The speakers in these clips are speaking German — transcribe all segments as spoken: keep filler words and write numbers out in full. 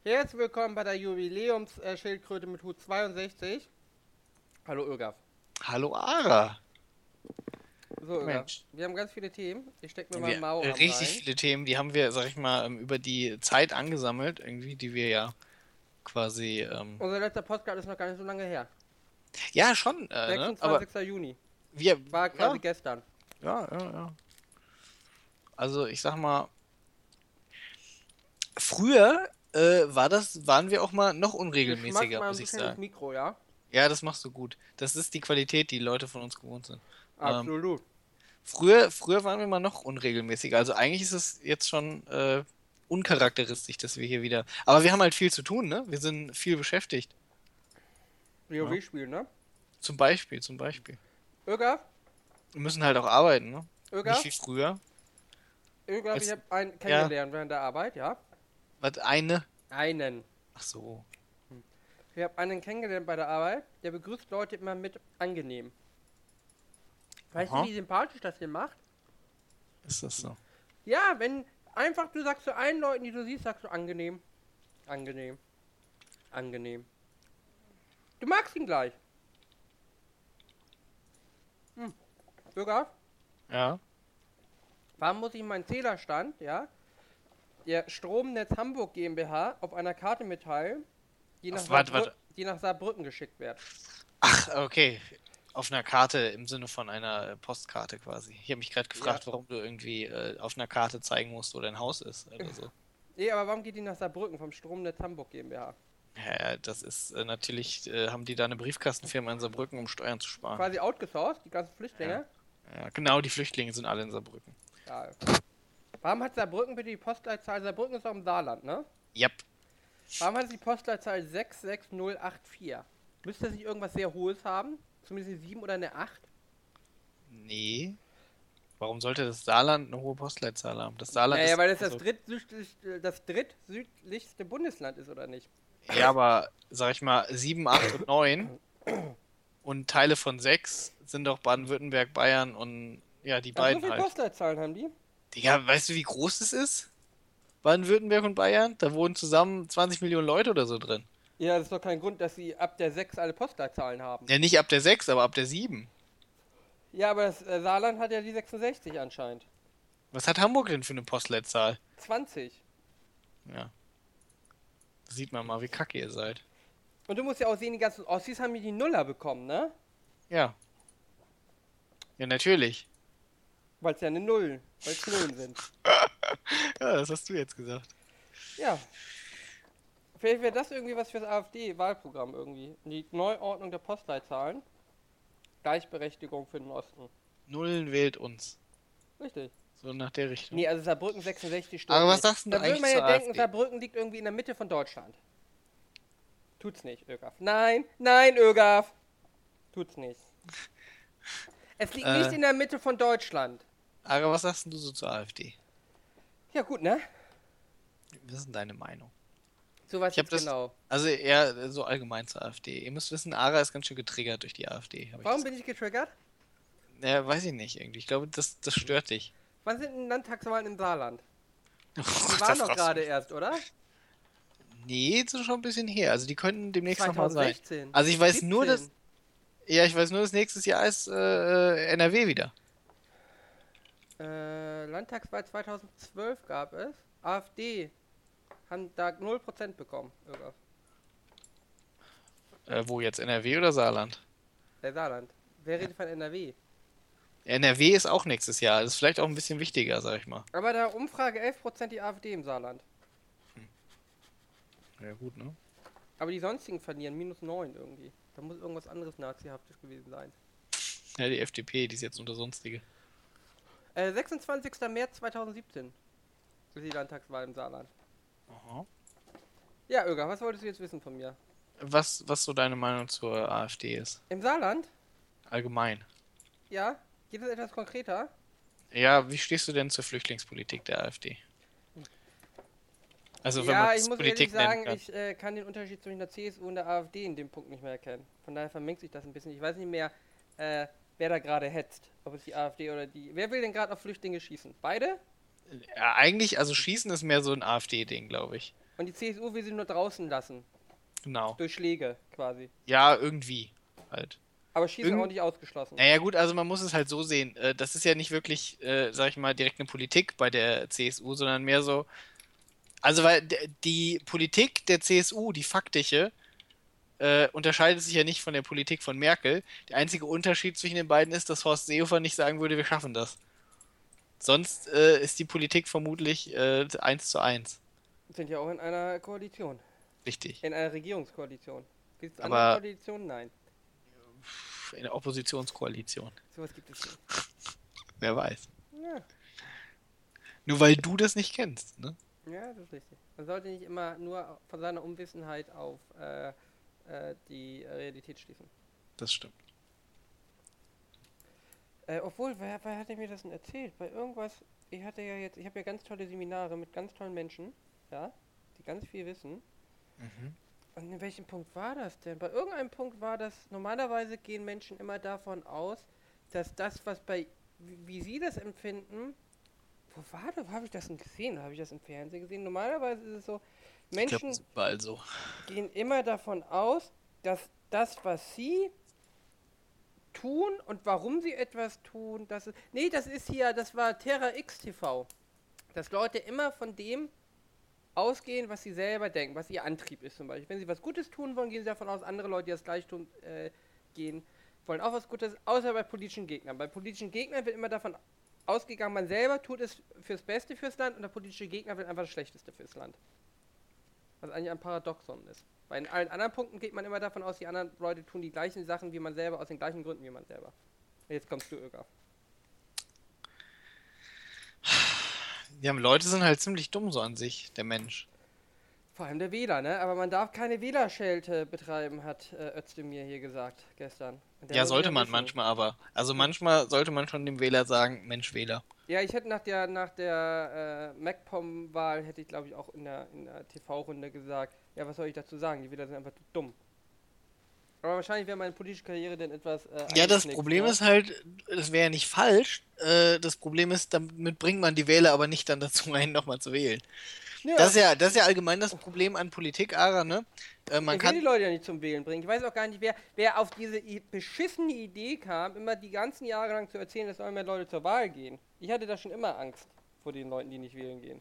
Herzlich willkommen bei der Jubiläumsschildkröte mit Hut zweiundsechzig. Hallo Irgaf. Hallo Ara. So Irgaf, Mensch, wir haben ganz viele Themen. Ich stecke mir mal wir einen äh, Maoram richtig rein. viele Themen, die haben wir, sag ich mal, ähm, über die Zeit angesammelt, irgendwie, die wir ja quasi, ähm, Unser letzter Podcast ist noch gar nicht so lange her. ja schon, äh, ne? Aber sechsundzwanzigster Juni. wir, War quasi ja, gestern. ja, ja, ja. Also ich sag mal, früher äh, war das, waren wir auch mal noch Du schmatzt unregelmäßiger, mal ein muss ich bisschen ins sagen. Mikro, ja? Ja, das machst du gut. Das ist die Qualität, die Leute von uns gewohnt sind. Ähm, Absolut. früher, früher waren wir mal noch unregelmäßiger. Also eigentlich ist es jetzt schon äh, uncharakteristisch, dass wir hier wieder. Aber wir haben halt viel zu tun, ne? Wir sind viel beschäftigt. Ja. WoW spielen, ne? Zum Beispiel, zum Beispiel. Irgaf, Wir müssen halt auch arbeiten, ne? Nicht Irgaf, wie früher. Irgaf, ich Als, habe einen ja, kennengelernt während der Arbeit, ja? was eine. Einen. Ach so. Ich habe einen kennengelernt bei der Arbeit, der begrüßt Leute immer mit angenehm. Weißt du, Aha. wie sympathisch das hier macht? Ist das so? Ja, wenn einfach du sagst zu allen Leuten, die du siehst, sagst du angenehm, angenehm, angenehm. Du magst ihn gleich. Hm. Bürger, Ja. warum muss ich meinen Zählerstand, ja, der Stromnetz Hamburg GmbH auf einer Karte mitteilen, die nach, Ach, warte, Saarbrü warte. die nach Saarbrücken geschickt wird? Ach, okay. Auf einer Karte im Sinne von einer äh, Postkarte quasi. Ich habe mich gerade Ja. gefragt, warum du irgendwie äh, auf einer Karte zeigen musst, wo dein Haus ist oder so. Nee, aber warum geht die nach Saarbrücken vom Stromnetz Hamburg GmbH? Ja, das ist äh, natürlich, äh, haben die da eine Briefkastenfirma in Saarbrücken, um Steuern zu sparen. Quasi outgesourced, die ganzen Ja. Flüchtlinge. Ja, genau, die Flüchtlinge sind alle in Saarbrücken. Ja. Warum hat Saarbrücken bitte die Postleitzahl? Saarbrücken ist auch im Saarland, ne? Yep. Warum hat es die Postleitzahl sechs sechs null acht vier? Müsste es nicht irgendwas sehr Hohes haben? Zumindest eine sieben oder eine acht? Nee. Warum sollte das Saarland eine hohe Postleitzahl haben? Das Saarland Naja, ist. weil es das, Also, drittsüdlichste, das drittsüdlichste Bundesland ist, oder nicht? ja, aber sag ich mal, sieben, acht und neun und Teile von sechs sind doch Baden-Württemberg, Bayern und ja, die Ach, so beiden viele halt. Postleitzahlen haben die? Digga, weißt du, wie groß das ist? Baden-Württemberg und Bayern? Da wohnen zusammen zwanzig Millionen Leute oder so drin. Ja, das ist doch kein Grund, dass sie ab der sechs alle Postleitzahlen haben. Ja, nicht ab der sechs, aber ab der sieben. Ja, aber das äh, Saarland hat ja die sechsundsechzig anscheinend. Was hat Hamburg denn für eine Postleitzahl? zwanzig. Ja, sieht man mal, wie kacke ihr seid. Und du musst ja auch sehen, die ganzen Ossis haben hier die Nuller bekommen, ne? Ja. Ja, natürlich. Weil es ja eine Null, weil es Nullen sind. Ja, das hast du jetzt gesagt. Ja. Vielleicht wäre das irgendwie was fürs AfD-Wahlprogramm irgendwie. Die Neuordnung der Postleitzahlen. Gleichberechtigung für den Osten. Nullen wählt uns. Richtig. So nach der Richtung. Nee, also Saarbrücken sechsundsechzig stimmt Aber was nicht. sagst denn du Da würde eigentlich man ja zur denken, AfD? Saarbrücken liegt irgendwie in der Mitte von Deutschland. Tut's nicht, Ögaf. Nein, nein, Ögaf. Tut's nicht. Es liegt nicht Äh, in der Mitte von Deutschland. aber was sagst denn du so zur AfD? Ja gut, ne? Was ist denn deine Meinung? So was Ich habe jetzt das, genau. also eher so allgemein zur AfD. Ihr müsst wissen, Ara ist ganz schön getriggert durch die AfD. Hab ich Warum das bin ich getriggert? Ja, weiß ich nicht irgendwie. Ich glaube, das, das stört dich. Wann sind denn Landtagswahlen im Saarland? Oh Die Gott, da waren doch fragst du gerade mich. erst, oder? Nee, das ist schon ein bisschen her. Also die könnten demnächst nochmal sein. zweitausendsechzehn. Also ich weiß nur, dass. siebzehn. Ja, ich weiß nur, dass nächstes Jahr ist äh, N R W wieder. Äh, Landtagswahl zweitausendzwölf gab es. AfD haben da null Prozent bekommen. Ögaf. Äh, wo jetzt? N R W oder Saarland? Der Saarland. Wer redet von N R W? N R W ist auch nächstes Jahr. Das ist vielleicht auch ein bisschen wichtiger, sag ich mal. Aber da Umfrage elf Prozent die AfD im Saarland. Ja, gut, ne? Aber die sonstigen verlieren minus neun irgendwie. Da muss irgendwas anderes nazihaftes gewesen sein. Ja, die F D P, die ist jetzt unter Sonstige. Äh, sechsundzwanzigster März zweitausendsiebzehn ist die Landtagswahl im Saarland. Aha. Ja, Öger, was wolltest du jetzt wissen von mir? Was, was so deine Meinung zur AfD ist? Im Saarland? Allgemein. Ja? Geht es etwas konkreter? Ja, wie stehst du denn zur Flüchtlingspolitik der AfD? Also wenn man Ja, es ich muss Politik ehrlich sagen, nennen kann. ich äh, kann den Unterschied zwischen der C S U und der AfD in dem Punkt nicht mehr erkennen. Von daher vermengt sich das ein bisschen. Ich weiß nicht mehr, äh, wer da gerade hetzt. Ob es die AfD oder die... Wer will denn gerade auf Flüchtlinge schießen? Beide? Ja, eigentlich, also Schießen ist mehr so ein AfD-Ding, glaube ich. Und die C S U will sie nur draußen lassen. Genau. Durch Schläge quasi. Ja, irgendwie halt. Aber Schießen Irgend- auch nicht ausgeschlossen. Naja gut, also man muss es halt so sehen. äh, Das ist ja nicht wirklich, äh, sag ich mal, direkt eine Politik bei der C S U, sondern mehr so. Also weil d- die Politik der C S U, die faktische, äh, unterscheidet sich ja nicht von der Politik von Merkel. Der einzige Unterschied zwischen den beiden ist, dass Horst Seehofer nicht sagen würde, wir schaffen das. Sonst äh, ist die Politik vermutlich äh, eins zu eins. Sind ja auch in einer Koalition. Richtig. In einer Regierungskoalition. Gibt es andere Aber Koalitionen? Nein. in der Oppositionskoalition. Sowas gibt es nicht. Wer weiß. Ja. Nur weil du das nicht kennst, ne? Ja, das ist richtig. Man sollte nicht immer nur von seiner Unwissenheit auf äh, äh, die Realität schließen. Das stimmt. Äh, obwohl, wer, wer hatte mir das denn erzählt? Bei irgendwas, ich hatte ja jetzt, ich habe ja ganz tolle Seminare mit ganz tollen Menschen, ja, die ganz viel wissen. Mhm. Und in welchem Punkt war das denn? Bei irgendeinem Punkt war das, normalerweise gehen Menschen immer davon aus, dass das, was bei, wie, wie sie das empfinden, wo war das? Wo habe ich das denn gesehen? Habe ich das im Fernsehen gesehen? Normalerweise ist es so, Ich glaube, Menschen das ist überall so. gehen immer davon aus, dass das, was sie tun und warum sie etwas tun, das ist, nee, das ist hier, das war Terra X T V, dass Leute immer von dem ausgehen, was sie selber denken, was ihr Antrieb ist zum Beispiel. Wenn sie was Gutes tun wollen, gehen sie davon aus, andere Leute, die das gleich tun, äh, gehen, wollen auch was Gutes, außer bei politischen Gegnern. Bei politischen Gegnern wird immer davon ausgegangen, man selber tut es fürs Beste fürs Land und der politische Gegner will einfach das Schlechteste fürs Land. Was eigentlich ein Paradoxon ist. Bei in allen anderen Punkten geht man immer davon aus, die anderen Leute tun die gleichen Sachen wie man selber, aus den gleichen Gründen wie man selber. Und jetzt kommst du, Öger. Ja, Leute sind halt ziemlich dumm so an sich, der Mensch. Vor allem der Wähler, ne? Aber man darf keine Wählerschelte betreiben, hat äh, Özdemir hier gesagt gestern. Und der Ja, muss sollte ja man wissen. manchmal aber. Also manchmal sollte man schon dem Wähler sagen, Mensch, Wähler. Ja, ich hätte nach der nach der äh, MacPom-Wahl hätte ich glaube ich auch in der in der T V-Runde gesagt, ja, was soll ich dazu sagen? Die Wähler sind einfach dumm. Aber wahrscheinlich wäre meine politische Karriere dann etwas äh, Ja, das eingeknickt, Problem ne? ist halt, das wäre ja nicht falsch. Äh, das Problem ist, damit bringt man die Wähler aber nicht dann dazu, einen nochmal zu wählen. Ja, Das ist ja, das ist ja allgemein das Problem an Politik, Ara, ne? Äh, man ich will die kann. Leute ja nicht zum Wählen bringen. Ich weiß auch gar nicht, wer, wer auf diese i- beschissene Idee kam, immer die ganzen Jahre lang zu erzählen, es sollen mehr Leute zur Wahl gehen. Ich hatte da schon immer Angst vor den Leuten, die nicht wählen gehen.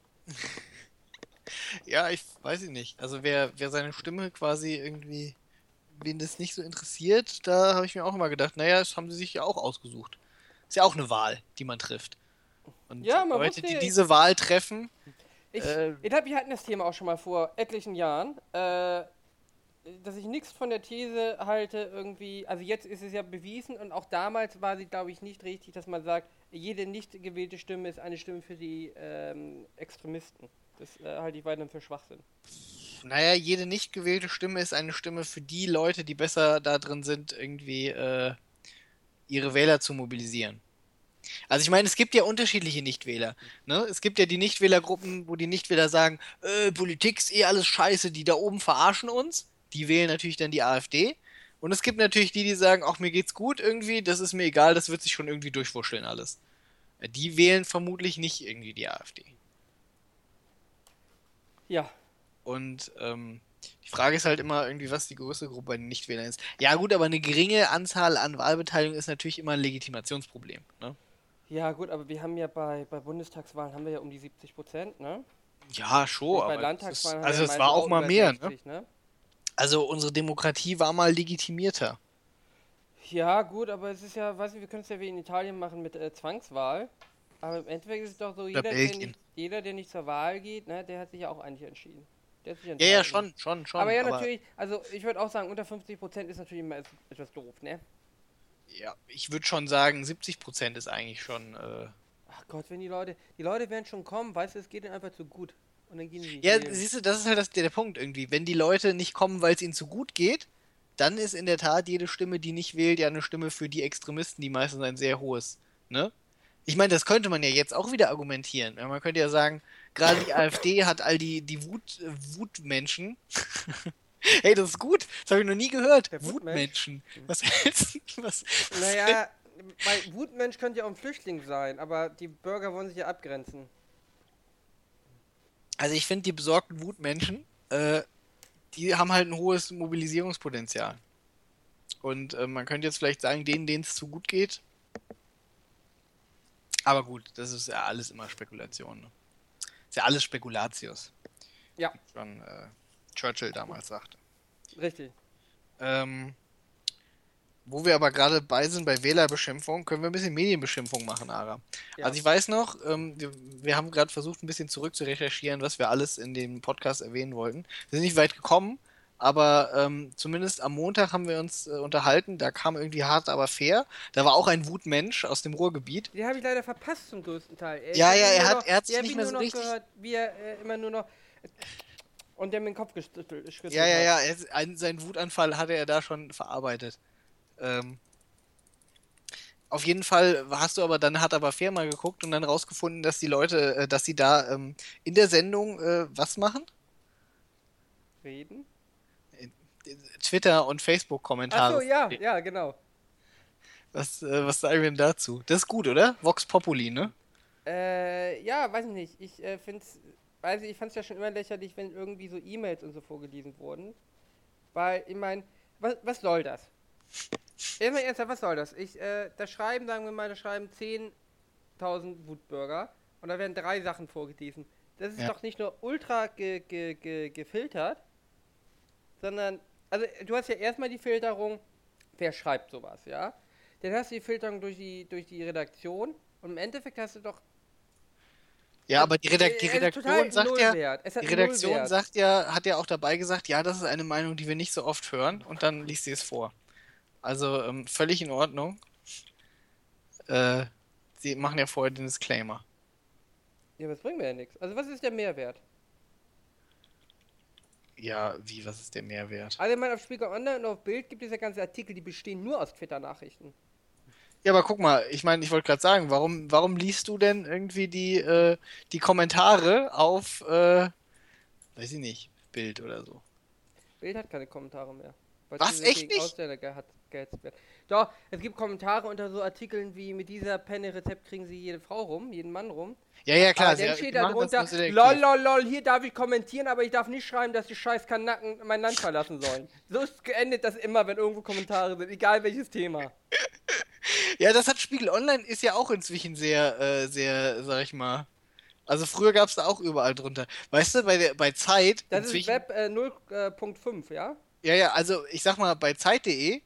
Ja, ich weiß ich nicht. Also wer, wer seine Stimme quasi irgendwie, wen das nicht so interessiert, da habe ich mir auch immer gedacht, naja, das haben sie sich ja auch ausgesucht. Ist ja auch eine Wahl, die man trifft. Und Ja, man Leute, wusste- die diese Wahl treffen, Ich, Äh. ich glaube, wir hatten das Thema auch schon mal vor etlichen Jahren, äh, dass ich nichts von der These halte, irgendwie, also jetzt ist es ja bewiesen und auch damals war sie, glaube ich, nicht richtig, dass man sagt, jede nicht gewählte Stimme ist eine Stimme für die ähm, Extremisten. Das äh, halte ich weiterhin für Schwachsinn. naja, jede nicht gewählte Stimme ist eine Stimme für die Leute, die besser da drin sind, irgendwie äh, ihre Wähler zu mobilisieren. Also ich meine, es gibt ja unterschiedliche Nichtwähler. Ne? Es gibt ja die Nichtwählergruppen, wo die Nichtwähler sagen, äh, Politik ist eh alles scheiße, die da oben verarschen uns. Die wählen natürlich dann die AfD. Und es gibt natürlich die, die sagen, ach, mir geht's gut irgendwie, das ist mir egal, das wird sich schon irgendwie durchwurschteln alles. Äh, Die wählen vermutlich nicht irgendwie die AfD. Ja, Und ähm, die Frage ist halt immer irgendwie, was die größte Gruppe bei den Nichtwählern ist. Ja gut, aber eine geringe Anzahl an Wahlbeteiligung ist natürlich immer ein Legitimationsproblem. Ne? ja gut, aber wir haben ja bei, bei Bundestagswahlen haben wir ja um die siebzig Prozent, ne? Ja, schon, Und bei aber das ist, Landtagswahlen haben also wir es meistens war auch mal über mehr, ne? sechzig, ne? Also unsere Demokratie war mal legitimierter. Ja, gut, aber es ist ja, weiß nicht, wir können es ja wie in Italien machen mit äh, Zwangswahl. Aber im Endeffekt ist es doch so, jeder der, Belgien. nicht, jeder, der nicht zur Wahl geht, ne, der hat sich ja auch eigentlich entschieden. Der hat sich Ja, enthalten. ja, schon, schon, schon. Aber ja, natürlich, also ich würde auch sagen, unter fünfzig Prozent ist natürlich immer etwas- etwas doof, ne? Ja, ich würde schon sagen, siebzig Prozent ist eigentlich schon. Äh Ach Gott, wenn die Leute, die Leute werden schon kommen, weißt du, es geht ihnen einfach zu gut. Und dann gehen sie nicht Ja, wählen. siehst du, das ist halt das, der, der Punkt irgendwie. Wenn die Leute nicht kommen, weil es ihnen zu gut geht, dann ist in der Tat jede Stimme, die nicht wählt, ja eine Stimme für die Extremisten, die meistens ein sehr hohes, ne? Ich meine, das könnte man ja jetzt auch wieder argumentieren. Ja, man könnte ja sagen, gerade die AfD hat all die, die Wut, äh, Wutmenschen. Hey, das ist gut. Das habe ich noch nie gehört. Der Wutmensch? Wutmenschen. Was hältst du? Was? Naja, weil Wutmensch könnte ja auch ein Flüchtling sein, aber die Bürger wollen sich ja abgrenzen. Also ich finde, die besorgten Wutmenschen, äh, die haben halt ein hohes Mobilisierungspotenzial. Und äh, man könnte jetzt vielleicht sagen, denen, denen es zu gut geht. Aber gut, das ist ja alles immer Spekulation. Ne? Ist ja alles Spekulatius, Ja, wie schon äh, Churchill damals sagte. richtig. Ähm, wo wir aber gerade bei sind bei Wählerbeschimpfung, können wir ein bisschen Medienbeschimpfung machen, Ara. Ja. Also ich weiß noch, ähm, wir, wir haben gerade versucht, ein bisschen zurück zu recherchieren, was wir alles in dem Podcast erwähnen wollten. Wir sind nicht weit gekommen, aber ähm, zumindest am Montag haben wir uns äh, unterhalten, da kam irgendwie hart, aber fair. Da war auch ein Wutmensch aus dem Ruhrgebiet. Die habe ich leider verpasst zum größten Teil. Äh, Ich Ja, habe ja, ihn er nur hat, noch, er hat ich sich hab nicht ihn mehr nur so noch richtig. gehört, wie er äh, immer nur noch und der mit dem Kopf geschüttelt, geschüttelt Ja, ja, hat. ja, er, ist- einen, seinen Wutanfall hatte er da schon verarbeitet. Ähm, Auf jeden Fall hast du aber dann, hat aber fair mal geguckt und dann rausgefunden, dass die Leute, äh, dass sie da ähm, in der Sendung äh, was machen? Reden? Twitter- und Ach so, Facebook-Kommentare. ja, ja, genau. Was, äh, was sagen wir denn dazu? Das ist gut, oder? Vox Populi, ne? Äh, ja, weiß ich nicht. Ich äh, find's, weiß ich, ich fand's ja schon immer lächerlich, wenn irgendwie so E-Mails und so vorgelesen wurden. Weil, ich meine, was, was soll das? Immer ernsthaft, was soll das? Ich, äh, da schreiben, sagen wir mal, da schreiben zehntausend Wutbürger und da werden drei Sachen vorgelesen. Das ist Ja. doch nicht nur ultra ge, ge, ge, gefiltert, sondern, also du hast ja erstmal die Filterung, wer schreibt sowas, ja? Dann hast du die Filterung durch die, durch die Redaktion und im Endeffekt hast du doch, Ja, also, aber die, Redak die äh, es ist total Redaktion sagt ja, Nullwert. Es hat die einen Redaktion Nullwert. sagt ja, hat ja auch dabei gesagt, ja, das ist eine Meinung, die wir nicht so oft hören und dann liest sie es vor. Also ähm, völlig in Ordnung. Äh, sie machen ja vorher den Disclaimer. Ja, das bringt mir ja nichts. Also was ist der Mehrwert? Ja, wie, was ist der Mehrwert? Also ich meine, auf Spiegel Online und auf Bild gibt es ja ganze Artikel, die bestehen nur aus Twitter-Nachrichten. Ja, aber guck mal, ich meine, ich wollte gerade sagen, warum, warum liest du denn irgendwie die, äh, die Kommentare auf, äh, weiß ich nicht, Bild oder so? Bild hat keine Kommentare mehr. Weil Was, zusätzlich echt gegen nicht? Ausländer gehat- gehetzt wird. Doch, es gibt Kommentare unter so Artikeln wie mit dieser Penne-Rezept kriegen sie jede Frau rum, jeden Mann rum. Ja, ja, Aber klar, sie, dann sie steht da machen das nur drunter, lol, selektiv. lol, lol, hier darf ich kommentieren, aber ich darf nicht schreiben, dass die scheiß Kanaken mein Land verlassen sollen. So ist, endet das immer, wenn irgendwo Kommentare sind, egal welches Thema. Ja, das hat Spiegel Online ist ja auch inzwischen sehr, äh, sehr, sag ich mal. Also früher gab es da auch überall drunter. Weißt du, bei der, bei Zeit Das ist inzwischen. Web äh, null Punkt fünf, ja? Ja, ja, also ich sag mal, bei Zeit punkt de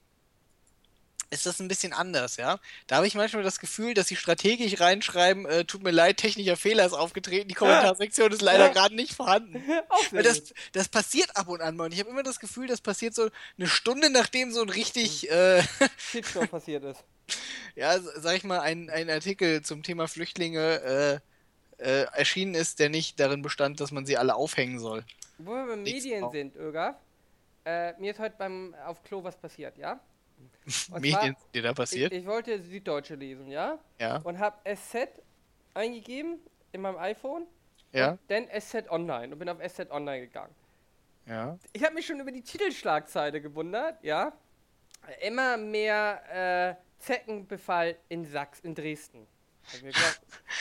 ist das ein bisschen anders, ja. Da habe ich manchmal das Gefühl, dass sie strategisch reinschreiben, äh, tut mir leid, technischer Fehler ist aufgetreten, die Kommentarsektion ist leider gerade nicht vorhanden. Auch Weil sehr das, gut. das passiert ab und an mal. Und ich habe immer das Gefühl, das passiert so eine Stunde, nachdem so ein richtig, äh, Shitstorm passiert ist. ja, sag ich mal, ein, ein Artikel zum Thema Flüchtlinge äh, äh, erschienen ist, der nicht darin bestand, dass man sie alle aufhängen soll. Wo wir bei Nix Medien drauf. sind, Ögaf, äh, mir ist heute beim auf Klo was passiert, ja? Und Medien zwar, sind dir da ich, passiert? ich wollte Süddeutsche lesen, ja? Ja, Und habe S Z eingegeben in meinem iPhone und ja, dann S Z Online und bin auf S Z Online gegangen. ja. Ich habe mich schon über die Titelschlagzeile gewundert, ja? Immer mehr äh, Zeckenbefall in Sachs, in Dresden. Hab ich mir gedacht,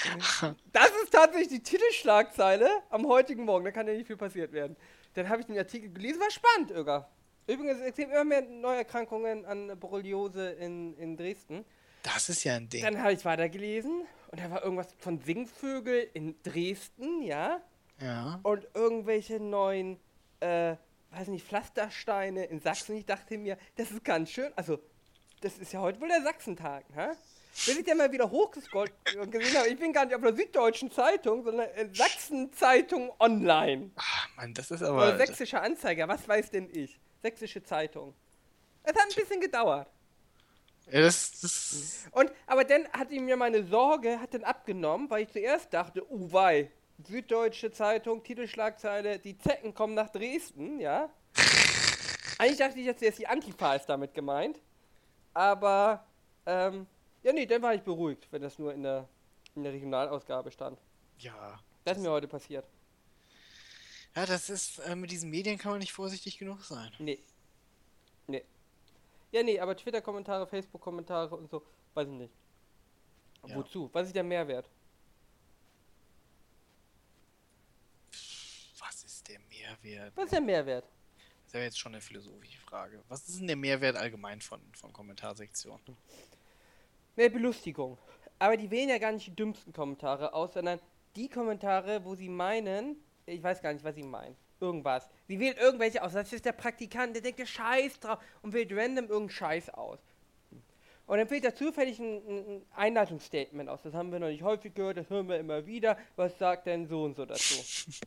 das ist tatsächlich die Titelschlagzeile am heutigen Morgen, da kann ja nicht viel passiert werden. Dann habe ich den Artikel gelesen, war spannend, Öger. Übrigens, es gibt immer mehr Neuerkrankungen an Borreliose in, in Dresden. Das ist ja ein Ding. Dann habe ich weitergelesen und da war irgendwas von Singvögel in Dresden, ja? Ja. Und irgendwelche neuen, äh, weiß nicht, Pflastersteine in Sachsen. Ich dachte mir, das ist ganz schön. Also, das ist ja heute wohl der Sachsentag, hä? Bis ich dann mal wieder hochgescrollt und gesehen habe, ich bin gar nicht auf der Süddeutschen Zeitung, sondern in Sachsen-Zeitung online. Ach, Mann, das ist Oder aber. Sächsischer Anzeiger, was weiß denn ich? Sächsische Zeitung. Es hat ein bisschen gedauert. Ja, das, das. Und, aber dann hat ihm mir meine Sorge, hat dann abgenommen, weil ich zuerst dachte, oh wei, Süddeutsche Zeitung, Titelschlagzeile, die Zecken kommen nach Dresden, ja. Eigentlich dachte ich jetzt, erst die Antifa ist damit gemeint. Aber, ähm, ja nee, dann war ich beruhigt, wenn das nur in der, in der Regionalausgabe stand. Ja. Das ist mir heute passiert. Ja, das ist. Äh, mit diesen Medien kann man nicht vorsichtig genug sein. Nee. Nee. Ja, nee, aber Twitter-Kommentare, Facebook-Kommentare und so, weiß ich nicht. Ja. Wozu? Was ist der Mehrwert? Ja, wir. Was ist der Mehrwert? Das ist ja jetzt schon eine philosophische Frage. Was ist denn der Mehrwert allgemein von, von Kommentarsektionen? Mehr Belustigung. Aber die wählen ja gar nicht die dümmsten Kommentare aus, sondern die Kommentare, wo sie meinen, ich weiß gar nicht, was sie meinen. Irgendwas. Sie wählt irgendwelche aus. Das ist der Praktikant, der denkt der Scheiß drauf und wählt random irgendeinen Scheiß aus. Und dann wählt er zufällig ein, ein Einleitungsstatement aus. Das haben wir noch nicht häufig gehört, das hören wir immer wieder. Was sagt denn so und so dazu?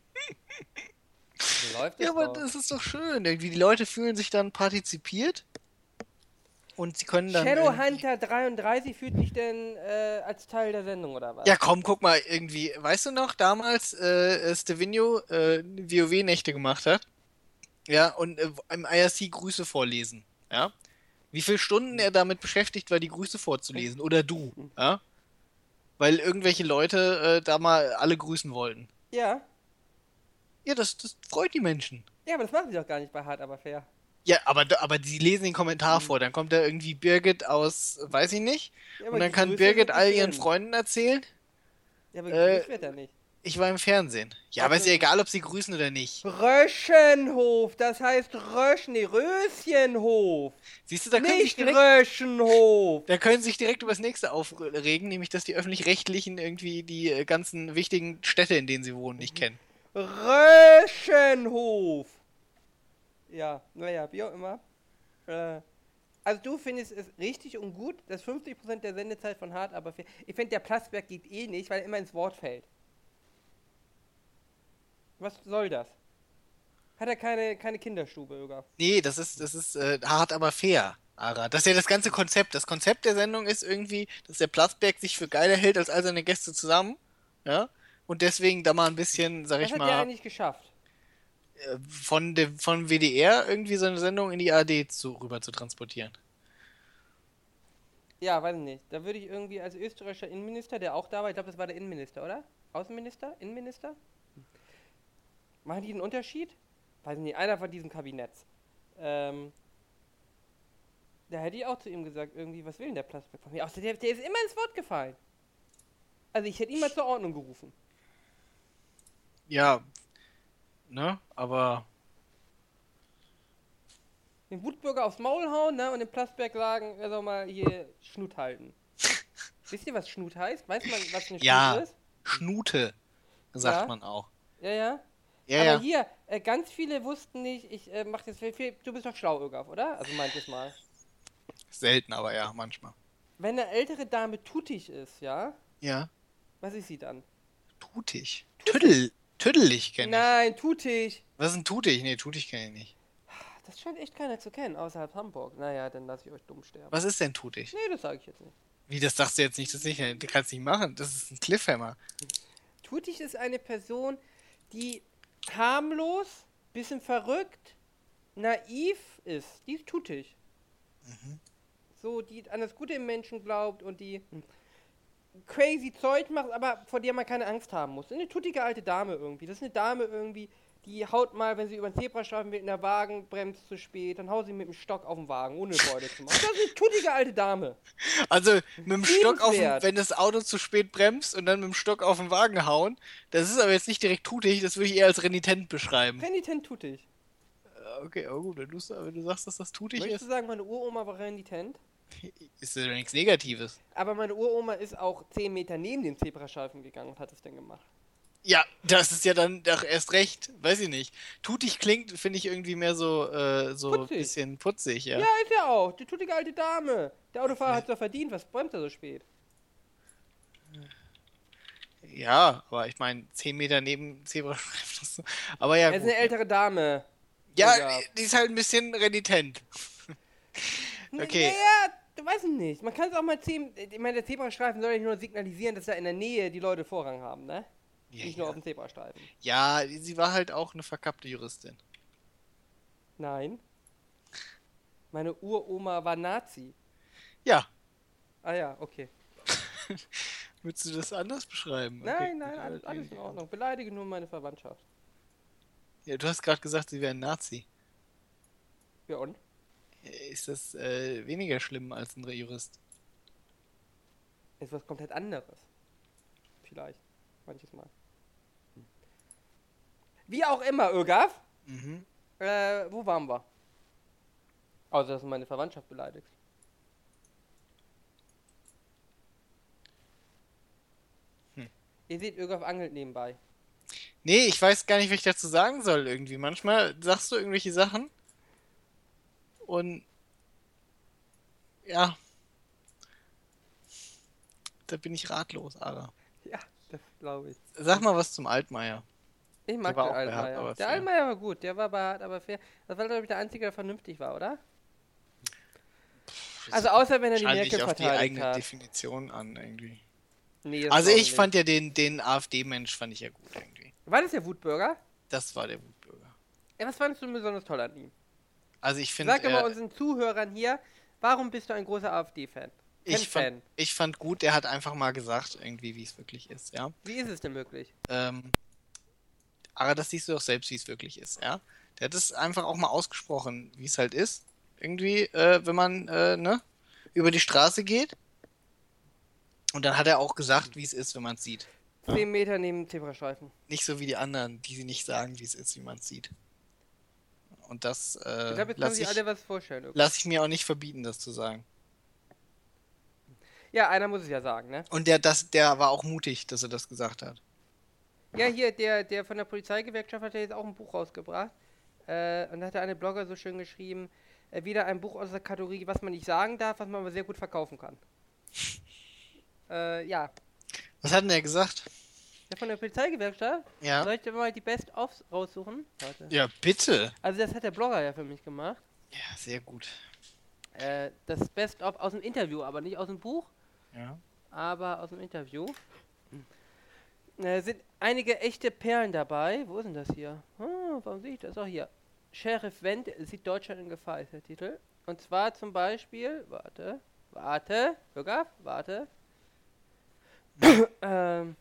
So läuft das Ja, aber doch. das ist doch schön. Irgendwie die Leute fühlen sich dann partizipiert und sie können dann. irgendwie- Shadowhunter dreiunddreißig fühlt sich denn äh, als Teil der Sendung, oder was? Ja, komm, guck mal, irgendwie, weißt du noch, damals äh, Stevino äh, WoW-Nächte gemacht hat? Ja, und äh, im I R C Grüße vorlesen. Ja? Wie viele Stunden er damit beschäftigt war, die Grüße vorzulesen? Oder du, ja? Weil irgendwelche Leute äh, da mal alle grüßen wollten. Ja. Ja, das, das freut die Menschen. Ja, aber das machen sie doch gar nicht bei Hart, aber fair. Ja, aber, da- aber die lesen den Kommentar vor. Dann kommt da irgendwie Birgit aus, weiß ich nicht. Ja, aber Und dann die kann Grüße Birgit sind all nicht ihren drin. Freunden erzählen, Ja, aber Äh, gegrüßt wird er nicht. ich war im Fernsehen. Ja, aber ist ja egal, ob sie grüßen oder nicht. Röschenhof, das heißt Röschen, nee, Röschenhof. Siehst du, da können, sich Nicht direkt, Röschenhof. da können sich direkt über das nächste aufregen, nämlich dass die Öffentlich-Rechtlichen irgendwie die äh, ganzen wichtigen Städte, in denen sie wohnen, nicht kennen. Röschenhof. Ja, naja, wie auch immer. Äh, also du findest es richtig und gut, dass fünfzig Prozent der Sendezeit von Hart, aber fair. Ich finde, der Platzberg geht eh nicht, weil er immer ins Wort fällt. Was soll das? Hat er keine, keine Kinderstube, Öger? Nee, das ist, das ist äh, hart, aber fair, Ara. Das ist ja das ganze Konzept. Das Konzept der Sendung ist irgendwie, dass der Platzberg sich für geiler hält als all seine Gäste zusammen. Ja? Und deswegen da mal ein bisschen, sag Was ich hat der mal, eigentlich geschafft? äh, von dem, von W D R irgendwie so eine Sendung in die A R D zu, rüber zu transportieren. Ja, weiß ich nicht. Da würde ich irgendwie als österreichischer Innenminister, der auch da war, ich glaube, das war der Innenminister, oder? Außenminister? Innenminister? Machen die einen Unterschied? Weiß ich nicht, einer von diesem Kabinetts. Ähm, da hätte ich auch zu ihm gesagt, irgendwie, was will denn der Plasberg von mir? Außer der, der ist immer ins Wort gefallen. Also ich hätte ihn mal zur Ordnung gerufen. Ja, ne, aber Den Wutbürger aufs Maul hauen, ne, und dem Plasberg sagen, er soll mal hier Schnut halten. Wisst ihr, was Schnut heißt? Weiß man, was eine Schnut ja, ist? Schnute, sagt Ja. man auch. Ja, ja. Ja, Aber ja. hier, äh, ganz viele wussten nicht, ich äh, mach jetzt viel, viel, du bist doch schlau, Ögaf, oder? Also meint es mal. Selten, aber ja, manchmal. Wenn eine ältere Dame tutig ist, ja, Ja. was ist sie dann? Tutig. Tüdel. Tüdelig kenne ich. Nein, tutig. Was ist ein Tutig? Nee, Tutig kenne ich nicht. Das scheint echt keiner zu kennen, außerhalb Hamburg. Naja, dann lasse ich euch dumm sterben. Was ist denn Tutig? Nee, das sage ich jetzt nicht. Wie, das sagst du jetzt nicht? Das nicht, du kannst nicht machen. Das ist ein Cliffhanger. Tutig ist eine Person, die harmlos, bisschen verrückt, naiv ist. Die ist tutig. So, die an das Gute im Menschen glaubt und die hm, crazy Zeug macht, aber vor der man keine Angst haben muss. Eine tutige alte Dame irgendwie. Das ist eine Dame irgendwie, die haut mal, wenn sie über den Zebrastreifen will, in der Wagen bremst zu spät, dann haut sie mit dem Stock auf den Wagen, ohne eine Beule zu machen. Das ist eine tutige alte Dame. Also mit dem Stock auf den, Liebenswert. wenn das Auto zu spät bremst und dann mit dem Stock auf den Wagen hauen, das ist aber jetzt nicht direkt tutig, das würde ich eher als renitent beschreiben. Renitent tutig. Äh, Okay, aber gut, wenn du, wenn du sagst, dass das tutig Möchtest du ist, sagen, meine Uroma war renitent? ist das ja nichts Negatives. Aber meine Uroma ist auch zehn Meter neben den Zebrastreifen gegangen und hat es dann gemacht. Ja, das ist ja dann doch erst recht, weiß ich nicht. Tutig klingt, finde ich irgendwie mehr so, äh, so ein Putzig. bisschen putzig, ja. Ja, ist ja auch. Die tutige alte Dame. Der Autofahrer hat es doch verdient. Was bremst er so spät? Ja, aber ich meine, zehn Meter neben Zebrastreifen. das so- Aber ja, Er ist gut. eine ältere Dame. Ja, Ja. die ist halt ein bisschen renitent. Okay. Naja, du weißt es nicht. Man kann es auch mal zehn. Ich meine, der Zebrastreifen soll ja nur signalisieren, dass da in der Nähe die Leute Vorrang haben, ne? Ja, Nicht nur ja. auf dem Zebrastreifen. Ja, sie war halt auch eine verkappte Juristin. Nein. Meine Uroma war Nazi. Ja. Ah ja, okay. Würdest du das anders beschreiben? Nein, Okay, nein, gut, alles, okay. alles in Ordnung. Beleidige nur meine Verwandtschaft. Ja, du hast gerade gesagt, sie wäre ein Nazi. Ja und? Ist das äh, weniger schlimm als ein Jurist? Ist was komplett anderes. Vielleicht. Manches Mal. Wie auch immer, Ögaf. Mhm. Äh, wo waren wir? Außer, dass du meine Verwandtschaft beleidigst. Hm. Ihr seht, Irgaf angelt nebenbei. Nee, ich weiß gar nicht, was ich dazu sagen soll irgendwie. Manchmal sagst du irgendwelche Sachen und ja, da bin ich ratlos, Ara. Ja, das glaube ich. Sag mal was zum Altmaier. Ich Der mag war den auch bei Hart, Altmaier. aber Der fair. Altmaier war gut, der war bei Hart, aber fair. Das war, glaube ich, der Einzige, der vernünftig war, oder? Das Also außer wenn er die wahrscheinlich Merkel auf die verteidigt eigene hat. Definition an irgendwie. Nee, das Also glaube ich nicht. fand ja den, den AfD-Mensch fand ich ja gut irgendwie. War das der Wutbürger? Das war der Wutbürger. Ja, was fandest du besonders toll an ihm? Also ich finde, Sag doch mal äh, unseren Zuhörern hier, warum bist du ein großer AfD-Fan? ich fand, Fan. ich fand gut, der hat einfach mal gesagt, irgendwie, wie es wirklich ist, ja. Wie ist es denn möglich? Ähm, aber das siehst du doch selbst, wie es wirklich ist, ja. Der hat es einfach auch mal ausgesprochen, wie es halt ist. Irgendwie, äh, wenn man, äh, ne, über die Straße geht. Und dann hat er auch gesagt, wie es ist, wenn man es sieht. Ja. Zehn Meter neben dem Zebrastreifen. Nicht so wie die anderen, die sie nicht sagen, wie es ist, wie man es sieht. Und das Ich äh, glaube, jetzt können lasse sich ich, alle was vorstellen. Okay. lass ich mir auch nicht verbieten, das zu sagen. Ja, einer muss es ja sagen, ne? Und der, das, der war auch mutig, dass er das gesagt hat. Ja, hier, der, der von der Polizeigewerkschaft hat ja jetzt auch ein Buch rausgebracht. Äh, und da hat der eine Blogger so schön geschrieben, äh, wieder ein Buch aus der Kategorie, was man nicht sagen darf, was man aber sehr gut verkaufen kann. äh, ja. Was hat denn der gesagt? Der von der Polizeigewerkschaft? Ja. Soll ich dir mal die Best-ofs raussuchen? Warte. Ja, bitte. Also das hat der Blogger ja für mich gemacht. Ja, sehr gut. Äh, das Best-of aus dem Interview, aber nicht aus dem Buch, Ja. aber aus dem Interview. Äh, sind einige echte Perlen dabei. Wo ist denn das hier? Ah, warum sehe ich das? Auch hier. Sheriff Wendt sieht Deutschland in Gefahr, ist der Titel. Und zwar zum Beispiel, warte, warte, Bürger, warte. ähm,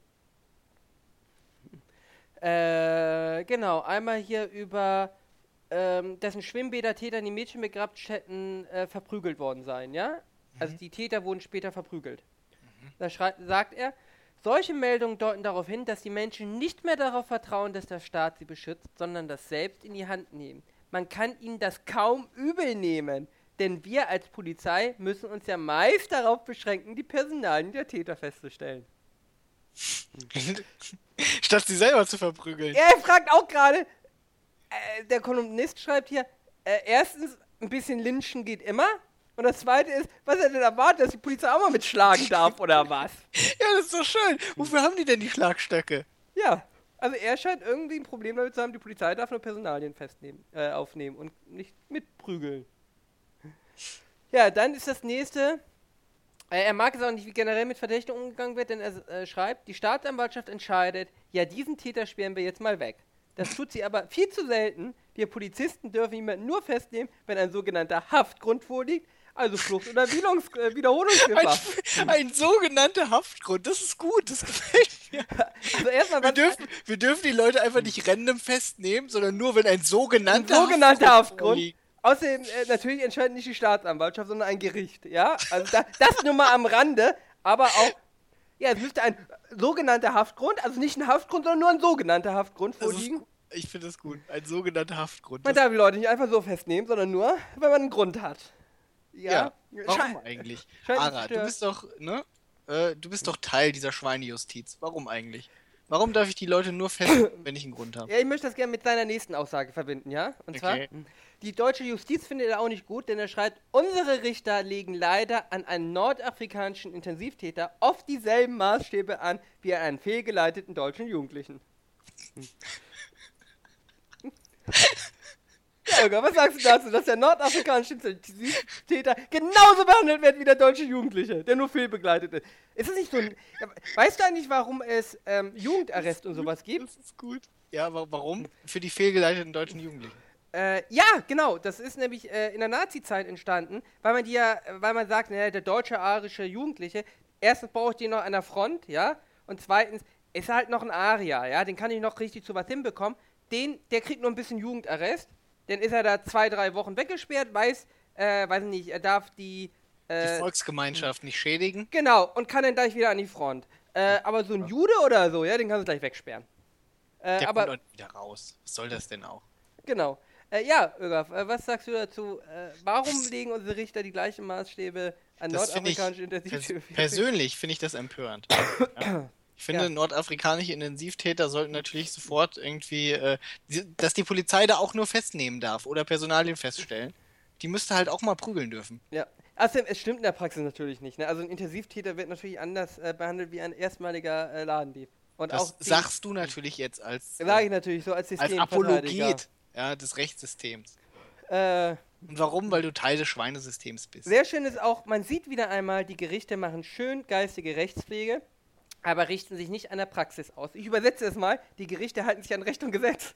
äh, genau, einmal hier über ähm, dessen Schwimmbäder Täter in die Mädchenbegrabstätten äh, verprügelt worden seien, ja? Also die Täter wurden später verprügelt. Da schrei- sagt er, solche Meldungen deuten darauf hin, dass die Menschen nicht mehr darauf vertrauen, dass der Staat sie beschützt, sondern das selbst in die Hand nehmen. Man kann ihnen das kaum übel nehmen, denn wir als Polizei müssen uns ja meist darauf beschränken, die Personalien der Täter festzustellen. Statt sie selber zu verprügeln. Er fragt auch gerade, äh, der Kolumnist schreibt hier, äh, erstens, ein bisschen lynchen geht immer. Und das zweite ist, was er denn erwartet, dass die Polizei auch mal mitschlagen darf, oder was? Ja, das ist doch schön. Wofür haben die denn die Schlagstöcke? Ja, also er scheint irgendwie ein Problem damit zu haben, die Polizei darf nur Personalien festnehmen, äh, aufnehmen und nicht mitprügeln. Ja, dann ist das nächste, äh, er mag es auch nicht, wie generell mit Verdächtigen umgegangen wird, denn er äh, schreibt, die Staatsanwaltschaft entscheidet, ja, diesen Täter sperren wir jetzt mal weg. Das tut sie aber viel zu selten. Wir Polizisten dürfen jemanden nur festnehmen, wenn ein sogenannter Haftgrund vorliegt, also Flucht- oder Wiederholungs äh, Wiederholungsgefahr. Ein, ein sogenannter Haftgrund, das ist gut, das gefällt mir. Also erstmal, Wir was dürfen, wir dürfen die Leute einfach nicht random festnehmen, sondern nur, wenn ein ein sogenannter, sogenannter Haftgrund. vorliegt. Außerdem, äh, natürlich entscheidet nicht die Staatsanwaltschaft, sondern ein Gericht, ja? Also da, das nur mal am Rande, aber auch, ja, es müsste ein sogenannter Haftgrund, also nicht ein Haftgrund, sondern nur ein sogenannter Haftgrund Das ist vorliegen. gu- Ich finde das gut. Ein sogenannter Haftgrund. Man Das, darf die Leute nicht einfach so festnehmen, sondern nur, wenn man einen Grund hat. ja. Warum Schein- eigentlich? scheint mich Ara, du stört. bist doch, ne? Äh, du bist doch Teil dieser Schweinejustiz. Warum eigentlich? Warum darf ich die Leute nur festnehmen, wenn ich einen Grund habe? Ja, ich möchte das gerne mit seiner nächsten Aussage verbinden, ja? Und zwar, Okay. die deutsche Justiz findet er auch nicht gut, denn er schreibt, unsere Richter legen leider an einen nordafrikanischen Intensivtäter oft dieselben Maßstäbe an wie an einen fehlgeleiteten deutschen Jugendlichen. Ja, Olga, was sagst du dazu, dass der nordafrikanische Intensivtäter genauso behandelt wird wie der deutsche Jugendliche, der nur fehlbegleitet ist? Ist das nicht so ein... Ja, weißt du eigentlich, warum es ähm, Jugendarrest und sowas gibt? Das ist gut. Ja, wa warum? Für die fehlgeleiteten deutschen Jugendlichen. Äh, ja, genau. Das ist nämlich äh, in der Nazi-Zeit entstanden, weil man die ja, äh, weil man sagt, naja, der deutsche arische Jugendliche, erstens brauche ich den noch an der Front, ja, und zweitens ist er halt noch ein Arier, ja, den kann ich noch richtig zu was hinbekommen. Den, der kriegt nur ein bisschen Jugendarrest, dann ist er da zwei, drei Wochen weggesperrt, weiß, äh, weiß nicht, er darf die, Die äh, Volksgemeinschaft nicht schädigen. genau, und kann dann gleich wieder an die Front. Äh, aber so ein Jude oder so, ja, den kannst du gleich wegsperren. Äh, Der aber kommt auch wieder raus. Was soll das denn auch? Genau. Äh, ja, Ögaf, äh, was sagst du dazu? Äh, warum legen unsere Richter die gleichen Maßstäbe an Das finde ich, nordafrikanische pers Intensivtäter? persönlich finde ich das empörend. Ja. Ich finde, Ja, nordafrikanische Intensivtäter sollten natürlich sofort irgendwie, äh, die- dass die Polizei da auch nur festnehmen darf oder Personalien feststellen. Die müsste halt auch mal prügeln dürfen. ja. Außerdem, es stimmt in der Praxis natürlich nicht. Ne? Also ein Intensivtäter wird natürlich anders äh, behandelt wie ein erstmaliger äh, Ladendieb. Und auch Das sagst du natürlich jetzt als, sage ich äh, natürlich so als als Systemverteidiger. Apologet, ja, des Rechtssystems. Äh, Und warum? Weil du Teil des Schweinesystems bist. sehr schön ist auch, man sieht wieder einmal, die Gerichte machen schön geistige Rechtspflege, aber richten sich nicht an der Praxis aus. Ich übersetze es mal, die Gerichte halten sich an Recht und Gesetz.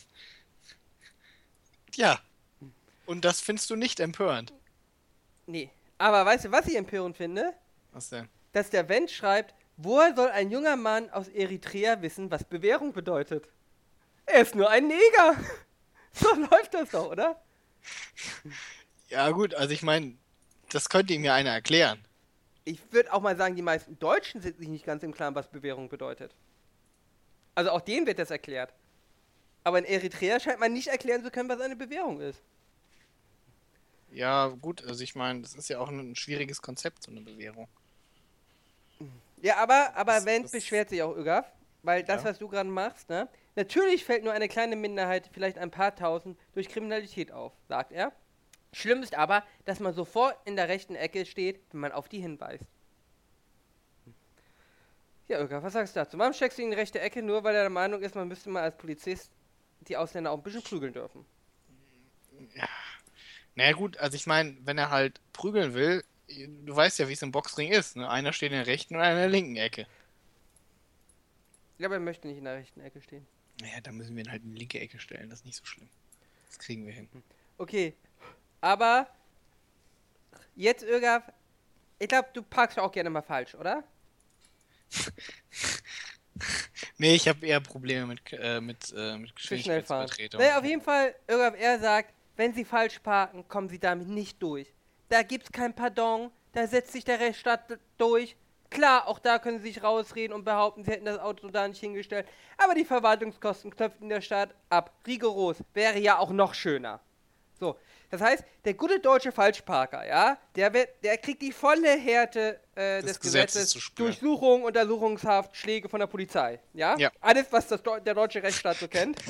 Ja. Und das findest du nicht empörend. Nee. Aber weißt du, was ich empörend finde? Was denn? Dass der Wendt schreibt, woher soll ein junger Mann aus Eritrea wissen, was Bewährung bedeutet? Er ist nur ein Neger. So läuft das doch, oder? Ja, gut, also ich meine, das könnte ihm ja einer erklären. Ich würde auch mal sagen, die meisten Deutschen sind sich nicht ganz im Klaren, was Bewährung bedeutet. Also auch denen wird das erklärt. Aber in Eritrea scheint man nicht erklären zu können, was eine Bewährung ist. Ja, gut, also ich meine, das ist ja auch ein schwieriges Konzept, so eine Bewährung. Ja, aber, aber Das- Wendt das- beschwert sich auch, Ögaf, weil das, Ja. was du gerade machst, ne? Natürlich fällt nur eine kleine Minderheit, vielleicht ein paar tausend, durch Kriminalität auf, sagt er. Schlimm ist aber, dass man sofort in der rechten Ecke steht, wenn man auf die hinweist. Ja, Ögaf, was sagst du dazu? Warum steckst du ihn in die rechte Ecke, nur weil er der Meinung ist, man müsste mal als Polizist die Ausländer auch ein bisschen prügeln dürfen? Naja, gut, also ich meine, wenn er halt prügeln will, du weißt ja, wie es im Boxring ist, ne? Einer steht in der rechten und einer in der linken Ecke. Ja, aber er möchte nicht in der rechten Ecke stehen. Naja, da müssen wir ihn halt in die linke Ecke stellen, das ist nicht so schlimm. Das kriegen wir hin. Okay, aber jetzt, Ögaf, ich glaube, du parkst auch gerne mal falsch, oder? Nee, ich habe eher Probleme mit, äh, mit, äh, mit Zu schnell fahren. Geschwindigkeitsübertretung. Naja, auf jeden Fall, Ögaf, er sagt, wenn sie falsch parken, kommen sie damit nicht durch. Da gibt's kein Pardon, da setzt sich der Rechtsstaat d- durch. Klar, auch da können sie sich rausreden und behaupten, sie hätten das Auto da nicht hingestellt. Aber die Verwaltungskosten knöpft in der Staat ab. Rigoros. Wäre ja auch noch schöner. So, das heißt, der gute deutsche Falschparker, ja, der, wird, der kriegt die volle Härte äh, des, Des Gesetzes Gesetzes, zu spüren. Durchsuchung, Untersuchungshaft, Schläge von der Polizei, ja? Ja. Alles, was das, Deu- der deutsche Rechtsstaat so kennt.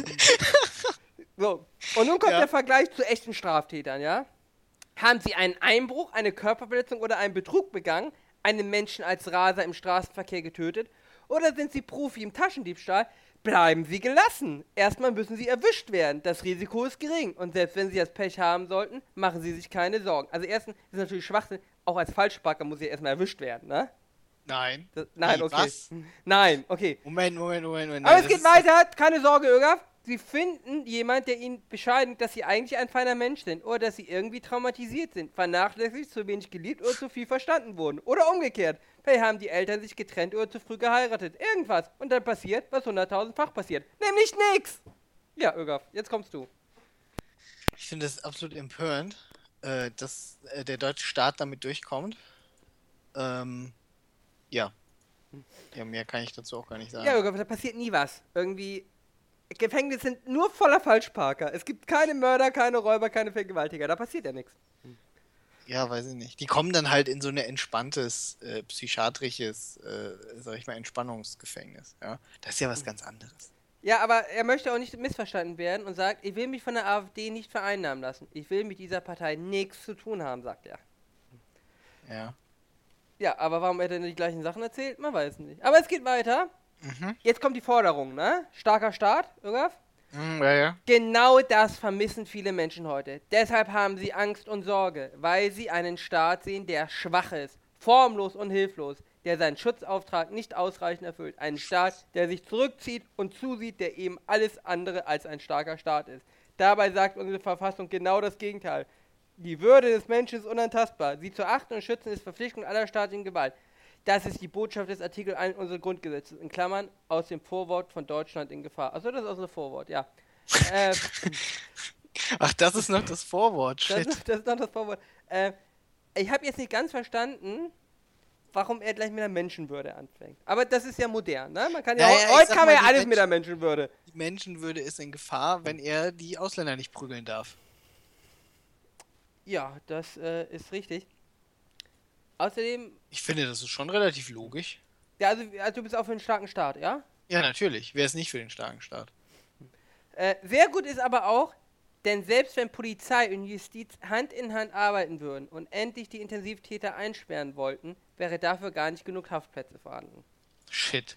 So, und nun kommt Ja. der Vergleich zu echten Straftätern, ja? Haben sie einen Einbruch, eine Körperverletzung oder einen Betrug begangen, einen Menschen als Raser im Straßenverkehr getötet, oder sind sie Profi im Taschendiebstahl, bleiben sie gelassen. Erstmal müssen sie erwischt werden. Das Risiko ist gering. Und selbst wenn sie das Pech haben sollten, machen sie sich keine Sorgen. Also erstens ist natürlich Schwachsinn, auch als Falschparker muss ich erstmal erwischt werden, ne? Nein. Das, nein, Wie, okay. was? Nein, okay. Moment, Moment, Moment, Moment. Aber Nein, es das geht ist- weiter, keine Sorge, Ögaf. Sie finden jemand, der ihnen bescheidigt, dass sie eigentlich ein feiner Mensch sind oder dass sie irgendwie traumatisiert sind, vernachlässigt, zu wenig geliebt oder zu viel verstanden wurden. Oder umgekehrt. Vielleicht haben die Eltern sich getrennt oder zu früh geheiratet. Irgendwas. Und dann passiert, was hunderttausendfach passiert. Nämlich nix. Ja, Ögaf, jetzt kommst du. Ich finde es absolut empörend, äh, dass äh, der deutsche Staat damit durchkommt. Ähm, ja. Ja, mehr kann ich dazu auch gar nicht sagen. Ja, Ögaf, da passiert nie was. Irgendwie. Gefängnisse sind nur voller Falschparker. Es gibt keine Mörder, keine Räuber, keine Vergewaltiger. Da passiert ja nichts. Ja, weiß ich nicht. Die kommen dann halt in so ein entspanntes, äh, psychiatrisches, äh, sag ich mal, Entspannungsgefängnis. Ja? Das ist ja was ganz anderes. Ja, aber er möchte auch nicht missverstanden werden und sagt, ich will mich von der AfD nicht vereinnahmen lassen. Ich will mit dieser Partei nichts zu tun haben, sagt er. Ja. Ja, aber warum hat er denn die gleichen Sachen erzählt? Man weiß nicht. Aber es geht weiter. Mhm. Jetzt kommt die Forderung, ne? Starker Staat, Ögaf? Mhm, ja, ja. Genau das vermissen viele Menschen heute. Deshalb haben sie Angst und Sorge, weil sie einen Staat sehen, der schwach ist, formlos und hilflos, der seinen Schutzauftrag nicht ausreichend erfüllt. Einen Staat, der sich zurückzieht und zusieht, der eben alles andere als ein starker Staat ist. Dabei sagt unsere Verfassung genau das Gegenteil. Die Würde des Menschen ist unantastbar. Sie zu achten und schützen ist Verpflichtung aller staatlichen Gewalt. Das ist die Botschaft des Artikel eins unseres Grundgesetzes, in Klammern, aus dem Vorwort von Deutschland in Gefahr. Achso, das ist aus dem Vorwort, ja. äh, Ach, das ist noch das Vorwort. das, Shit. ist, das ist noch das Vorwort. Äh, ich habe jetzt nicht ganz verstanden, warum er gleich mit der Menschenwürde anfängt. Aber das ist ja modern, ne? Man kann ja, Naja, heu- heute ich sag kann man mal, ja die alles mit der Menschen- Menschenwürde. Die Menschenwürde ist in Gefahr, wenn er die Ausländer nicht prügeln darf. Ja, das äh, ist richtig. Außerdem, Ich finde, das ist schon relativ logisch. ja, also, also du bist auch für einen starken Staat, ja? Ja, natürlich. Wer ist nicht für den starken Staat? Äh, sehr gut ist aber auch, denn selbst wenn Polizei und Justiz Hand in Hand arbeiten würden und endlich die Intensivtäter einsperren wollten, wäre dafür gar nicht genug Haftplätze vorhanden. Shit.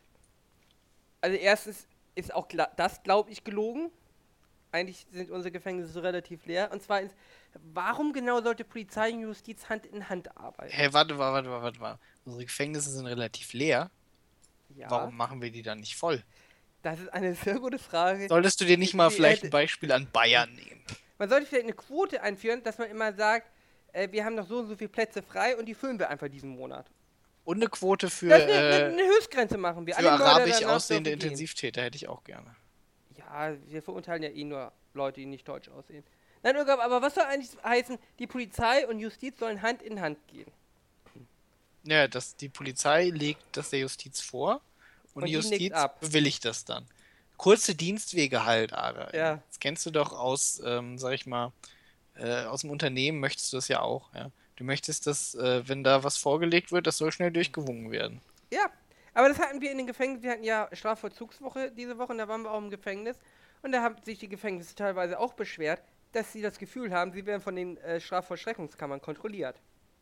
Also erstens ist auch gla- das, glaube ich, gelogen. Eigentlich sind unsere Gefängnisse so relativ leer. Und zweitens, warum genau sollte Polizei und Justiz Hand in Hand arbeiten? Hä, warte, warte, warte, warte, warte. Unsere Gefängnisse sind relativ leer. Ja, Warum machen wir die dann nicht voll? das ist eine sehr gute Frage. Solltest du dir nicht mal Die vielleicht hätte- ein Beispiel an Bayern nehmen? Man sollte vielleicht eine Quote einführen, dass man immer sagt, äh, wir haben noch so und so viele Plätze frei und die füllen wir einfach diesen Monat. Und eine Quote für, Das ist eine, äh, eine Höchstgrenze machen wir. für Alle Mörder arabisch danach aussehende dürfen gehen. Intensivtäter hätte ich auch gerne. Ja, wir verurteilen ja eh nur Leute, die nicht deutsch aussehen. Nein, Irgab, aber was soll eigentlich heißen, die Polizei und Justiz sollen Hand in Hand gehen? Ja, das, die Polizei legt das der Justiz vor und, Und die die nickt Justiz ab. bewilligt das dann. Kurze Dienstwege halt, Ara. Ja. Das kennst du doch aus, ähm, sag ich mal, äh, aus dem Unternehmen möchtest du das ja auch, ja. Du möchtest, dass, äh, wenn da was vorgelegt wird, das soll schnell durchgewunken werden. Ja, aber das hatten wir in den Gefängnissen. Wir hatten ja Strafvollzugswoche diese Woche und da waren wir auch im Gefängnis. Und da haben sich die Gefängnisse teilweise auch beschwert, dass sie das Gefühl haben, sie werden von den äh, Strafvollstreckungskammern kontrolliert.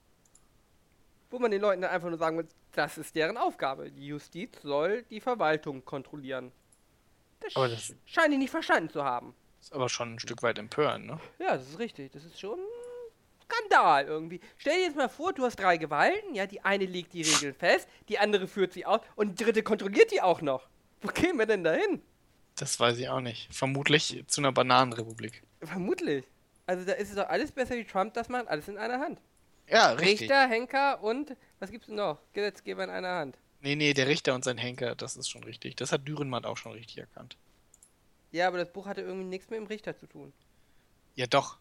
Wo man den Leuten dann einfach nur sagen muss, das ist deren Aufgabe. Die Justiz soll die Verwaltung kontrollieren. Das, Aber das- sch- scheinen die nicht verstanden zu haben. Ist aber schon ein Stück weit empörend, ne? Ja, das ist richtig. Das ist schon ein Skandal irgendwie. Stell dir jetzt mal vor, du hast drei Gewalten, ja, die eine legt die Regeln fest, die andere führt sie aus und die dritte kontrolliert die auch noch. Wo gehen wir denn da hin? Das weiß ich auch nicht. Vermutlich zu einer Bananenrepublik. Vermutlich. Also da ist es doch alles besser, wie Trump das macht, alles in einer Hand. Ja, richtig. Richter, Henker und, was gibt's denn noch? Gesetzgeber in einer Hand. Nee, nee, der Richter und sein Henker, das ist schon richtig. Das hat Dürrenmatt auch schon richtig erkannt. Ja, aber das Buch hatte irgendwie nichts mit dem Richter zu tun. Ja, doch.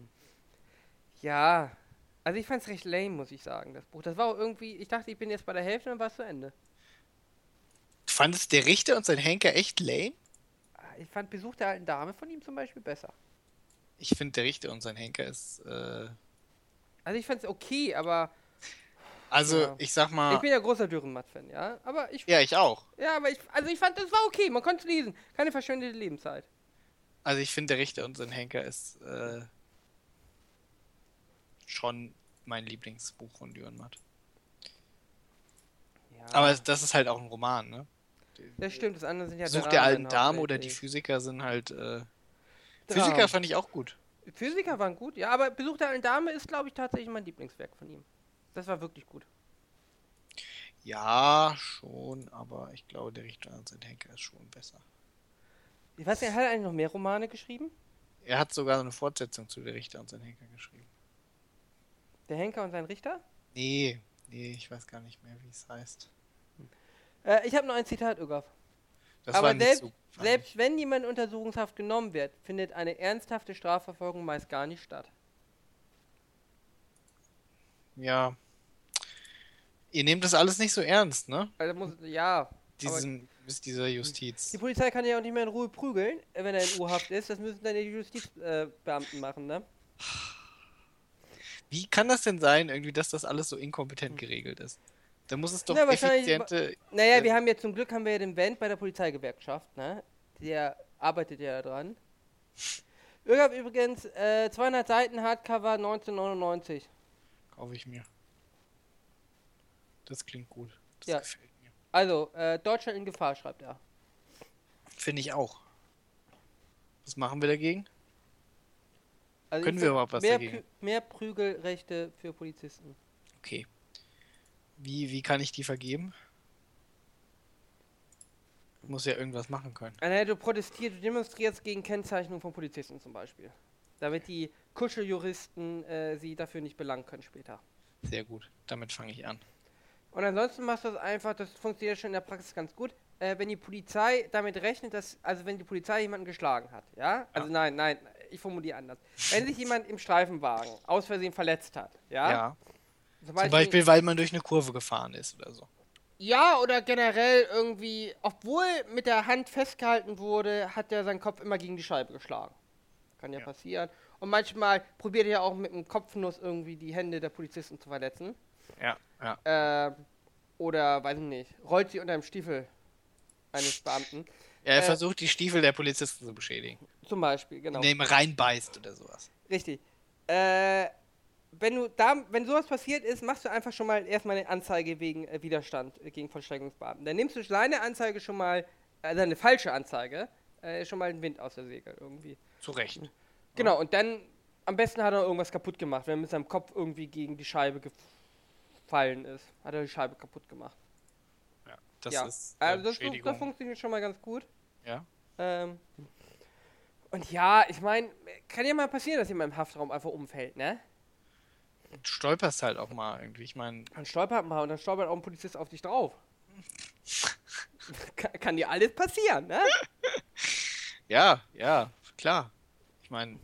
Ja, also ich fand's recht lame, muss ich sagen, das Buch. Das war auch irgendwie, ich dachte, ich bin jetzt bei der Hälfte und dann war es zu Ende. Du fandest der Richter und sein Henker echt lame? Ich fand Besuch der alten Dame von ihm zum Beispiel besser. Ich finde, der Richter und sein Henker ist, äh... Also ich fand's okay, aber Also, Ja. ich sag ich mal... bin ja großer Dürrenmatt-Fan, ja. Aber ich, Ja, ich auch. ja, aber ich, also ich fand, das war okay, man konnte es lesen. Keine verschwendete Lebenszeit. Also, ich finde, der Richter und sein Henker ist, äh... schon mein Lieblingsbuch von Dürrenmatt. Ja, Aber es- das ist halt auch ein Roman, ne? das stimmt, das andere sind ja Besuch Dramen der alten Dame oder die hauptsächlich. Physiker sind halt, äh... Dramen. Physiker fand ich auch gut. Physiker waren gut, ja, aber Besuch der alten Dame ist, glaube ich, tatsächlich mein Lieblingswerk von ihm. Das war wirklich gut. Ja, schon, aber ich glaube, der Richter und sein Henker ist schon besser. Ich weiß nicht, hat er eigentlich noch mehr Romane geschrieben? Er hat sogar eine Fortsetzung zu Der Richter und sein Henker geschrieben. Der Henker und sein Richter? Nee, nee, ich weiß gar nicht mehr, wie es heißt. Äh, ich habe noch ein Zitat, Ögaf. Das Aber war nicht selbst, so. fand selbst wenn jemand in Untersuchungshaft genommen wird, findet eine ernsthafte Strafverfolgung meist gar nicht statt. ich. Ja. Ihr nehmt das alles nicht so ernst, ne? Also muss, ja, aber Diesen, bis dieser Justiz. die Polizei kann ja auch nicht mehr in Ruhe prügeln, äh, wenn er in U-Haft ist. Das müssen dann die Justizbeamten äh, Beamten machen, ne? Wie kann das denn sein, irgendwie, dass das alles so inkompetent geregelt ist? Da muss es doch Na, wahrscheinlich- effiziente. Naja, Äh, wir haben jetzt zum Glück haben wir ja den Wendt bei der Polizeigewerkschaft, ne? Der arbeitet ja dran. Irgab übrigens, äh, zweihundert Seiten Hardcover neunzehnhundertneunundneunzig. Kaufe ich mir. Das klingt gut. Das Ja. gefällt mir. Also, äh, Deutschland in Gefahr, schreibt er. Finde ich auch. Was machen wir dagegen? Also Können ich wir find überhaupt was mehr, dagegen? Prü- mehr Prügelrechte für Polizisten. Okay. Wie, wie kann ich die vergeben? Ich muss ja irgendwas machen können. Ah, naja, du protestierst, du demonstrierst gegen Kennzeichnung von Polizisten zum Beispiel. Damit die Kuscheljuristen äh, sie dafür nicht belangen können später. Sehr gut. Damit fange ich an. Und ansonsten machst du das einfach, das funktioniert schon in der Praxis ganz gut, äh, wenn die Polizei damit rechnet, dass, also wenn die Polizei jemanden geschlagen hat, ja? Also nein, nein, ich formuliere anders. Wenn sich jemand im Streifenwagen aus Versehen verletzt hat, ja? Ja. Zum Zum Beispiel, weil man durch eine Kurve gefahren ist oder so. Ja, oder generell irgendwie, obwohl mit der Hand festgehalten wurde, hat er seinen Kopf immer gegen die Scheibe geschlagen. Kann ja, ja. passieren. Und manchmal probiert er ja auch mit einem Kopfnuss irgendwie die Hände der Polizisten zu verletzen. Ja, ja. Äh, oder, weiß ich nicht, rollt sie unter dem Stiefel eines Beamten. Ja, er äh, versucht, die Stiefel der Polizisten zu beschädigen. Zum Beispiel, genau. Indem er reinbeißt oder sowas. Richtig. Äh, wenn du da, wenn sowas passiert ist, machst du einfach schon mal erstmal eine Anzeige wegen äh, Widerstand äh, gegen Vollstreckungsbeamten. Dann nimmst du seine Anzeige schon mal, also eine falsche Anzeige, äh, schon mal den Wind aus der Segel irgendwie. Zu Recht. Genau, ja. Und dann, am besten hat er irgendwas kaputt gemacht, wenn er mit seinem Kopf irgendwie gegen die Scheibe gefallen ist. Hat er die Scheibe kaputt gemacht. Ja, das ja. ist äh, also das, das funktioniert schon mal ganz gut. Ja. Ähm, und ja, ich meine, kann ja mal passieren, dass jemand im Haftraum einfach umfällt, ne? Du stolperst halt auch mal irgendwie, ich meine... Dann stolpert mal und dann stolpert auch ein Polizist auf dich drauf. kann, kann dir alles passieren, ne? Ja, ja, klar. Ich meine,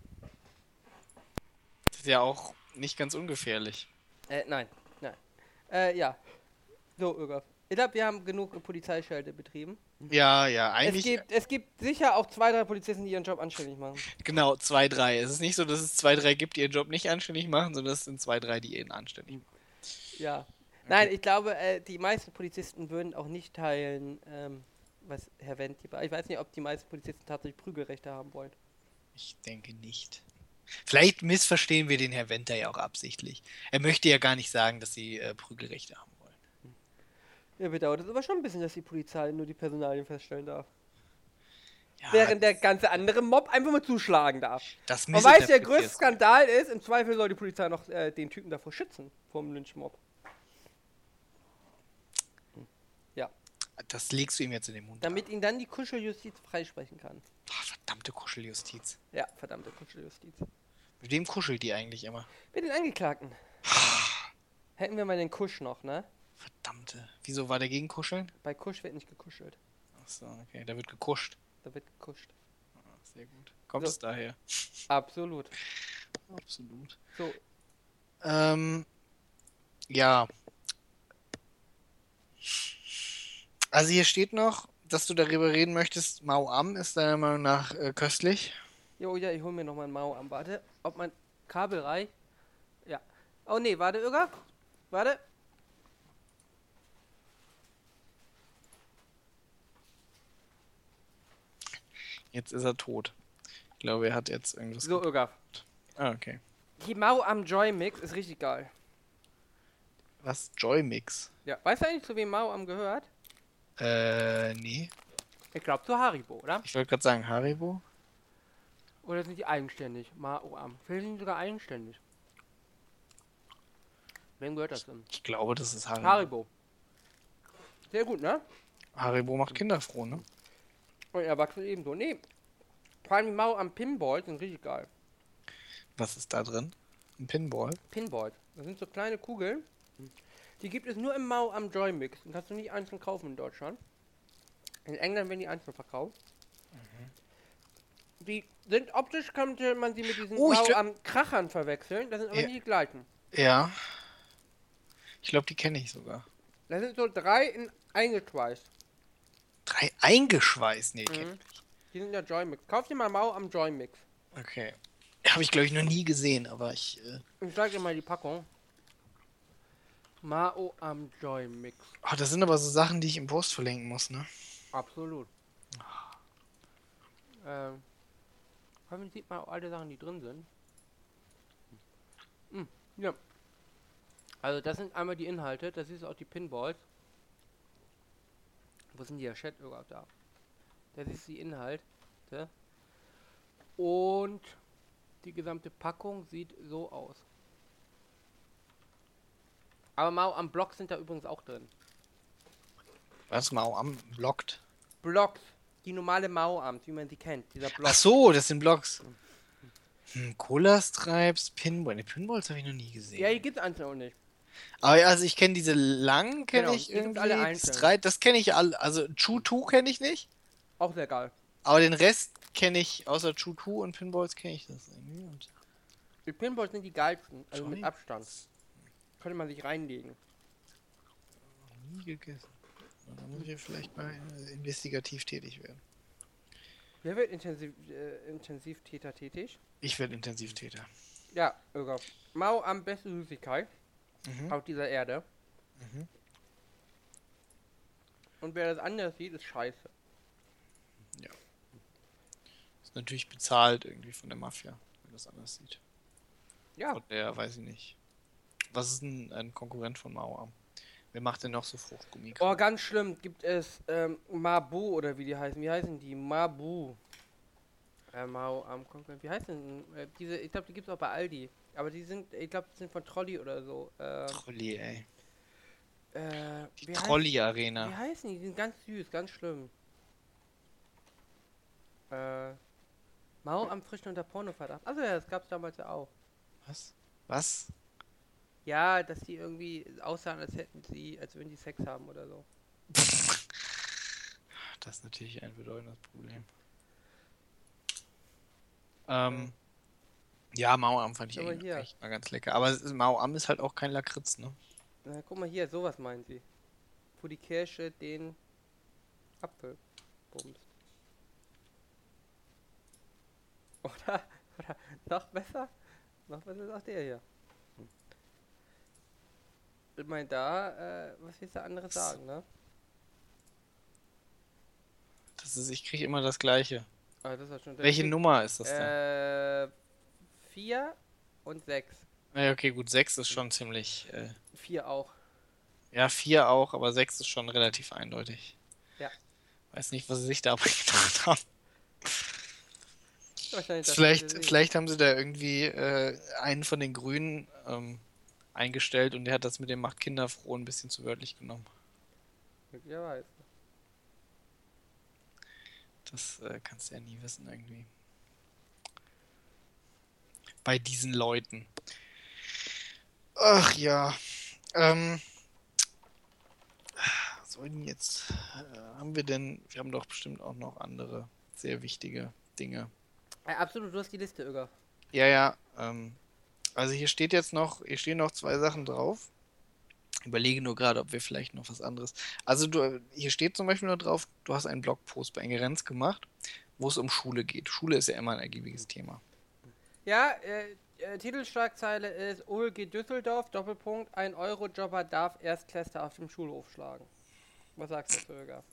das ist ja auch nicht ganz ungefährlich. Äh, nein, nein. Äh, ja. So, Irga. Ich glaube, wir haben genug Polizeischelte betrieben. Ja, ja, eigentlich... Es gibt, es gibt sicher auch zwei, drei Polizisten, die ihren Job anständig machen. Genau, zwei, drei. Es ist nicht so, dass es zwei, drei gibt, die ihren Job nicht anständig machen, sondern es sind zwei, drei, die ihn anständig machen. Ja. Okay. Nein, ich glaube, äh, die meisten Polizisten würden auch nicht teilen, ähm, was Herr Wendt hier... Ich weiß nicht, ob die meisten Polizisten tatsächlich Prügelrechte haben wollen. Ich denke nicht. Vielleicht missverstehen wir den Herr Wendter ja auch absichtlich. Er möchte ja gar nicht sagen, dass sie äh, Prügelrechte haben wollen. Ja, bedauert es aber schon ein bisschen, dass die Polizei nur die Personalien feststellen darf. Ja, Während der ganze andere Mob einfach mal zuschlagen darf. Das Und weißt du, der größte Skandal ist, im Zweifel soll die Polizei noch äh, den Typen davor schützen, vom Lynchmob. Ja. Das legst du ihm jetzt in den Mund. Damit ihn dann die Kuscheljustiz freisprechen kann. Ach, verdammte Kuscheljustiz. Ja, verdammte Kuscheljustiz. Mit wem kuschelt die eigentlich immer? Mit den Angeklagten. Hätten wir mal den Kusch noch, ne? Verdammte. Wieso war der gegen Kuscheln? Bei Kusch wird nicht gekuschelt. Achso, okay. Da wird gekuscht. Da wird gekuscht. Ah, sehr gut. Kommt so. Es daher? Absolut. Absolut. So. Ähm, ja. Also hier steht noch, dass du darüber reden möchtest, Mao Am ist deiner Meinung nach äh, köstlich. Jo, ja, ich hol mir noch mal ein Mao Am. Warte, ob mein Kabel reicht. Ja. Oh nee, warte, Irga. Warte. Jetzt ist er tot. Ich glaube, er hat jetzt irgendwas... So, Irga. Ah, okay. Die Mao Am Joy Mix ist richtig geil. Was? Joy Mix? Ja. Weißt du eigentlich, zu wem Mao Am gehört? Äh, nee. Ich glaube zu Haribo, oder? Ich wollte gerade sagen, Haribo? Oder sind die eigenständig? Mao Am. Vielleicht sind die sogar eigenständig. Wem gehört das denn? Ich glaube, das ist Haribo. Haribo. Sehr gut, ne? Haribo macht Kinder froh, ne? Und Erwachsene ebenso. Nee. Vor allem die Mao Am Pinballs sind richtig geil. Was ist da drin? Ein Pinball? Pinballs. Das sind so kleine Kugeln. Die gibt es nur im Mao Am Joy Mix. Den kannst du nicht einzeln kaufen in Deutschland. In England werden die einzeln verkauft. Mhm. Die sind optisch, könnte man sie mit diesen oh, Mao Am Krachern verwechseln. Das sind aber ja. nicht die gleichen. Ja. Ich glaube, die kenne ich sogar. Das sind so drei in eingeschweißt. Drei eingeschweißt? Nee, mhm. kenn ich. Die sind ja Joy Mix. Kauf dir mal Mao Am Joy Mix. Okay. Habe ich, glaube ich, noch nie gesehen, aber ich... Äh ich sag dir mal die Packung. Mao Am Joy Mix. Oh, das sind aber so Sachen, die ich im Post verlinken muss, ne? Absolut. Oh. Ähm, hoffentlich sieht man auch alle Sachen, die drin sind. Hm, ja. Also das sind einmal die Inhalte, das ist auch die Pinballs. Wo sind die? Der Chat überhaupt da? Das ist die Inhalte. Und die gesamte Packung sieht so aus. Aber Mao Am Block sind da übrigens auch drin. Was? Mao Am blockt? Blocks. Die normale Mao Am, wie man sie kennt. Dieser Block. Ach so, das sind Blocks. Hm, Cola-Stripes, Pinball. Ne, Pinballs habe ich noch nie gesehen. Ja, die gibt es einzeln auch nicht. Aber ja, also ich kenne diese lang, kenne genau, ich irgendwie. Alle einzeln. Strike, das kenne ich alle. Also Chu-Tu kenne ich nicht. Auch sehr geil. Aber den Rest kenne ich, außer Chu-Tu und Pinballs kenne ich das irgendwie. Und die Pinballs sind die geilsten, also Joy? mit Abstand. Könnte man sich reinlegen. Nie gegessen. Na, dann muss ich ja vielleicht mal äh, investigativ tätig werden. Wer wird intensiv, äh, Intensivtäter tätig? Ich werde Intensivtäter. Ja, Irga. Mao am beste Süßigkeit Mhm. auf dieser Erde. Mhm. Und wer das anders sieht, ist scheiße. Ist natürlich bezahlt irgendwie von der Mafia, wenn das anders sieht. Ja. Von der, weiß ich nicht. Was ist denn ein Konkurrent von Mauer? Wer macht denn noch so Fruchtgummi? Oh, ganz schlimm. Gibt es ähm, Mabu oder wie die heißen? Wie heißen die? Mabu. Äh, Mao am Konkurrent. Wie heißen denn? Äh, diese, ich glaube, die gibt es auch bei Aldi. Aber die sind, ich glaube, die sind von Trolli oder so. Äh, Trolli, ey. äh, Die wie heißt- Trolli-Arena. Wie heißen die? Die sind ganz süß, ganz schlimm. Äh, Mao am frischen unter Pornoverdacht. Also ja, das gab's damals ja auch. Was? Was? Ja, dass die irgendwie aussahen, als hätten sie, als würden die Sex haben oder so. Das ist natürlich ein bedeutendes Problem. Ähm, ja, Mauam fand ich Aber eigentlich hier. echt mal ganz lecker. Aber Mauam ist halt auch kein Lakritz, ne? Na, guck mal hier, sowas meinen sie. Wo die Kirsche den Apfel bumst. Oder, oder noch besser? Noch besser ist auch der hier. Ich meine, da, äh, was willst du anderes sagen, ne? Das ist, ich kriege immer das Gleiche. Ah, das ist schon Welche der- Nummer ist das denn? Äh, vier und sechs. Ja, okay, gut, sechs ist schon ziemlich. Äh, Vier auch. ja, vier auch, aber sechs ist schon relativ eindeutig. Ja. Weiß nicht, was sie sich dabei gedacht haben. Wahrscheinlich das, Vielleicht, was wir sehen. vielleicht haben sie da irgendwie äh, einen von den Grünen ähm, eingestellt und der hat das mit dem Macht Kinder froh ein bisschen zu wörtlich genommen. Möglicherweise. Das äh, kannst du ja nie wissen irgendwie. Bei diesen Leuten. Ach ja. Ähm. Was soll denn jetzt? Äh, haben wir denn. Wir haben doch bestimmt auch noch andere sehr wichtige Dinge. Äh, absolut, du hast die Liste, Öger. Ja, ja. Ähm, also hier steht jetzt noch, hier stehen noch zwei Sachen drauf. Überlege nur gerade, ob wir vielleicht noch was anderes. Also du, hier steht zum Beispiel nur drauf, du hast einen Blogpost bei Ingerenz gemacht, wo es um Schule geht. Schule ist ja immer ein ergiebiges Thema. Ja, äh, äh, Titelschlagzeile ist O L G Düsseldorf, Doppelpunkt, ein Euro-Jobber darf Erstklässler auf dem Schulhof schlagen. Was sagst du, Öger?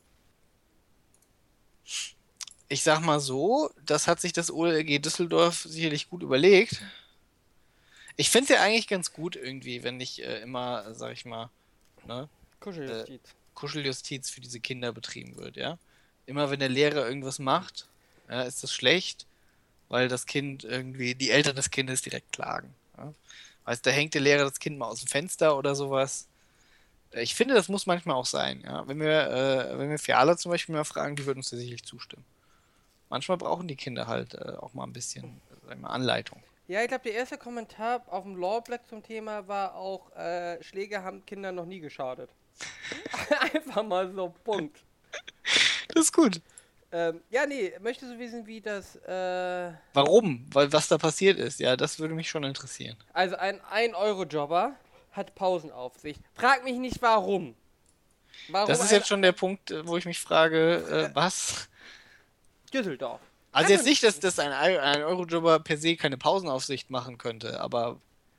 Ich sag mal so, das hat sich das O L G Düsseldorf sicherlich gut überlegt. Ich finde es ja eigentlich ganz gut irgendwie, wenn nicht äh, immer, sag ich mal, ne, Kuscheljustiz. Kuscheljustiz für diese Kinder betrieben wird, ja. Immer wenn der Lehrer irgendwas macht, ja, ist das schlecht, weil das Kind irgendwie, die Eltern des Kindes direkt klagen. Ja. Weißt, da hängt der Lehrer das Kind mal aus dem Fenster oder sowas. Ich finde, das muss manchmal auch sein, ja. Wenn wir, äh, wenn wir Fiala zum Beispiel mal fragen, die würden uns da sicherlich zustimmen. Manchmal brauchen die Kinder halt äh, auch mal ein bisschen, sag ich mal, Anleitung. Ja, ich glaube, der erste Kommentar auf dem Lawblack zum Thema war auch, äh, Schläge haben Kindern noch nie geschadet. Einfach mal so, Punkt. Das ist gut. Ähm, ja, nee, möchtest du wissen, wie das, äh, Warum? Weil was da passiert ist, ja, das würde mich schon interessieren. also ein ein Euro Jobber hat Pausenaufsicht. Frag mich nicht, warum. Warum Das ist ein jetzt schon der Punkt, äh, wo ich mich frage, äh, was? Düsseldorf? Also Einfach jetzt nicht, dass, dass ein, Eu- ein Eurojobber per se keine Pausenaufsicht machen könnte, aber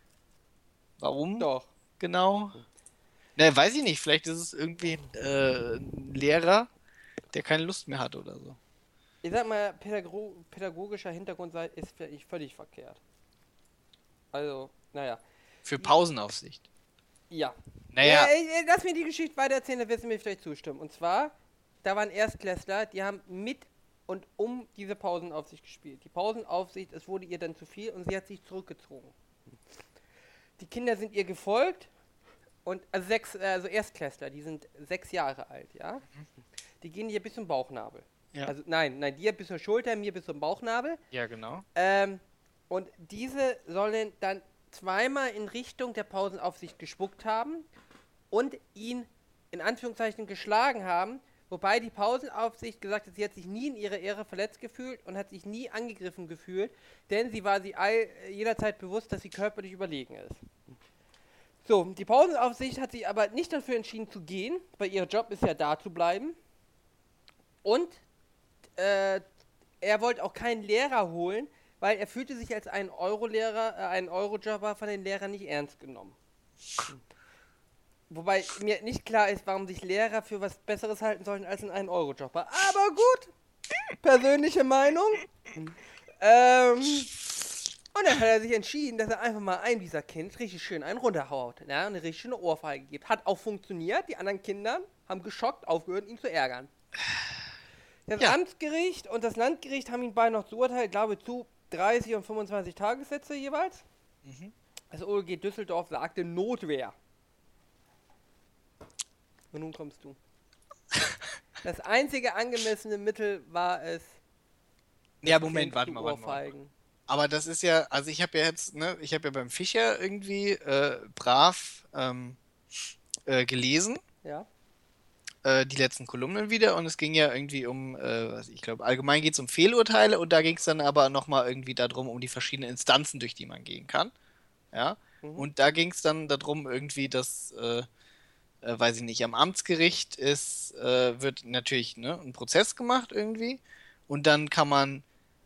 warum Doch. genau? Ne, weiß ich nicht. Vielleicht ist es irgendwie äh, ein Lehrer, der keine Lust mehr hat oder so. Ich sag mal, pädago pädagogischer Hintergrund sei- ist völlig, völlig verkehrt. Also, naja. Für Pausenaufsicht. Ja. Naja, Ja, äh, äh, lass mir die Geschichte weitererzählen, dann wirst du mir vielleicht zustimmen. Und zwar, da waren Erstklässler, die haben mit und um diese Pausenaufsicht gespielt. Die Pausenaufsicht, es wurde ihr dann zu viel und sie hat sich zurückgezogen. Die Kinder sind ihr gefolgt und, also sechs, also Erstklässler, die sind sechs Jahre alt, ja. Die gehen ihr bis zum Bauchnabel. Ja. Also nein, nein, dir bis zur Schulter, mir bis zum Bauchnabel. ja, genau. Ähm, und diese sollen dann zweimal in Richtung der Pausenaufsicht gespuckt haben und ihn in Anführungszeichen geschlagen haben, wobei die Pausenaufsicht gesagt hat, sie hat sich nie in ihrer Ehre verletzt gefühlt und hat sich nie angegriffen gefühlt, denn sie war sich all, jederzeit bewusst, dass sie körperlich überlegen ist. So, die Pausenaufsicht hat sich aber nicht dafür entschieden zu gehen, weil ihr Job ist ja da zu bleiben. Und äh, er wollte auch keinen Lehrer holen, weil er fühlte sich als ein Euro-Lehrer, äh, ein Euro-Jobber von den Lehrern nicht ernst genommen. Wobei mir nicht klar ist, warum sich Lehrer für was Besseres halten sollten als ein Euro-Jobber. Aber gut, persönliche Meinung. ähm, und dann hat er sich entschieden, dass er einfach mal einem dieser Kinder richtig schön einen runterhaut. Ja, eine richtig schöne Ohrfeige gibt. Hat auch funktioniert. Die anderen Kinder haben geschockt aufgehört, ihn zu ärgern. Das Ja. Amtsgericht und das Landgericht haben ihn beide noch zu urteilen, glaube ich, zu dreißig und fünfundzwanzig Tagessätze jeweils. Mhm. Das O L G Düsseldorf sagte Notwehr. Und nun kommst du. Das einzige angemessene Mittel war es. Ja, das Moment, Kind warte zu mal, warte mal. ohrfeigen. Aber das ist ja, also ich habe ja jetzt, ne, ich habe ja beim Fischer irgendwie äh, brav ähm, äh, gelesen, Ja. äh, die letzten Kolumnen wieder, und es ging ja irgendwie um, äh, was ich glaube, allgemein geht es um Fehlurteile, und da ging es dann aber nochmal irgendwie darum, um die verschiedenen Instanzen, durch die man gehen kann. Ja. Mhm. Und da ging es dann darum, irgendwie, dass, äh, äh, weiß ich nicht, am Amtsgericht ist, äh, wird natürlich, ne, ein Prozess gemacht irgendwie, und dann kann man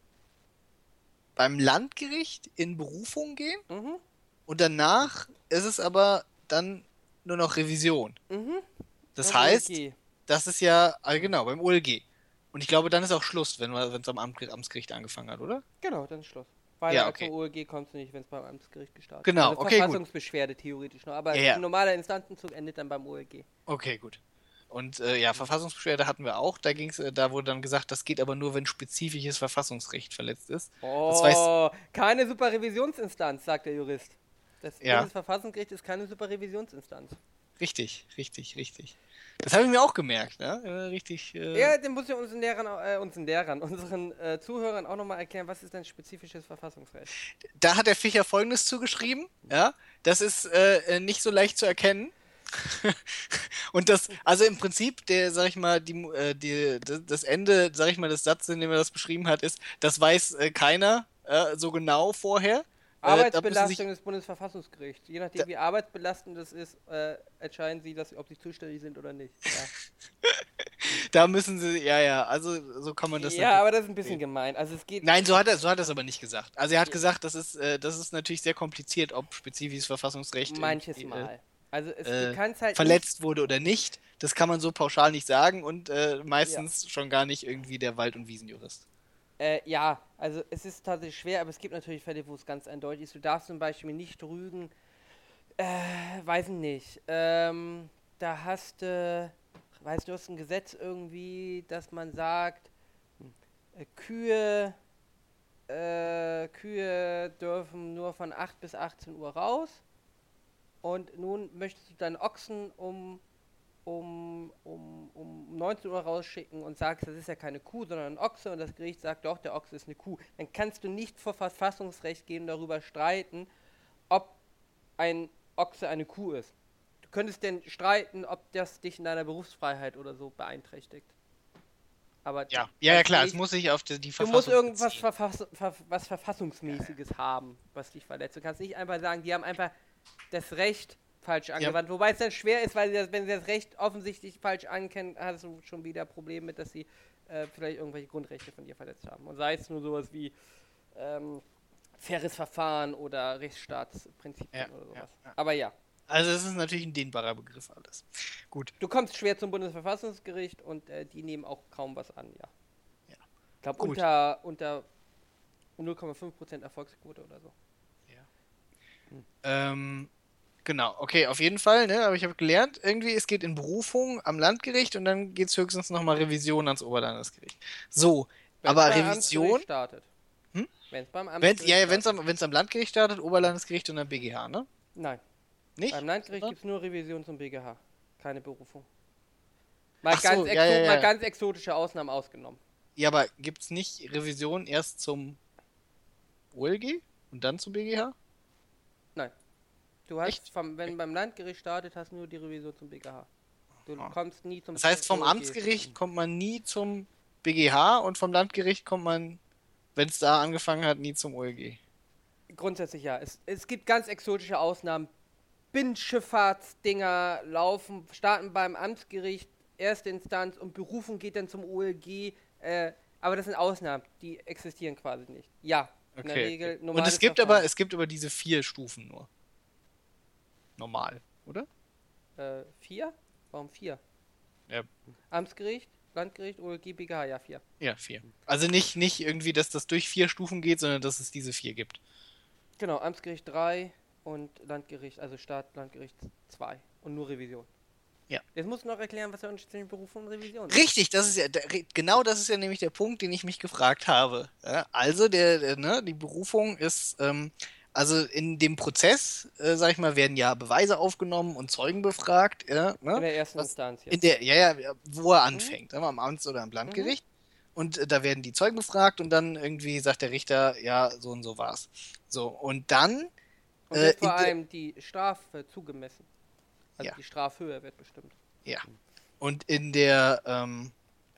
beim Landgericht in Berufung gehen, Mhm. und danach ist es aber dann nur noch Revision. Mhm. Das Beim heißt, O L G. das ist ja, ah, genau, beim O L G. Und ich glaube, dann ist auch Schluss, wenn man- wenn es am Amt, Amtsgericht angefangen hat, oder? Genau, dann ist Schluss. Weil Ja, ja, okay. zum O L G kommst du nicht, wenn es beim Amtsgericht gestartet Genau, Also okay, gut. Verfassungsbeschwerde theoretisch noch. Aber Ja, ja. ein normaler Instantenzug endet dann beim O L G. Okay, gut. Und äh, ja, Verfassungsbeschwerde hatten wir auch. Da ging's, äh, da wurde dann gesagt, das geht aber nur, wenn spezifisches Verfassungsrecht verletzt ist. Das weiß, Oh, keine Superrevisionsinstanz, sagt der Jurist. Das Ja. Bundesverfassungsgericht ist keine Superrevisionsinstanz. richtig, richtig, richtig. Das habe ich mir auch gemerkt, ne? Äh, richtig. Äh, Ja, den muss ich unseren Lehrern, au- äh, unseren Lehrern, unseren äh, Zuhörern auch nochmal erklären, was ist denn spezifisches Verfassungsrecht? Da hat der Fischer Folgendes zugeschrieben, ja, das ist äh, nicht so leicht zu erkennen. Und das, also im Prinzip, der, sag ich mal, die, äh, die, das Ende, sag ich mal, des Satzes, in dem er das beschrieben hat, ist, das weiß äh, keiner äh, so genau vorher. Äh, da müssen Arbeitsbelastung sich, des Bundesverfassungsgerichts. Je Da- nachdem, wie arbeitsbelastend das ist, äh, entscheiden sie, dass, ob sie zuständig sind oder nicht. Ja, da müssen sie, ja, ja, also so kann man das ja natürlich aber das ist ein bisschen sehen. gemein. Also es geht. Nein, so hat er, so hat er es aber nicht gesagt. Also er hat Ja. gesagt, das ist, äh, das ist natürlich sehr kompliziert, ob spezifisches Verfassungsrecht Manches irgendwie, äh, Mal. Also es, äh, du kannst halt verletzt wurde oder nicht. Das kann man so pauschal nicht sagen, und äh, nicht, ja. meistens schon gar nicht irgendwie der Wald- und Wiesenjurist. Äh, ja, also es ist tatsächlich schwer, aber es gibt natürlich Fälle, wo es ganz eindeutig ist. Du darfst zum Beispiel nicht rügen, äh, weiß ich nicht, ähm, da hast du, weißt du, hast ein Gesetz irgendwie, dass man sagt, hm, äh, Kühe, äh, Kühe dürfen nur von acht bis achtzehn Uhr raus und nun möchtest du deinen Ochsen um um, um, um neunzehn Uhr rausschicken und sagst, das ist ja keine Kuh, sondern ein Ochse, und das Gericht sagt, doch, der Ochse ist eine Kuh, dann kannst du nicht vor Verfassungsrecht gehen, darüber streiten, ob ein Ochse eine Kuh ist. Du könntest denn streiten, ob das dich in deiner Berufsfreiheit oder so beeinträchtigt. Aber Ja, das ja, ja klar, es Gericht- muss sich auf die, die Du Verfassung musst irgendwas beziehen. Verfass ver was Verfassungsmäßiges haben, was dich verletzt. Du kannst nicht einfach sagen, die haben einfach das Recht falsch angewandt. Wobei es dann schwer ist, weil sie das, wenn sie das Recht offensichtlich falsch ankennen, hast du schon wieder Probleme mit, dass sie äh, vielleicht irgendwelche Grundrechte von dir verletzt haben. Und sei es nur sowas wie ähm, faires Verfahren oder Rechtsstaatsprinzipien Ja, oder sowas. ja, ja. Aber ja, Also es ist natürlich ein dehnbarer Begriff alles. Gut. du kommst schwer zum Bundesverfassungsgericht und äh, die nehmen auch kaum was an, ja. Ja. Ich glaube Gut. unter, unter null Komma fünf Prozent Erfolgsquote oder so. Ähm, genau, okay, auf jeden Fall, ne, aber ich habe gelernt, irgendwie, es geht in Berufung am Landgericht, und dann geht es höchstens nochmal Revision ans Oberlandesgericht. So, Wenn's aber beim Revision, Amtsgericht startet. Hm? Wenn es beim wenn's, Amtsgericht ja, ja, wenn es startet. am, wenn's am Landgericht startet, Oberlandesgericht und dann B G H, ne? Nein, Nicht? beim Landgericht Sondern? gibt es nur Revision zum B G H. Keine Berufung. Mal, Ach so, ganz, ja, exo ja, ja. mal ganz exotische Ausnahmen ausgenommen. Ja, aber gibt es nicht Revision erst zum O L G und dann zum B G H? Nein. Du hast, Echt? vom, wenn beim Landgericht startet, hast du nur die Revision zum B G H. Du Ah. kommst nie zum Das heißt, vom O L G. Amtsgericht kommt man nie zum B G H, und vom Landgericht kommt man, wenn es da angefangen hat, nie zum O L G. Grundsätzlich ja. Es, es gibt ganz exotische Ausnahmen Binnenschifffahrtsdinger laufen, starten beim Amtsgericht, erste Instanz und Berufung geht dann zum O L G. Äh, aber das sind Ausnahmen, die existieren quasi nicht. Ja, in der Okay. Regel Und normales es gibt Verfahren. aber, es gibt aber diese vier Stufen nur. Normal, oder? Äh, vier? Warum vier? Ja. Amtsgericht, Landgericht, O L G, B G H, ja, vier. Ja, vier. Also nicht, nicht irgendwie, dass das durch vier Stufen geht, sondern dass es diese vier gibt. Genau, Amtsgericht drei und Landgericht, also Staat, Landgericht zwei und nur Revision. Ja. Jetzt musst du noch erklären, was der Unterschied zwischen Berufung und Revision ist. Richtig, das ist ja, der, genau das ist ja nämlich der Punkt, den ich mich gefragt habe. Ja, also der, der, ne, die Berufung ist, ähm, also in dem Prozess, äh, sag ich mal, werden ja Beweise aufgenommen und Zeugen befragt. Ja, ne, In der ersten was, Instanz jetzt. in der, ja, ja, wo er Mhm. anfängt, ne, am Amts- oder am Landgericht. Und äh, da werden die Zeugen befragt und dann irgendwie sagt der Richter, ja, so und so war's. So, und dann Und äh, wird vor in der- allem die Strafe zugemessen. Also Ja. die Strafhöhe wird bestimmt. Ja. Und in der ähm,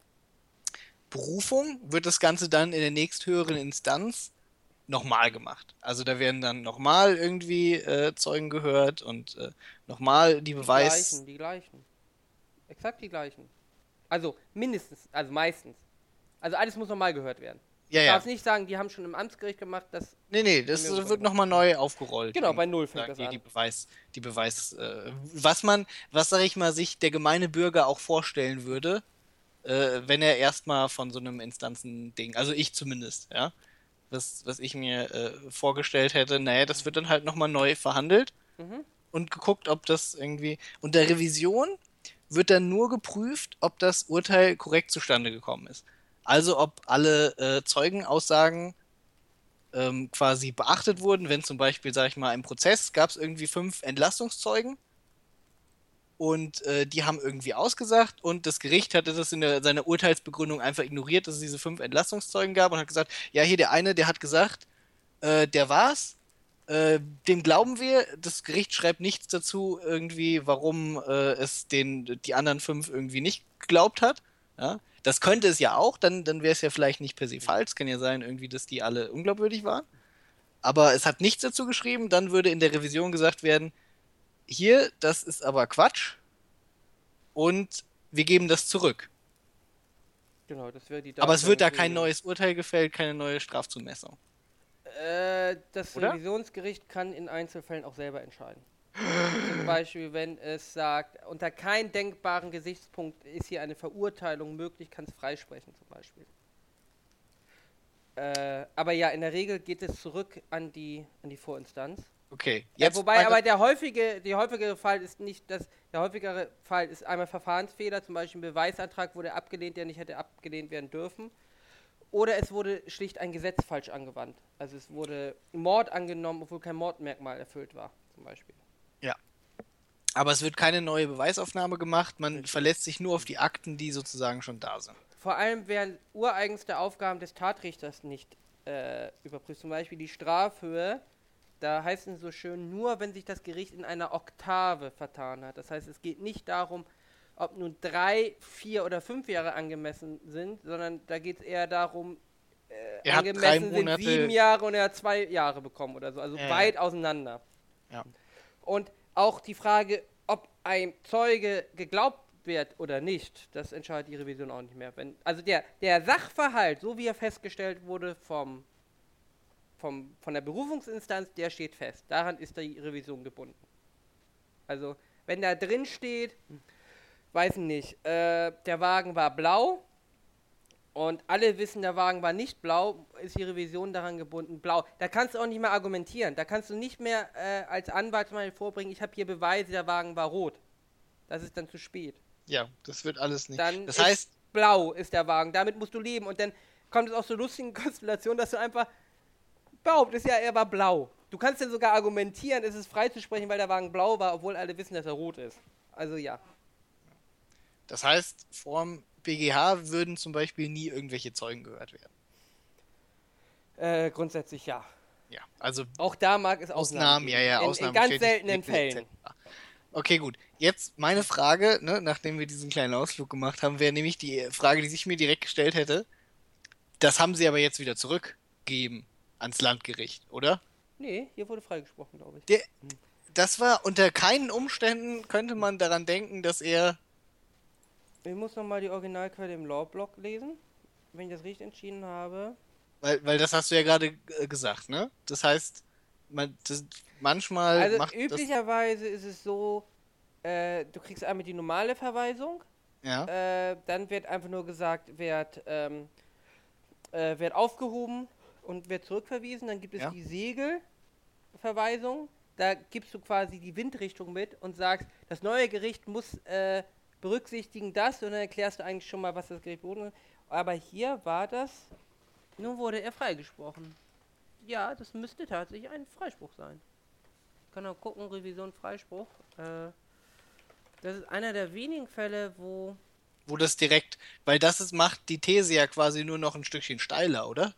Berufung wird das Ganze dann in der nächsthöheren Instanz nochmal gemacht. Also da werden dann nochmal irgendwie äh, Zeugen gehört und äh, nochmal die Die Beweis. gleichen, die gleichen. Exakt die gleichen. Also mindestens, also meistens. Also alles muss nochmal gehört werden. Ja, Du ja. darfst nicht sagen, die haben schon im Amtsgericht gemacht, das. Nee, nee, das Haben wir äh, wird so nochmal neu aufgerollt. Genau, Und bei Null fängt sagen, das hier an. die Beweis, die Beweis, äh, was man, was sag ich mal, sich der gemeine Bürger auch vorstellen würde, äh, wenn er erstmal von so einem Instanzending, also ich zumindest, ja, was, was ich mir äh, vorgestellt hätte, naja, das wird dann halt nochmal neu verhandelt Mhm. und geguckt, ob das irgendwie. Unter Revision wird dann nur geprüft, ob das Urteil korrekt zustande gekommen ist. Also ob alle äh, Zeugenaussagen ähm, quasi beachtet wurden, wenn zum Beispiel, sag ich mal, im Prozess gab es irgendwie fünf Entlastungszeugen und äh, die haben irgendwie ausgesagt und das Gericht hatte das in der, seiner Urteilsbegründung einfach ignoriert, dass es diese fünf Entlastungszeugen gab und hat gesagt, ja, hier der eine, der hat gesagt, äh, der war's, äh, dem glauben wir, das Gericht schreibt nichts dazu irgendwie, warum äh, es den, die anderen fünf irgendwie nicht geglaubt hat, ja. Das könnte es ja auch, dann, dann wäre es ja vielleicht nicht per se falsch. Es kann ja sein, irgendwie, dass die alle unglaubwürdig waren. Aber es hat nichts dazu geschrieben. Dann würde in der Revision gesagt werden, hier, das ist aber Quatsch. Und wir geben das zurück. Genau, das wäre die Aber es wird da kein Darstellungsregel. neues Urteil gefällt, keine neue Strafzumessung. Äh, das Oder? Revisionsgericht kann in Einzelfällen auch selber entscheiden. Zum Beispiel, wenn es sagt, unter keinem denkbaren Gesichtspunkt ist hier eine Verurteilung möglich, kann es freisprechen zum Beispiel. Äh, aber ja, in der Regel geht es zurück an die, an die Vorinstanz. Okay. Ja, Jetzt wobei meine- aber der häufige, die häufigere Fall ist nicht das, der häufigere Fall ist einmal Verfahrensfehler, zum Beispiel ein Beweisantrag wurde abgelehnt, der nicht hätte abgelehnt werden dürfen. Oder es wurde schlicht ein Gesetz falsch angewandt. Also es wurde Mord angenommen, obwohl kein Mordmerkmal erfüllt war, zum Beispiel. Ja. Aber es wird keine neue Beweisaufnahme gemacht. Man verlässt sich nur auf die Akten, die sozusagen schon da sind. Vor allem werden ureigenste Aufgaben des Tatrichters nicht äh, überprüft. Zum Beispiel die Strafhöhe, da heißt es so schön, nur wenn sich das Gericht in einer Oktave vertan hat. Das heißt, es geht nicht darum, ob nun drei, vier oder fünf Jahre angemessen sind, sondern da geht es eher darum, äh, Er hat drei angemessen sind Monate- sieben Jahre und er hat zwei Jahre bekommen oder so. Also Ja, weit auseinander. Ja. Und auch die Frage, ob ein Zeuge geglaubt wird oder nicht, das entscheidet die Revision auch nicht mehr. Wenn, also der, der Sachverhalt, so wie er festgestellt wurde vom, vom, von der Berufungsinstanz, der steht fest. Daran ist die Revision gebunden. Also wenn da drin steht, weiß nicht, äh, der Wagen war blau und alle wissen, der Wagen war nicht blau, ist die Revision daran gebunden, blau. Da kannst du auch nicht mehr argumentieren. Da kannst du nicht mehr äh, als Anwalt mal vorbringen, ich habe hier Beweise, der Wagen war rot. Das ist dann zu spät. Ja, das wird alles nicht. Dann Das ist heißt, blau ist der Wagen, damit musst du leben. Und dann kommt es auch zur lustigen Konstellation, dass du einfach behauptest, ja, er war blau. Du kannst ja sogar argumentieren, es ist freizusprechen, weil der Wagen blau war, obwohl alle wissen, dass er rot ist. Also ja. das heißt, vorm B G H würden zum Beispiel nie irgendwelche Zeugen gehört werden. Äh, grundsätzlich ja. Ja, also Auch da mag es Ausnahmen, Ausnahmen ja, geben. ja, in, Ausnahmen. in ganz Fällt- seltenen Fällt- Fällen. Okay, gut. Jetzt meine Frage, ne, nachdem wir diesen kleinen Ausflug gemacht haben, wäre nämlich die Frage, die sich mir direkt gestellt hätte. Das haben sie aber jetzt wieder zurückgegeben ans Landgericht, oder? Nee, hier wurde freigesprochen, glaube ich. Der, das war unter keinen Umständen könnte man daran denken, dass er. Ich muss nochmal die Originalquelle im Law-Blog lesen, wenn ich das richtig entschieden habe. Weil, weil das hast du ja gerade äh, gesagt, ne? Das heißt, man, das, manchmal Also macht das. üblicherweise ist es so, äh, du kriegst einmal die normale Verweisung, Ja, äh, dann wird einfach nur gesagt, wird, ähm, äh, wird aufgehoben und wird zurückverwiesen. Dann gibt es ja. die Segelverweisung. Da gibst du quasi die Windrichtung mit und sagst, das neue Gericht muss äh, berücksichtigen das und dann erklärst du eigentlich schon mal, was das Gericht wurde. Aber hier war das, nun wurde er freigesprochen. Ja, das müsste tatsächlich ein Freispruch sein. Ich kann auch gucken, Revision Freispruch. Äh, das ist einer der wenigen Fälle, wo... Wo das direkt, weil das ist, macht die These ja quasi nur noch ein Stückchen steiler, oder?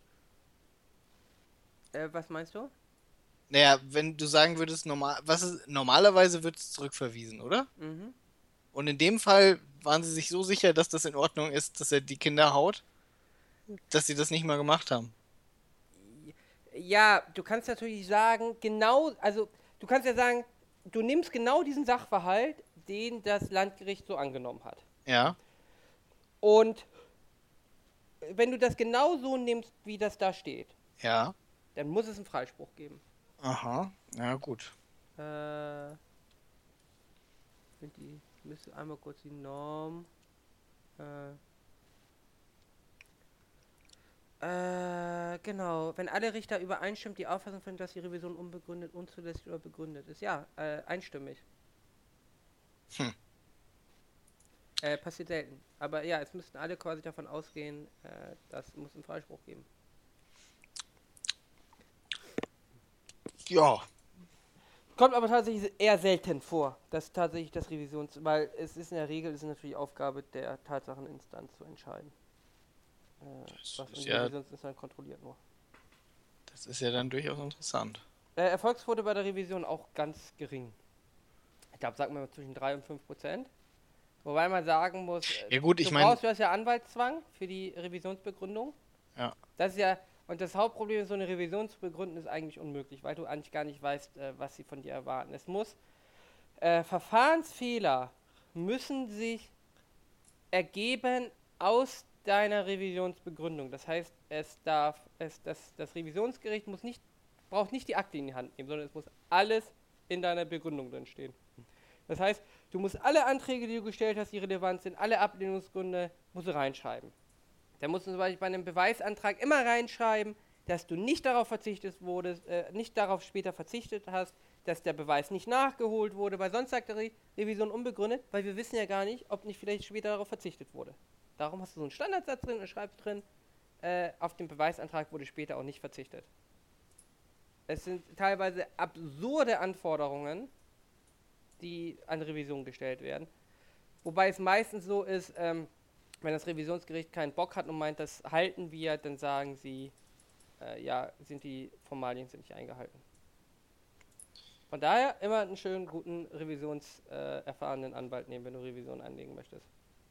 Äh, was meinst du? Naja, wenn du sagen würdest, normal, was ist, normalerweise wird es zurückverwiesen, oder? Mhm. Und in dem Fall waren sie sich so sicher, dass das in Ordnung ist, dass er die Kinder haut, dass sie das nicht mal gemacht haben. Ja, du kannst natürlich sagen, genau, also du kannst ja sagen, du nimmst genau diesen Sachverhalt, den das Landgericht so angenommen hat. Ja, Und wenn du das genau so nimmst, wie das da steht, ja. dann muss es einen Freispruch geben. Aha, ja gut. Äh, die, ich müsste einmal kurz die Norm. Äh, äh, genau. Wenn alle Richter übereinstimmt, die Auffassung finden, dass die Revision unbegründet, unzulässig oder begründet ist. Ja, äh, einstimmig. Hm. Äh, passiert selten. Aber ja, es müssten alle quasi davon ausgehen, äh, das muss einen Freispruch geben. Ja, Kommt aber tatsächlich eher selten vor, dass tatsächlich das Revisions... Weil es ist in der Regel, ist es natürlich Aufgabe der Tatsacheninstanz zu entscheiden. Äh, das was ist und die ja, Revisionsinstanz kontrolliert nur. das ist ja dann durchaus interessant. Äh, Erfolgsquote bei der Revision auch ganz gering. Ich glaube, sagen wir mal zwischen drei und fünf Prozent. Wobei man sagen muss, äh, Ja gut, ich du meine, brauchst, du hast ja Anwaltszwang für die Revisionsbegründung. ja. Das ist ja, und das Hauptproblem, so eine Revision zu begründen, ist eigentlich unmöglich, weil du eigentlich gar nicht weißt, äh, was sie von dir erwarten. Es muss, äh, Verfahrensfehler müssen sich ergeben aus deiner Revisionsbegründung. Das heißt, es darf, es, das, das Revisionsgericht muss nicht, braucht nicht die Akte in die Hand nehmen, sondern es muss alles in deiner Begründung drin stehen. Das heißt, du musst alle Anträge, die du gestellt hast, die relevant sind, alle Ablehnungsgründe, musst du reinschreiben. Da musst du zum Beispiel bei einem Beweisantrag immer reinschreiben, dass du nicht darauf verzichtet wurdest, äh, nicht darauf später verzichtet hast, dass der Beweis nicht nachgeholt wurde, weil sonst sagt der Re Revision unbegründet, weil wir wissen ja gar nicht, ob nicht vielleicht später darauf verzichtet wurde. Darum hast du so einen Standardsatz drin und schreibst drin, äh, auf den Beweisantrag wurde später auch nicht verzichtet. Es sind teilweise absurde Anforderungen, die an Revision gestellt werden. Wobei es meistens so ist, ähm, wenn das Revisionsgericht keinen Bock hat und meint, das halten wir, dann sagen sie, äh, ja, sind die Formalien sind nicht eingehalten. Von daher immer einen schönen, guten, revisionserfahrenen äh, Anwalt nehmen, wenn du Revision anlegen möchtest.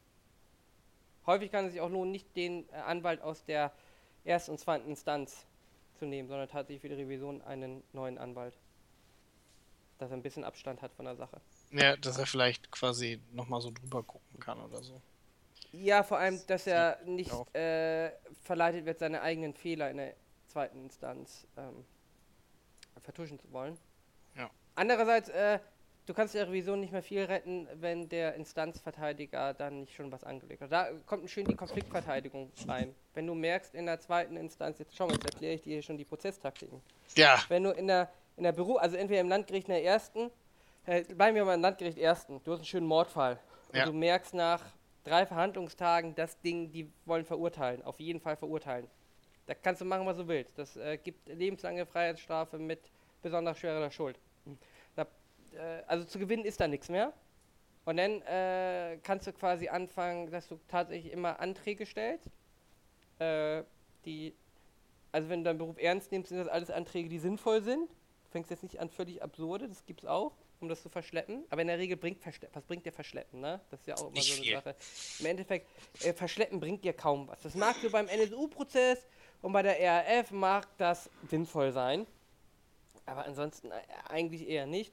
Häufig kann es sich auch lohnen, nicht den äh, Anwalt aus der ersten und zweiten Instanz zu nehmen, sondern tatsächlich für die Revision einen neuen Anwalt, dass er ein bisschen Abstand hat von der Sache. Ja, dass er vielleicht quasi nochmal so drüber gucken kann oder so. Ja, vor allem, dass er nicht äh, verleitet wird, seine eigenen Fehler in der zweiten Instanz ähm, vertuschen zu wollen. Ja. Andererseits, äh, du kannst der Revision nicht mehr viel retten, wenn der Instanzverteidiger dann nicht schon was angelegt hat. Da kommt schön die Konfliktverteidigung rein. Wenn du merkst, in der zweiten Instanz, jetzt schau mal, jetzt erkläre ich dir hier schon die Prozesstaktiken. Ja. Wenn du in der, in der Beruf, also entweder im Landgericht in der ersten, äh, bleiben wir mal im Landgericht ersten, du hast einen schönen Mordfall und Ja. du merkst nach drei Verhandlungstagen, das Ding, die wollen verurteilen, auf jeden Fall verurteilen. Da kannst du machen, was du willst. Das äh, gibt lebenslange Freiheitsstrafe mit besonders schwerer Schuld. Da, äh, also zu gewinnen ist da nichts mehr. Und dann äh, kannst du quasi anfangen, dass du tatsächlich immer Anträge stellst. Äh, die, also wenn du deinen Beruf ernst nimmst, sind das alles Anträge, die sinnvoll sind. Du fängst jetzt nicht an völlig absurde, das gibt's auch, um das zu verschleppen. Aber in der Regel bringt Verschleppen, was bringt dir Verschleppen, ne? Das ist ja auch immer Nicht so eine viel. Sache. Im Endeffekt, äh, Verschleppen bringt dir kaum was. Das mag so beim N S U-Prozess und bei der R A F mag das sinnvoll sein. Aber ansonsten äh, eigentlich eher nicht.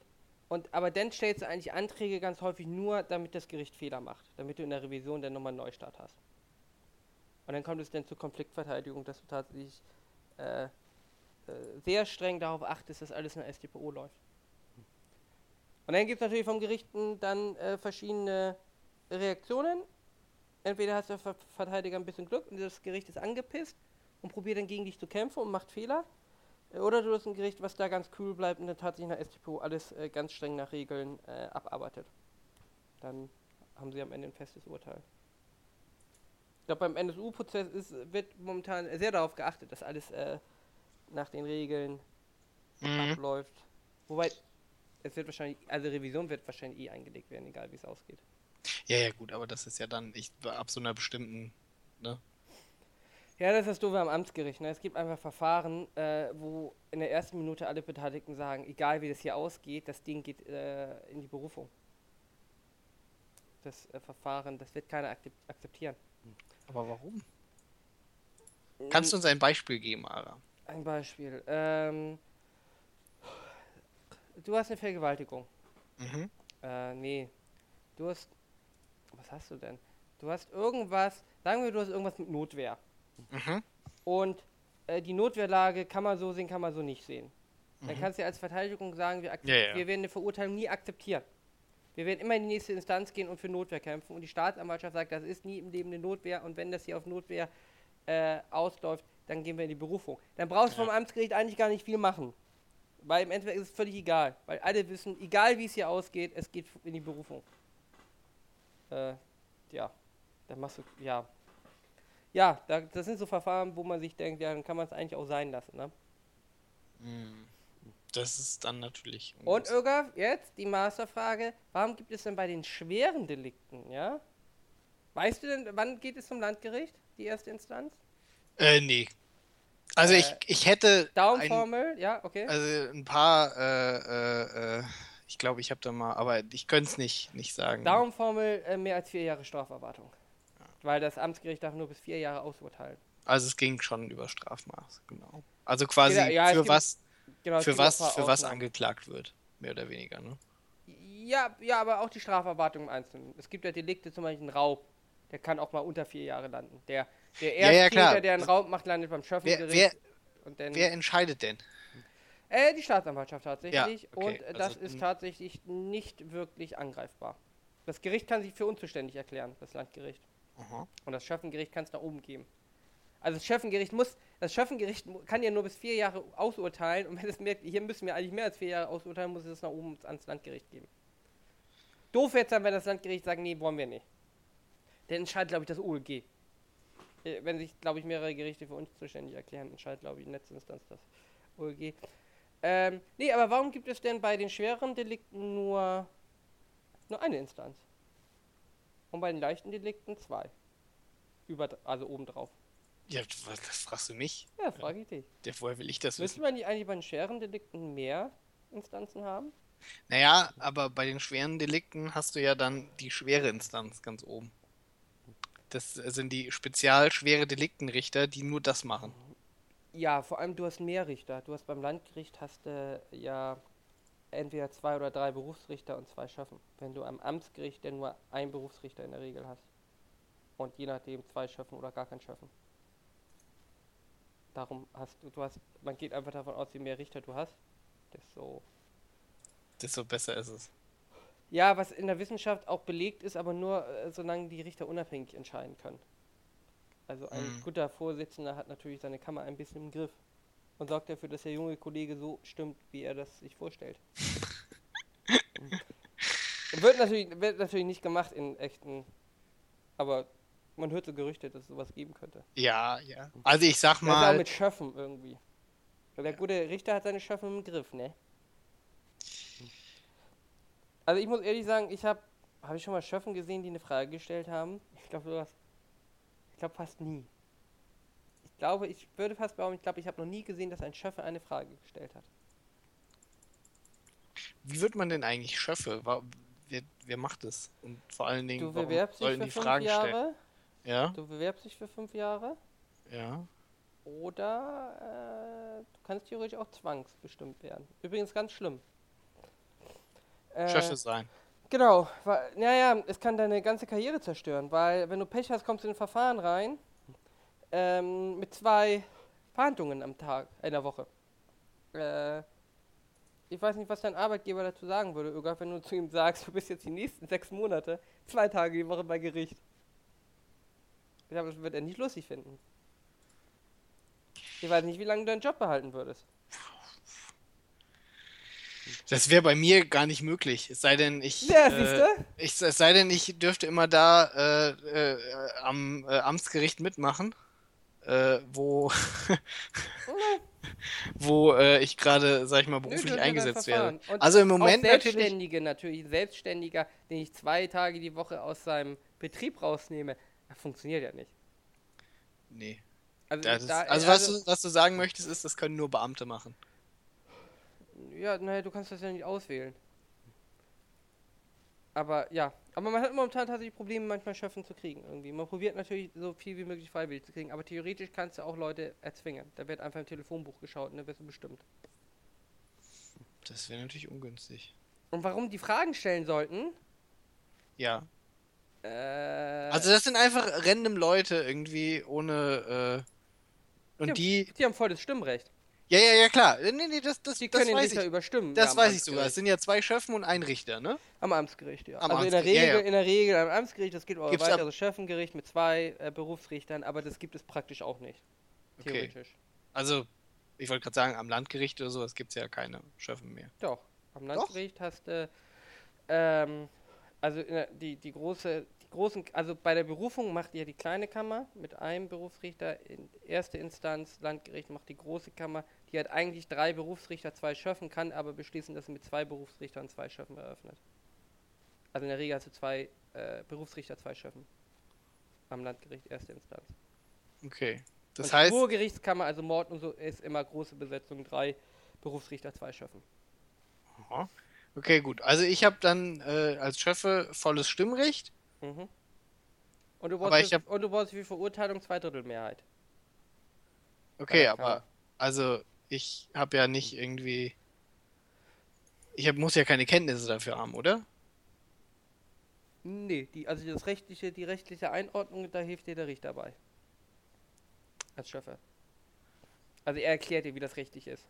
Und, aber dann stellst du eigentlich Anträge ganz häufig nur, damit das Gericht Fehler macht. Damit du in der Revision dann nochmal einen Neustart hast. Und dann kommt es dann zur Konfliktverteidigung, dass du tatsächlich äh, äh, sehr streng darauf achtest, dass alles in der S t P O läuft. Und dann gibt es natürlich vom Gerichten dann äh, verschiedene Reaktionen. Entweder hat der Ver Verteidiger ein bisschen Glück und das Gericht ist angepisst und probiert dann gegen dich zu kämpfen und macht Fehler. Oder du hast ein Gericht, was da ganz kühl bleibt und dann tatsächlich in der S t P O alles äh, ganz streng nach Regeln äh, abarbeitet. Dann haben sie am Ende ein festes Urteil. Ich glaube, beim N S U-Prozess wird momentan sehr darauf geachtet, dass alles äh, nach den Regeln mhm. abläuft. Wobei, es wird wahrscheinlich, also Revision wird wahrscheinlich eh eingelegt werden, egal wie es ausgeht. Ja, ja, gut, aber das ist ja dann ich, ab so einer bestimmten, ne? Ja, das ist das Doofe am Amtsgericht. Ne? Es gibt einfach Verfahren, äh, wo in der ersten Minute alle Beteiligten sagen, egal wie das hier ausgeht, das Ding geht äh, in die Berufung. Das äh, Verfahren, das wird keiner akzeptieren. Aber warum? Kannst du uns ein Beispiel geben, Ara? Ein Beispiel. Ähm, du hast eine Vergewaltigung. Mhm. Äh, nee. Du hast... Was hast du denn? Du hast irgendwas... Sagen wir, du hast irgendwas mit Notwehr. Mhm. Und äh, die Notwehrlage kann man so sehen, kann man so nicht sehen. Mhm. Dann kannst du ja als Verteidigung sagen, wir, ja, ja. wir werden eine Verurteilung nie akzeptieren. Wir werden immer in die nächste Instanz gehen und für Notwehr kämpfen. Und die Staatsanwaltschaft sagt, das ist nie im Leben eine Notwehr. Und wenn das hier auf Notwehr äh, ausläuft, dann gehen wir in die Berufung. Dann brauchst du ja. vom Amtsgericht eigentlich gar nicht viel machen. Weil im Endeffekt ist es völlig egal. Weil alle wissen, egal wie es hier ausgeht, es geht in die Berufung. Äh, ja. Dann machst du, ja. Ja, da, das sind so Verfahren, wo man sich denkt, ja, dann kann man es eigentlich auch sein lassen, ne? Das ist dann natürlich... Und Öger, jetzt die Masterfrage, warum gibt es denn bei den schweren Delikten, ja? Weißt du denn, wann geht es zum Landgericht, die erste Instanz? Äh, nee. Also äh, ich, ich hätte... Daumenformel, ein, ja, okay. Also ein paar, äh, äh, ich glaube, ich habe da mal, aber ich könnte es nicht, nicht sagen. Daumenformel, äh, mehr als vier Jahre Straferwartung. Ja. Weil das Amtsgericht darf nur bis vier Jahre ausurteilen. Also es ging schon über Strafmaß, genau. Also quasi genau, ja, für was, genau, für was, für was angeklagt wird, mehr oder weniger, ne? Ja, ja, aber auch die Straferwartung im Einzelnen. Es gibt ja Delikte, zum Beispiel einen Raub, der kann auch mal unter vier Jahre landen. Der, der Ersttäter, ja, ja, der einen Raub macht, landet beim Schöffengericht. Wer, wer, und dann, wer entscheidet denn? Äh, die Staatsanwaltschaft tatsächlich. Ja, okay. Und äh, das also, ist tatsächlich nicht wirklich angreifbar. Das Gericht kann sich für unzuständig erklären, das Landgericht. Aha. Und das Schöffengericht kann es nach oben geben. Also das Schöffengericht muss, das Schöffengericht kann ja nur bis vier Jahre ausurteilen und wenn es merkt, hier müssen wir eigentlich mehr als vier Jahre ausurteilen, muss es nach oben ans Landgericht geben. Doof jetzt dann, wenn das Landgericht sagt, nee, wollen wir nicht. Dann entscheidet, glaube ich, das O L G. Wenn sich, glaube ich, mehrere Gerichte für unzuständig erklären, entscheidet, glaube ich, in letzter Instanz das O L G. Ähm, nee, aber warum gibt es denn bei den schwereren Delikten nur, nur eine Instanz? Und bei den leichten Delikten zwei. Über, also obendrauf. Ja, das fragst du mich? Ja, frage ich dich. Ja, woher will ich das wissen? Müssen wir nicht eigentlich bei den schweren Delikten mehr Instanzen haben? Naja, aber bei den schweren Delikten hast du ja dann die schwere Instanz ganz oben. Das sind die spezial schwere Deliktenrichter, die nur das machen. Ja, vor allem du hast mehr Richter. Du hast beim Landgericht hast du äh, ja entweder zwei oder drei Berufsrichter und zwei Schöffen. Wenn du am Amtsgericht denn nur einen Berufsrichter in der Regel hast. Und je nachdem zwei Schöffen oder gar kein Schöffen. Darum hast du, du hast, man geht einfach davon aus, je mehr Richter du hast, desto... desto besser ist es. Ja, was in der Wissenschaft auch belegt ist, aber nur, äh, solange die Richter unabhängig entscheiden können. Also ein mhm. guter Vorsitzender hat natürlich seine Kammer ein bisschen im Griff und sorgt dafür, dass der junge Kollege so stimmt, wie er das sich vorstellt. wird, natürlich, wird natürlich nicht gemacht in echten, aber man hört so Gerüchte, dass es sowas geben könnte. Ja, ja. Also ich sag mal... Das ist auch mit Schöffen irgendwie. Der ja. gute Richter hat seine Schöffen im Griff, ne? Also ich muss ehrlich sagen, ich habe... Habe ich schon mal Schöffen gesehen, die eine Frage gestellt haben? Ich glaube sowas... Ich glaube fast nie. Ich glaube, ich würde fast behaupten, ich glaube, ich habe noch nie gesehen, dass ein Schöffe eine Frage gestellt hat. Wie wird man denn eigentlich Schöffe? Wer, wer macht das? Und vor allen Dingen, du bewerbst dich für die fünf Fragen Jahre. Stellen? Ja. Du bewerbst dich für fünf Jahre. Ja. Oder äh, du kannst theoretisch auch zwangsbestimmt werden. Übrigens ganz schlimm. Äh, Schöffe sein. Genau, weil, naja, es kann deine ganze Karriere zerstören, weil wenn du Pech hast, kommst du in ein Verfahren rein ähm, mit zwei Verhandlungen am Tag, in der Woche. Äh, ich weiß nicht, was dein Arbeitgeber dazu sagen würde, Öger, wenn du zu ihm sagst, du bist jetzt die nächsten sechs Monate, zwei Tage die Woche bei Gericht. Ich glaube, das wird er nicht lustig finden. Ich weiß nicht, wie lange du deinen Job behalten würdest. Das wäre bei mir gar nicht möglich. Es sei denn, ich, Ja, äh, siehste? ich, es sei denn, ich dürfte immer da äh, äh, am äh, Amtsgericht mitmachen, äh, wo, wo äh, ich gerade, sag ich mal, Nö, du beruflich hast ja dein eingesetzt werde. Verfahren. Und Also im auch Moment natürlich. Selbstständige natürlich, Selbstständiger, den ich zwei Tage die Woche aus seinem Betrieb rausnehme, das funktioniert ja nicht. Nee. Also, Das da, ist, also was also du, was du sagen möchtest, ist, das können nur Beamte machen. ja, naja, du kannst das ja nicht auswählen. Aber ja, aber man hat momentan tatsächlich Probleme, manchmal Schöffen zu kriegen irgendwie. Man probiert natürlich so viel wie möglich freiwillig zu kriegen, aber theoretisch kannst du auch Leute erzwingen. Da wird einfach im Telefonbuch geschaut und da wirst du bestimmt. Das wäre natürlich ungünstig. Und warum die Fragen stellen sollten? Ja. Äh, Also das sind einfach random Leute irgendwie ohne äh, die, und die. haben, die haben volles Stimmrecht. Ja, ja, ja, klar. Nee, nee, das, das, Die das können den weiß Richter ich. überstimmen. Das ja, am weiß ich sogar. Es Amtsgericht. sind ja zwei Schöffen und ein Richter, ne? Am Amtsgericht, ja. Am also in der Amtsgericht, Regel, ja, ja. in der Regel am Amtsgericht, das gibt auch Gibt's weiter ab- das Schöffengericht mit zwei äh, Berufsrichtern, aber das gibt es praktisch auch nicht. Okay. Theoretisch. Also, ich wollte gerade sagen, am Landgericht oder so, es gibt ja keine Schöffen mehr. Doch. Am Doch? Landgericht hast du ähm, also in der, die, die große, die großen, also bei der Berufung macht ihr die kleine Kammer mit einem Berufsrichter, in erste Instanz, Landgericht macht die große Kammer, die hat eigentlich drei Berufsrichter, zwei Schöffen, kann aber beschließen, dass sie mit zwei Berufsrichtern und zwei Schöffen eröffnet. Also in der Regel hast du zwei äh, Berufsrichter, zwei Schöffen. Am Landgericht, erste Instanz. Okay. Das und heißt, Schwurgerichtskammer, also Mord und so, ist immer große Besetzung, drei Berufsrichter, zwei Schöffen. aha. Okay, gut. Also ich habe dann äh, als Schöffe volles Stimmrecht, Mhm. Und du aber brauchst ich für, habe und du brauchst für Verurteilung Zweidrittelmehrheit. okay, der aber Kammer. also ich habe ja nicht irgendwie ich hab, muss ja keine Kenntnisse dafür haben, oder? Nee, die, also das rechtliche, die rechtliche Einordnung, da hilft dir der Richter bei. Als Schöffe. Also er erklärt dir, wie das richtig ist.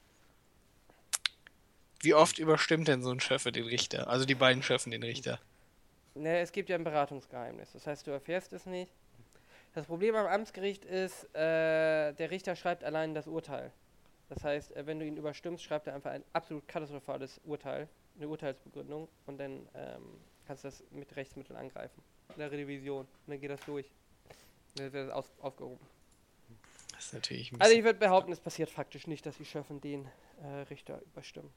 Wie oft überstimmt denn so ein Schöffe den Richter? Also die beiden Schöffen den Richter. Ne, es gibt ja ein Beratungsgeheimnis. Das heißt, du erfährst es nicht. Das Problem am Amtsgericht ist, äh, der Richter schreibt allein das Urteil. Das heißt, äh, wenn du ihn überstimmst, schreibt er einfach ein absolut katastrophales Urteil, eine Urteilsbegründung, und dann ähm, kannst du das mit Rechtsmitteln angreifen. In der Revision. Und dann geht das durch. Dann wird das auf, aufgehoben. Das ist natürlich ein Also bisschen... ich würde behaupten, es passiert faktisch nicht, dass die Schöffen den äh, Richter überstimmen.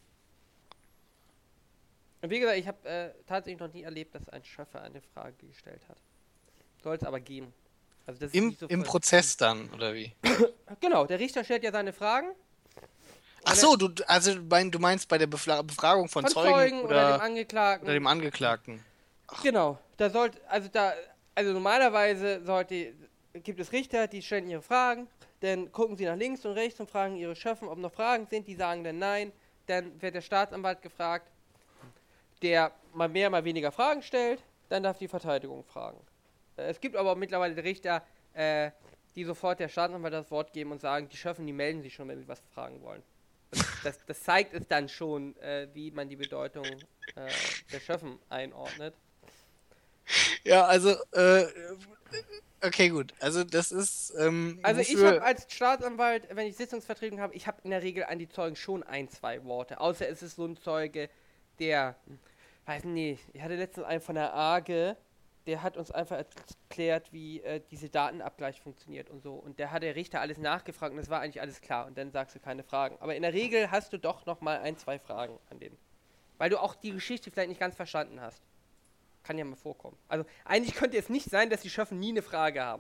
Und wie gesagt, ich habe äh, tatsächlich noch nie erlebt, dass ein Schöffe eine Frage gestellt hat. Soll es aber geben. Also das ist Im, nicht so Im voll- Prozess dann, oder wie? Genau, der Richter stellt ja seine Fragen. Ach so, du, also du mein- du meinst bei der Befla Befragung von, Von Zeugen, Zeugen oder, oder, dem Angeklagten. oder dem Angeklagten. Genau, da sollte, also da, also normalerweise sollte, gibt es Richter, die stellen ihre Fragen, dann gucken sie nach links und rechts und fragen ihre Schöffen, ob noch Fragen sind, die sagen dann nein, dann wird der Staatsanwalt gefragt, der mal mehr, mal weniger Fragen stellt, dann darf die Verteidigung fragen. Äh, Es gibt aber auch mittlerweile Richter, äh, die sofort der Staatsanwalt das Wort geben und sagen, die Schöffen, die melden sich schon, wenn sie was fragen wollen. Das, das, das zeigt es dann schon, äh, wie man die Bedeutung äh, der Schöffen einordnet. Ja, also, äh, okay, gut. Also das ist, ähm, Also ich wofür- habe als Staatsanwalt, wenn ich Sitzungsvertretung habe, ich habe in der Regel an die Zeugen schon ein, zwei Worte. Außer es ist so ein Zeuge, der, weiß nicht, ich hatte letztens einen von der A G E, der hat uns einfach erklärt, wie äh, diese Datenabgleich funktioniert und so. Und der hat der Richter alles nachgefragt und das war eigentlich alles klar. Und dann sagst du keine Fragen. Aber in der Regel hast du doch noch mal ein, zwei Fragen an den. Weil du auch die Geschichte vielleicht nicht ganz verstanden hast. Kann ja mal vorkommen. Also eigentlich könnte es nicht sein, dass die Schöffen nie eine Frage haben.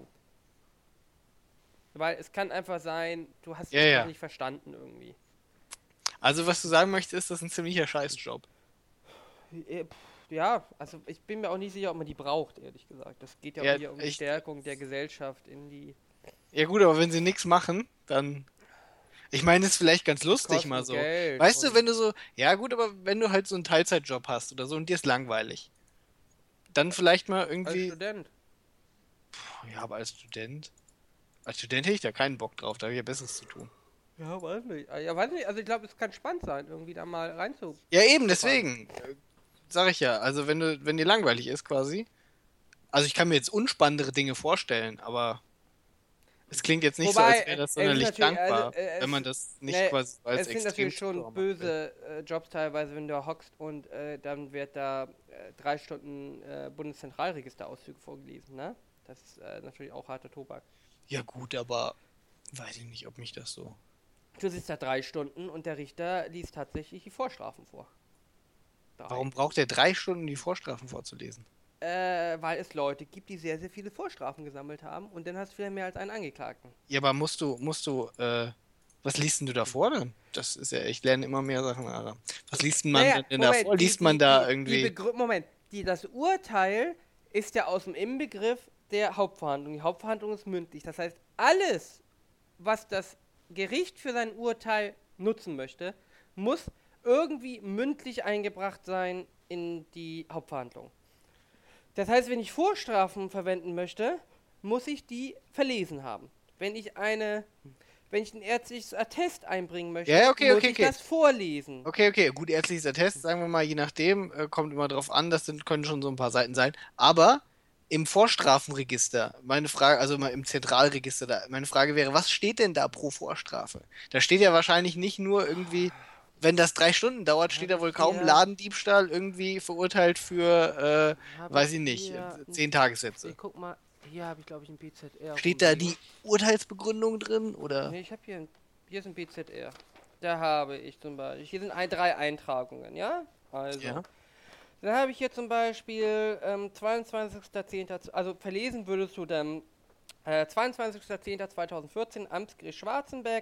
Weil es kann einfach sein, du hast Ja, es ja. noch nicht verstanden irgendwie. also was du sagen möchtest, ist, das ist ein ziemlicher Scheißjob. Äh, pff, Ja, also ich bin mir auch nicht sicher, ob man die braucht, ehrlich gesagt. Das geht ja, Ja, auch hier um die ich- Stärkung der Gesellschaft in die... Ja gut, aber wenn sie nichts machen, dann... Ich meine, ist vielleicht ganz Die lustig mal kosten so. Geld Weißt du, und wenn du so, ja gut, aber wenn du halt so einen Teilzeitjob hast oder so und dir ist langweilig, dann vielleicht mal als irgendwie, Student. ja, aber als Student, als Student hätte ich da keinen Bock drauf, da habe ich ja Besseres zu tun. Ja, weiß nicht. Ja, weiß nicht. Also ich glaube, es kann spannend sein, irgendwie da mal Ja, eben, reinzuschnuppern. deswegen, äh, sag ich ja, also wenn du, wenn dir langweilig ist quasi, also ich kann mir jetzt unspannendere Dinge vorstellen, aber es klingt jetzt nicht so, Wobei, als wäre äh, das es ist sonderlich natürlich, also dankbar, äh, wenn man es, das nicht ne, quasi so als es sind extrem natürlich schon Zuschauer machen will. böse äh, Jobs teilweise, wenn du da hockst und äh, dann wird da äh, drei Stunden äh, Bundeszentralregisterauszüge vorgelesen, ne? Das ist äh, natürlich auch harter Tobak. Ja gut, aber weiß ich nicht, ob mich das so. Du sitzt da drei Stunden und der Richter liest tatsächlich die Vorstrafen vor. Drei. Warum braucht er drei Stunden, die Vorstrafen vorzulesen? Äh, weil es Leute gibt, die sehr, sehr viele Vorstrafen gesammelt haben und dann hast du wieder mehr als einen Angeklagten. Ja, aber musst du, musst du, äh, was liest denn du da vor dann? Das ist ja, ich lerne immer mehr Sachen, Alter. Was liest denn man Naja, denn da vor? Moment, die, Liest man die, da die, die irgendwie. Begrü Moment, die, das Urteil ist ja aus dem Inbegriff der Hauptverhandlung. Die Hauptverhandlung ist mündlich. Das heißt, alles, was das Gericht für sein Urteil nutzen möchte, muss irgendwie mündlich eingebracht sein in die Hauptverhandlung. Das heißt, wenn ich Vorstrafen verwenden möchte, muss ich die verlesen haben. Wenn ich eine, wenn ich ein ärztliches Attest einbringen Ja, möchte, ja, okay, muss okay, ich okay. das vorlesen. Okay, okay, gut, ärztliches Attest, sagen wir mal, je nachdem, äh, kommt immer drauf an, das sind, können schon so ein paar Seiten sein. Aber im Vorstrafenregister, meine Frage, also mal im Zentralregister, da, meine Frage wäre, was steht denn da pro Vorstrafe? Da steht ja wahrscheinlich nicht nur irgendwie, wenn das drei Stunden dauert, steht Habe da ich wohl kaum hier, Ladendiebstahl irgendwie verurteilt für, äh, habe weiß ich ich nicht, hier, ein- zehn ich Tagessätze. guck mal, hier habe ich glaube ich ein B Z R Steht da rumliegen. die Urteilsbegründung drin oder? Ne, ich habe hier, ein, hier ist ein B Z R. Da habe ich zum Beispiel, hier sind ein, drei Eintragungen, ja? Also, Ja. dann habe ich hier zum Beispiel ähm, zweiundzwanzigster zehnter, also verlesen würdest du dann äh, zweiundzwanzigster zehnter zweitausendvierzehn, Amtsgericht Schwarzenberg,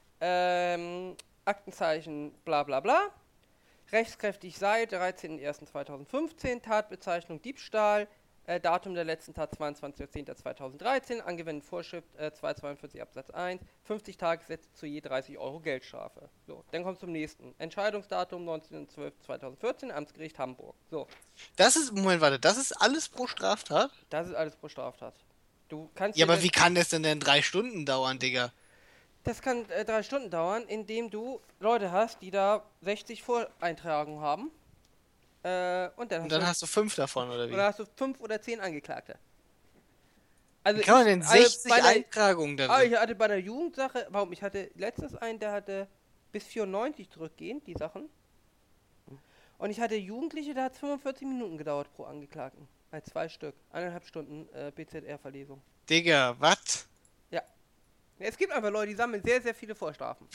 ähm, Aktenzeichen bla bla bla, rechtskräftig sei dreizehnter erster zweitausendfünfzehn, Tatbezeichnung Diebstahl, äh, Datum der letzten Tat zweiundzwanzigster zehnter zweitausenddreizehn, angewendete Vorschrift äh, zweihundertzweiundvierzig Absatz eins, fünfzig Tagessätze zu je dreißig Euro Geldstrafe. So, dann kommt zum nächsten. Entscheidungsdatum neunzehnter zwölfter zweitausendvierzehn, Amtsgericht Hamburg. So, Das ist, Moment, warte, das ist alles pro Straftat? das ist alles pro Straftat. Du kannst Ja, dir aber das, wie kann das denn denn drei Stunden dauern, Digga? das kann äh, drei Stunden dauern, indem du Leute hast, die da sechzig Voreintragungen haben. Äh, und dann Und hast dann du, hast du fünf davon, oder oder wie? hast du fünf oder zehn Angeklagte. Wie Also kann man ich, denn also bei sechzig einer, Eintragungen da ah, drin? ich hatte bei der Jugendsache, warum? Ich hatte letztens einen, der hatte bis vierundneunzig zurückgehend, die Sachen. Und ich hatte Jugendliche, da hat es fünfundvierzig Minuten gedauert pro Angeklagten. Bei zwei Stück. Eineinhalb Stunden äh, B Z R-Verlesung. Digga, was? Ja. Ja. Es gibt einfach Leute, die sammeln sehr, sehr viele Vorstrafen.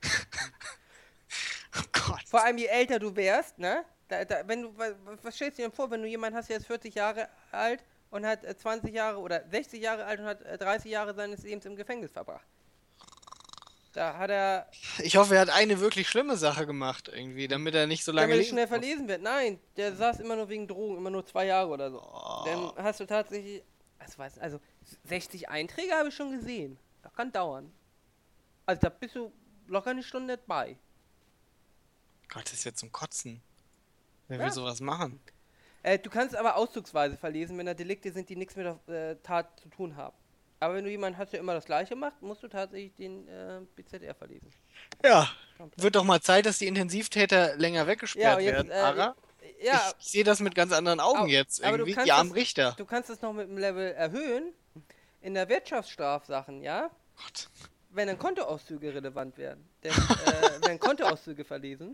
Oh Gott. Vor allem je älter du wärst, ne? Da, da, wenn du, was, was stellst du dir denn vor, wenn du jemanden hast, der ist vierzig Jahre alt und hat äh, zwanzig Jahre oder sechzig Jahre alt und hat äh, dreißig Jahre seines Lebens im Gefängnis verbracht? Da hat er, Ich hoffe, er hat eine wirklich schlimme Sache gemacht, irgendwie, damit er nicht so lange damit es lesen schnell muss. verlesen wird. Nein, der saß immer nur wegen Drogen, immer nur zwei Jahre oder so. Dann Oh. hast du tatsächlich, was weiß, also sechzig Einträge habe ich schon gesehen. Das kann dauern. Also da bist du locker eine Stunde bei. Gott, das ist ja zum Kotzen. Wer will Ja. sowas machen? Äh, du kannst aber auszugsweise verlesen, wenn da Delikte sind, die nichts mit der äh, Tat zu tun haben. Aber wenn du jemanden hast, der immer das Gleiche macht, musst du tatsächlich den äh, B Z R verlesen. Ja, Komplett. wird doch mal Zeit, dass die Intensivtäter länger Ja, weggesperrt und jetzt, werden, äh, Ara. ja, Ich sehe das mit ganz anderen Augen au- jetzt, aber du irgendwie. Die kannst armen es, Richter. du kannst es noch mit dem Level erhöhen in der Wirtschaftsstrafsachen, ja? Gott. Wenn dann Kontoauszüge relevant werden. Denn äh, werden Kontoauszüge verlesen.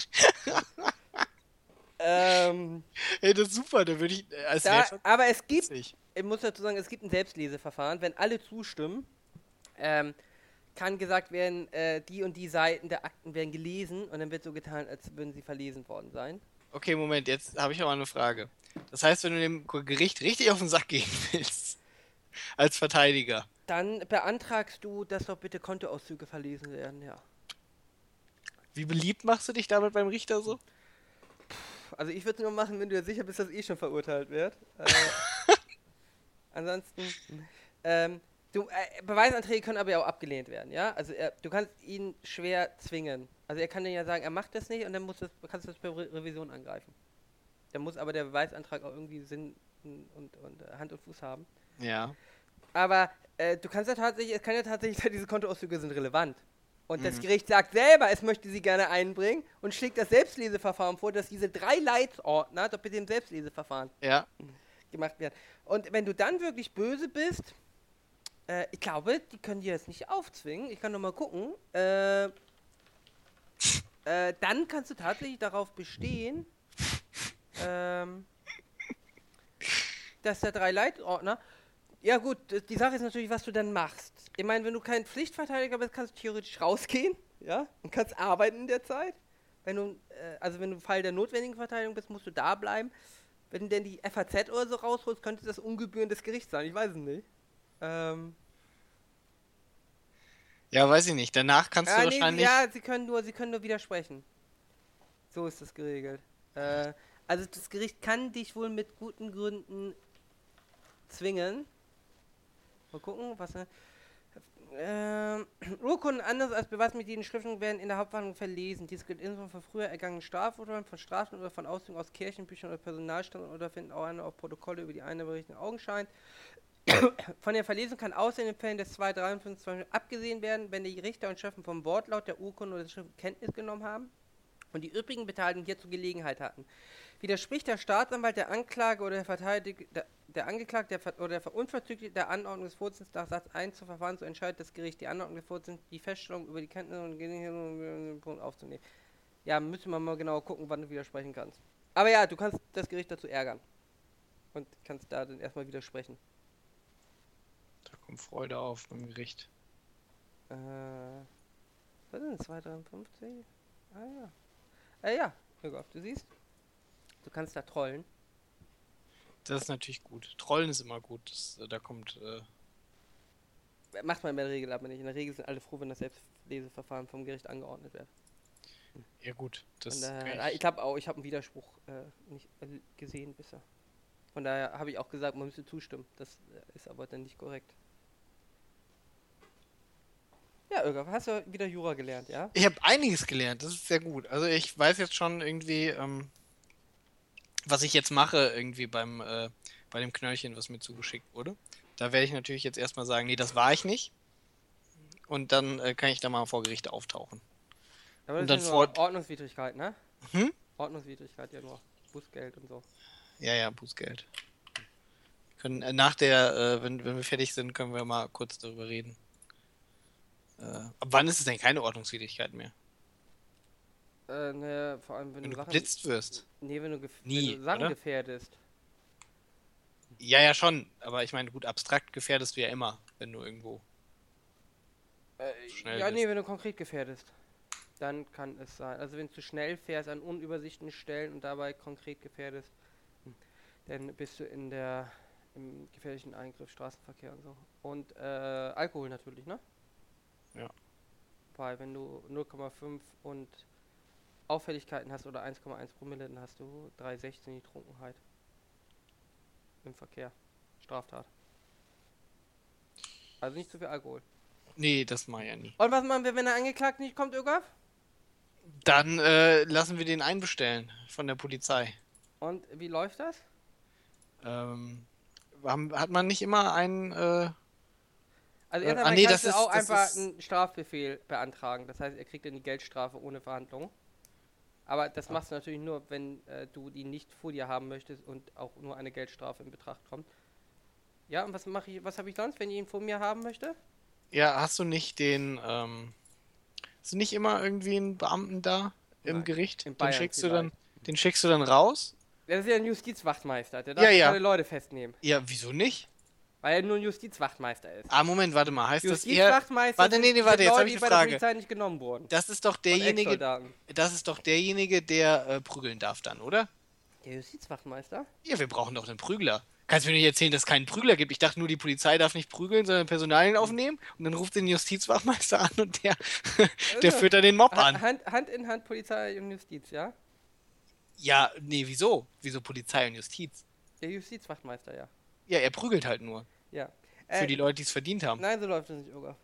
ähm, Ey, das ist super, da würde ich. äh, Es wäre da, schon aber es gibt, witzig. ich muss dazu sagen, es gibt ein Selbstleseverfahren. Wenn alle zustimmen, ähm, kann gesagt werden, äh, die und die Seiten der Akten werden gelesen und dann wird so getan, als würden sie verlesen worden sein. Okay, Moment, jetzt habe ich aber eine Frage. Das heißt, wenn du dem Gericht richtig auf den Sack gehen willst, als Verteidiger, Dann beantragst du, dass doch bitte Kontoauszüge verlesen werden, ja. wie beliebt machst du dich damit beim Richter so? Also ich würde es nur machen, wenn du dir sicher bist, dass eh schon verurteilt wird. Äh, ansonsten, ähm, Du, äh, Beweisanträge können aber ja auch abgelehnt werden, ja? Also er, du kannst ihn schwer zwingen. Also er kann dir ja sagen, er macht das nicht und dann muss das, kannst du das per Re Revision angreifen. Dann muss aber der Beweisantrag auch irgendwie Sinn und, und, und äh, Hand und Fuß haben. Ja. Aber äh, du kannst ja tatsächlich, es kann ja tatsächlich, diese Kontoauszüge sind relevant. Und das Mhm. Gericht sagt selber, es möchte sie gerne einbringen und schlägt das Selbstleseverfahren vor, dass diese drei Leitsordner doch mit dem Selbstleseverfahren Ja. gemacht werden. Und wenn du dann wirklich böse bist, äh, ich glaube, die können dir das nicht aufzwingen. Ich kann noch mal gucken. Äh, äh, dann kannst du tatsächlich darauf bestehen, ähm, dass der drei Leitordner. Ja gut, die Sache ist natürlich, was du dann machst. Ich meine, wenn du kein Pflichtverteidiger bist, kannst du theoretisch rausgehen, ja, und kannst arbeiten in der Zeit. Wenn du, äh, also wenn du im Fall der notwendigen Verteidigung bist, musst du da bleiben. Wenn du denn die F A Z oder so rausholst, könnte das Ungebühren des Gerichts sein. Ich weiß es nicht. Ähm, Ja, weiß ich nicht. Danach kannst du ja, nee, wahrscheinlich. ja, sie können nur, sie können nur widersprechen. So ist das geregelt. Äh, also das Gericht kann dich wohl mit guten Gründen zwingen. Mal gucken, was. Ähm, Urkunden anders als Beweismittel in Schriften werden in der Hauptverhandlung verlesen. Dies gilt insbesondere von früher ergangenen Strafurteilen, von Strafen oder von Auszügen aus Kirchenbüchern oder Personalständen oder finden auch eine auf Protokolle über die eine berichteten Augenschein. Von der Verlesung kann außer in den Fällen des zweihundertdreiundfünfzig zum Beispiel abgesehen werden, wenn die Richter und Schöffen vom Wortlaut der Urkunde oder der Schrift Kenntnis genommen haben und die übrigen Beteiligten hierzu Gelegenheit hatten. Widerspricht der Staatsanwalt der Anklage oder der Verteidiger, der, der Angeklagte der Ver oder der Verunverzügliche der Anordnung des Vorsitzenden nach Satz eins zu Verfahren, so entscheidet das Gericht die Anordnung des Vorsitzenden, die Feststellung über die Kenntnis und Gelegenheit aufzunehmen. Ja, müssen wir mal genau gucken, wann du widersprechen kannst. Aber ja, du kannst das Gericht dazu ärgern. Und kannst da dann erstmal widersprechen. Da kommt Freude auf beim Gericht. Äh, was ist denn zweihundertdreiundfünfzig? Ah ja. Äh, ja, Jürgen, du siehst, du kannst da trollen. Das ist natürlich gut. Trollen ist immer gut. Das, da kommt. Äh Macht man in der Regel aber nicht. In der Regel sind alle froh, wenn das Selbstleseverfahren vom Gericht angeordnet wird. Ja, gut. Das Und, kann äh, ich. ich glaube auch, ich habe einen Widerspruch äh, nicht äh, gesehen bisher. Von daher habe ich auch gesagt, man müsste zustimmen. Das äh, ist aber dann nicht korrekt. Ja, Irga, hast du wieder Jura gelernt, ja? Ich habe einiges gelernt. Das ist sehr gut. Also ich weiß jetzt schon irgendwie, ähm, was ich jetzt mache irgendwie beim äh, bei dem Knöllchen, was mir zugeschickt wurde. Da werde ich natürlich jetzt erstmal sagen, nee, das war ich nicht. Und dann äh, kann ich da mal vor Gericht auftauchen. Aber Und das dann ist ja nur vor- Ordnungswidrigkeit, ne? Hm? Ordnungswidrigkeit, ja nur. Bußgeld und so. Ja, ja, Bußgeld. Können, äh, nach der, äh, wenn, wenn wir fertig sind, können wir mal kurz darüber reden. Äh, ab wann ist es denn keine Ordnungswidrigkeit mehr? Äh, ne, vor allem wenn, Wenn du du Sachen... geblitzt wirst. Nee, wenn du, gef Nie, wenn du Sachen oder? gefährdest. Ja, ja, schon. Aber ich meine, gut, abstrakt gefährdest du ja immer, wenn du irgendwo. Äh, Schnell ja, bist. nee, wenn du konkret gefährdest. Dann kann es sein. Also wenn du zu schnell fährst an unübersichtlichen Stellen und dabei konkret gefährdest, hm, dann bist du in der im gefährlichen Eingriff, Straßenverkehr und so. Und äh, Alkohol natürlich, ne? Ja. Weil wenn du null Komma fünf und Auffälligkeiten hast oder eins Komma eins Promille, dann hast du drei Komma sechzehn die Trunkenheit im Verkehr. Straftat. Also nicht zu viel Alkohol. Nee, das mach ich ja nie. Und was machen wir, wenn der Angeklagte nicht kommt, Ögaf? Dann äh, lassen wir den einbestellen von der Polizei. Und wie läuft das? Ähm, haben, hat man nicht immer einen. Äh, Also Äh, erst ah, einmal nee, kannst das du ist- auch das einfach ist- einen Strafbefehl beantragen. Das heißt, er kriegt dann die Geldstrafe ohne Verhandlung. Aber das machst du natürlich nur, wenn äh, du die nicht vor dir haben möchtest und auch nur eine Geldstrafe in Betracht kommt. Ja, und was mache ich, was habe ich sonst, wenn ich ihn vor mir haben möchte? ja, hast du nicht den. Ähm, hast du nicht immer irgendwie einen Beamten da im Nein, Gericht? in Den Bayern schickst du dann, vielleicht. den schickst du dann raus? Das ist ja ein Justizwachtmeister, der darf Ja, ja. keine Leute festnehmen, Ja, wieso nicht? weil er nur ein Justizwachtmeister ist. Ah, Moment, warte mal. Heißt das eher. Justizwachtmeister Warte, nee, nee, sind, warte, sind jetzt hab Leute, ich die eine bei der Frage. Polizei nicht genommen wurden. Das ist doch Von derjenige. Ex-Soldaten. Das ist doch derjenige, der äh, prügeln darf dann, oder? Der Justizwachtmeister? Ja, wir brauchen doch einen Prügler. Kannst du mir nicht erzählen, dass es keinen Prügler gibt? Ich dachte nur, die Polizei darf nicht prügeln, sondern Personalien aufnehmen. Und dann ruft den Justizwachmeister an und der, der Also, führt dann den Mob Ha- an. Hand, Hand in Hand Polizei und Justiz, ja? Ja, nee, wieso? Wieso Polizei und Justiz? Der Justizwachtmeister, ja. Ja, er prügelt halt nur. Ja. Für Äh, die Leute, die es verdient haben. nein, so läuft das nicht, Urga.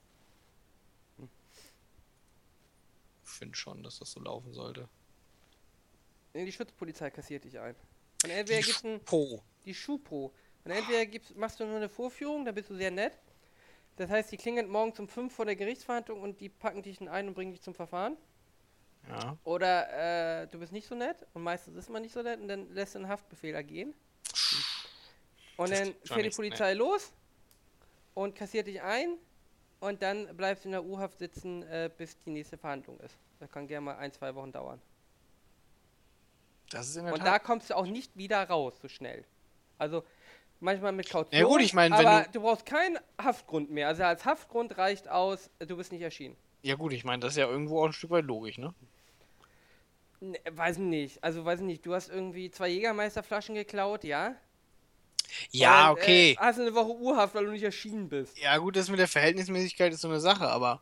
Ich finde schon, dass das so laufen sollte. Nee, die Schutzpolizei kassiert dich ein. Und entweder Die gibt's ein, Schupo. die Schupo. Und entweder gibt's, machst du nur eine Vorführung, da bist du sehr nett. Das heißt, die klingeln morgens um fünf vor der Gerichtsverhandlung und die packen dich dann ein und bringen dich zum Verfahren. Ja. Oder äh, du bist nicht so nett und meistens ist man nicht so nett und dann lässt du einen Haftbefehl ergehen. Und Das dann klingt schon fährt die nicht so Polizei los und kassiert dich ein und dann bleibst du in der U-Haft sitzen, äh, bis die nächste Verhandlung ist. Das kann gerne mal ein, zwei Wochen dauern. Das ist in der Und Tat. da kommst du auch nicht wieder raus so schnell. Also manchmal mit Kaution, Ja gut, ich meine, wenn aber du. du brauchst keinen Haftgrund mehr. Also als Haftgrund reicht aus, äh, du bist nicht erschienen. Ja gut, ich meine, das ist ja irgendwo auch ein Stück weit logisch, ne? Ne, weiß nicht. Also weiß ich nicht, du hast irgendwie zwei Jägermeisterflaschen geklaut, ja? Ja, Und dann, äh, okay. hast du eine Woche U-Haft, weil du nicht erschienen bist. Ja gut, das mit der Verhältnismäßigkeit ist so eine Sache, aber.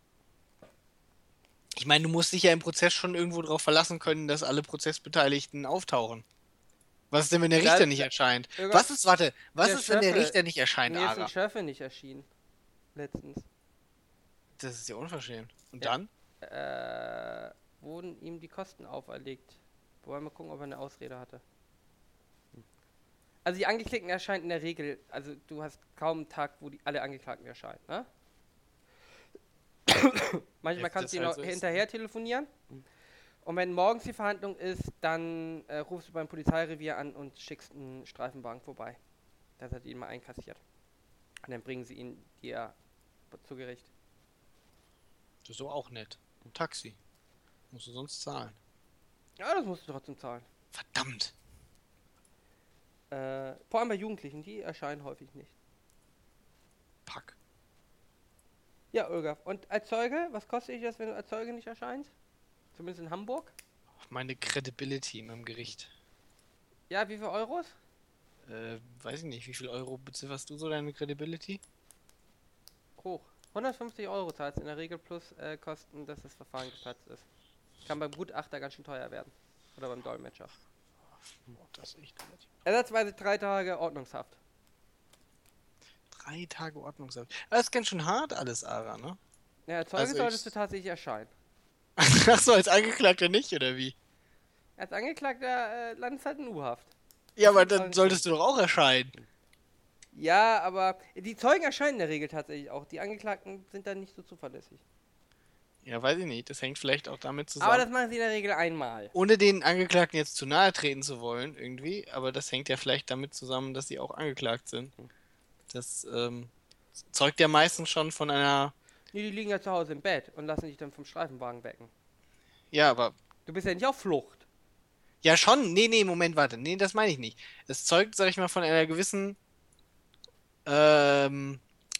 Ich meine, du musst dich ja im Prozess schon irgendwo darauf verlassen können, dass alle Prozessbeteiligten auftauchen. Was ist denn, wenn der Richter Da- nicht da- erscheint? Irga- Was ist, warte, was der ist, wenn der Schöffel- Richter nicht erscheint, Mir ist ein Ara? Schöffel nicht erschienen. Letztens. Das ist ja unverschämt. Und Ja. dann? Äh, wurden ihm die Kosten auferlegt. Wollen wir gucken, ob er eine Ausrede hatte. Also die Angeklagten erscheinen in der Regel, also du hast kaum einen Tag, wo die alle Angeklagten erscheinen, ne? Manchmal Ja, kannst das du ihn halt noch so ist, hinterher telefonieren. Und wenn morgens die Verhandlung ist, dann äh, rufst du beim Polizeirevier an und schickst einen Streifenwagen vorbei. Das hat ihn mal einkassiert. Und dann bringen sie ihn dir zu Gericht. Das ist so auch nett. Ein Taxi. Musst du sonst zahlen. Ja, das musst du trotzdem zahlen. Verdammt. Äh, vor allem bei Jugendlichen, die erscheinen häufig nicht. Pack. Ja, Olga. Und als Zeuge, was kostet dich das, wenn du als Zeuge nicht erscheinst? Zumindest in Hamburg. Meine Credibility im Gericht. Ja, wie viel Euros? Äh, weiß ich nicht, wie viel Euro bezifferst du so deine Credibility? Hoch. hundertfünfzig Euro zahlst du in der Regel plus äh, Kosten, dass das Verfahren geplatzt ist. Kann beim Gutachter ganz schön teuer werden. Oder beim Dolmetscher. Oh, das ist echt relativ. Ersatzweise drei Tage Ordnungshaft. Drei Tage Ordnungsamt. Das ist ganz schön hart alles, Ara, ne? Ja, als Zeuge Also ich- solltest du tatsächlich erscheinen. Ach so, als Angeklagter nicht, oder wie? Als Angeklagter äh, landest halt in U-Haft. Ja, aber dann solltest du doch auch erscheinen. Ja, aber die Zeugen erscheinen in der Regel tatsächlich auch. Die Angeklagten sind dann nicht so zuverlässig. Ja, weiß ich nicht. Das hängt vielleicht auch damit zusammen. Aber das machen sie in der Regel einmal. Ohne den Angeklagten jetzt zu nahe treten zu wollen, irgendwie, aber das hängt ja vielleicht damit zusammen, dass sie auch angeklagt sind. Das ähm, zeugt ja meistens schon von einer. Nee, die liegen ja zu Hause im Bett und lassen dich dann vom Streifenwagen wecken. Ja, aber. Du bist ja nicht auf Flucht. Ja, schon. Nee, nee, Moment, warte. Nee, das meine ich nicht. Es zeugt, sag ich mal, von einer gewissen. Ähm.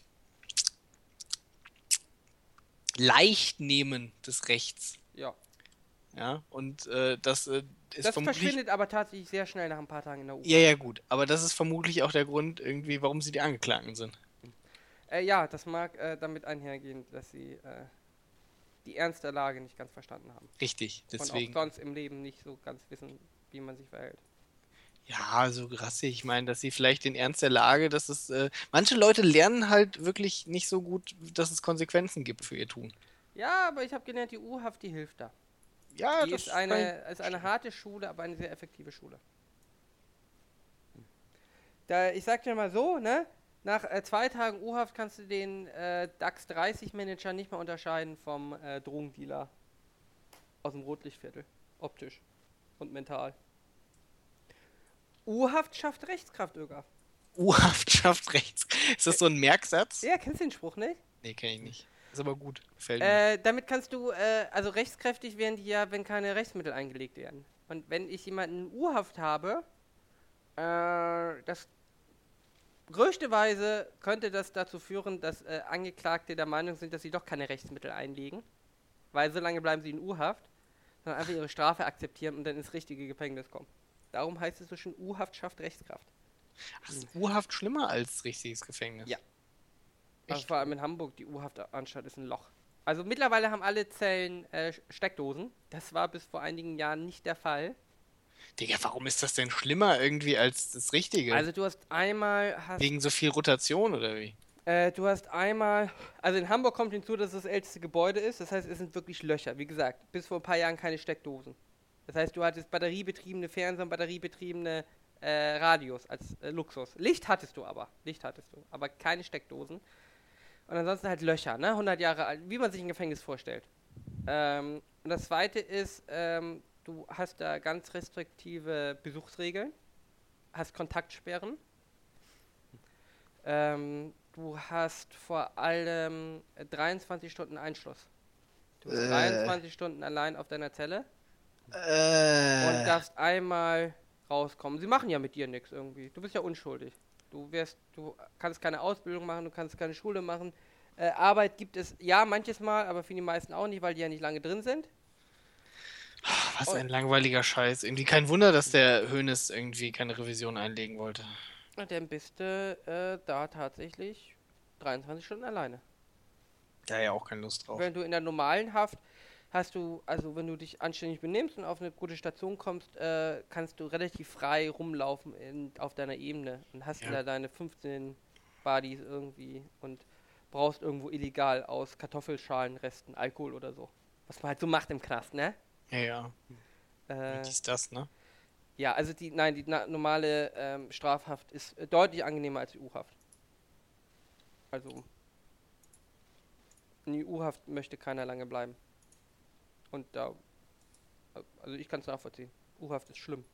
Leichtnehmen des Rechts. Ja. Ja, und äh, das äh, ist Das vermutlich. verschwindet aber tatsächlich sehr schnell nach ein paar Tagen in der U. Ja, ja, gut. Aber das ist vermutlich auch der Grund, irgendwie, warum sie die Angeklagten sind. Äh, ja, das mag äh, damit einhergehen, dass sie äh, die Ernst der Lage nicht ganz verstanden haben. Richtig, Und deswegen. auch sonst im Leben nicht so ganz wissen, wie man sich verhält. Ja, so rassig. Ich meine, dass sie vielleicht den Ernst der Lage, dass es. Äh, manche Leute lernen halt wirklich nicht so gut, dass es Konsequenzen gibt für ihr Tun. Ja, aber ich habe gelernt, die U-Haft, die hilft da. Ja, Die ist eine, ist eine harte Schule, aber eine sehr effektive Schule. Da, ich sag dir mal so, ne? Nach äh, zwei Tagen U-Haft kannst du den äh, DAX dreißig Manager nicht mehr unterscheiden vom äh, Drogendealer aus dem Rotlichtviertel. Optisch und mental. U-Haft schafft Rechtskraft, Öger. U-Haft schafft rechts. Ist das so ein Merksatz? Ja, kennst du den Spruch nicht? Nee, kenn ich nicht. Ist aber gut. Gefällt mir. Äh, damit kannst du, äh, also rechtskräftig werden die ja, wenn keine Rechtsmittel eingelegt werden. Und wenn ich jemanden in U-Haft habe, äh, das größteweise könnte das dazu führen, dass äh, Angeklagte der Meinung sind, dass sie doch keine Rechtsmittel einlegen. Weil so lange bleiben sie in U-Haft, sondern einfach ihre Strafe akzeptieren und dann ins richtige Gefängnis kommen. Darum heißt es so schön, U-Haft schafft Rechtskraft. Ach, ist U-Haft schlimmer als richtiges Gefängnis? Ja. Also Echt? vor allem in Hamburg, die U-Haftanstalt ist ein Loch. Also mittlerweile haben alle Zellen äh, Steckdosen. Das war bis vor einigen Jahren nicht der Fall. Digga, warum ist das denn schlimmer irgendwie als das Richtige? Also du hast einmal, hast, Wegen so viel Rotation oder wie? äh, du hast einmal, also in Hamburg kommt hinzu, dass es das älteste Gebäude ist, das heißt, es sind wirklich Löcher. Wie gesagt, bis vor ein paar Jahren keine Steckdosen. Das heißt, du hattest batteriebetriebene Fernseher und batteriebetriebene äh, Radios als äh, Luxus. Licht hattest du aber, Licht hattest du, aber keine Steckdosen. Und ansonsten halt Löcher, ne? hundert Jahre alt, wie man sich ein Gefängnis vorstellt. Ähm, und das zweite ist, ähm, du hast da ganz restriktive Besuchsregeln, hast Kontaktsperren, ähm, du hast vor allem äh, dreiundzwanzig Stunden Einschluss. Du bist Äh. dreiundzwanzig Stunden allein auf deiner Zelle und Äh. darfst einmal rauskommen. Sie machen ja mit dir nichts irgendwie. Du bist ja unschuldig. Du wirst, du kannst keine Ausbildung machen, du kannst keine Schule machen. Äh, Arbeit gibt es ja manches Mal, aber für die meisten auch nicht, weil die ja nicht lange drin sind. Was Und- ein langweiliger Scheiß. Irgendwie kein Wunder, dass der Hoeneß irgendwie keine Revision einlegen wollte. Und dann bist du äh, da tatsächlich dreiundzwanzig Stunden alleine. Da ja auch keine Lust drauf. Wenn du in der normalen Haft hast du, also wenn du dich anständig benimmst und auf eine gute Station kommst, äh, kannst du relativ frei rumlaufen in, auf deiner Ebene und hast Ja. da deine fünfzehn Buddies irgendwie und brauchst irgendwo illegal aus Kartoffelschalenresten Alkohol oder so. Was man halt so macht im Knast, ne? Ja, ja. Äh, Dies, das, ne? ja, also die, nein, die na, normale ähm, Strafhaft ist äh, deutlich angenehmer als die U-Haft. Also in die U-Haft möchte keiner lange bleiben. Und da, also ich kann es nachvollziehen. U-Haft ist schlimm.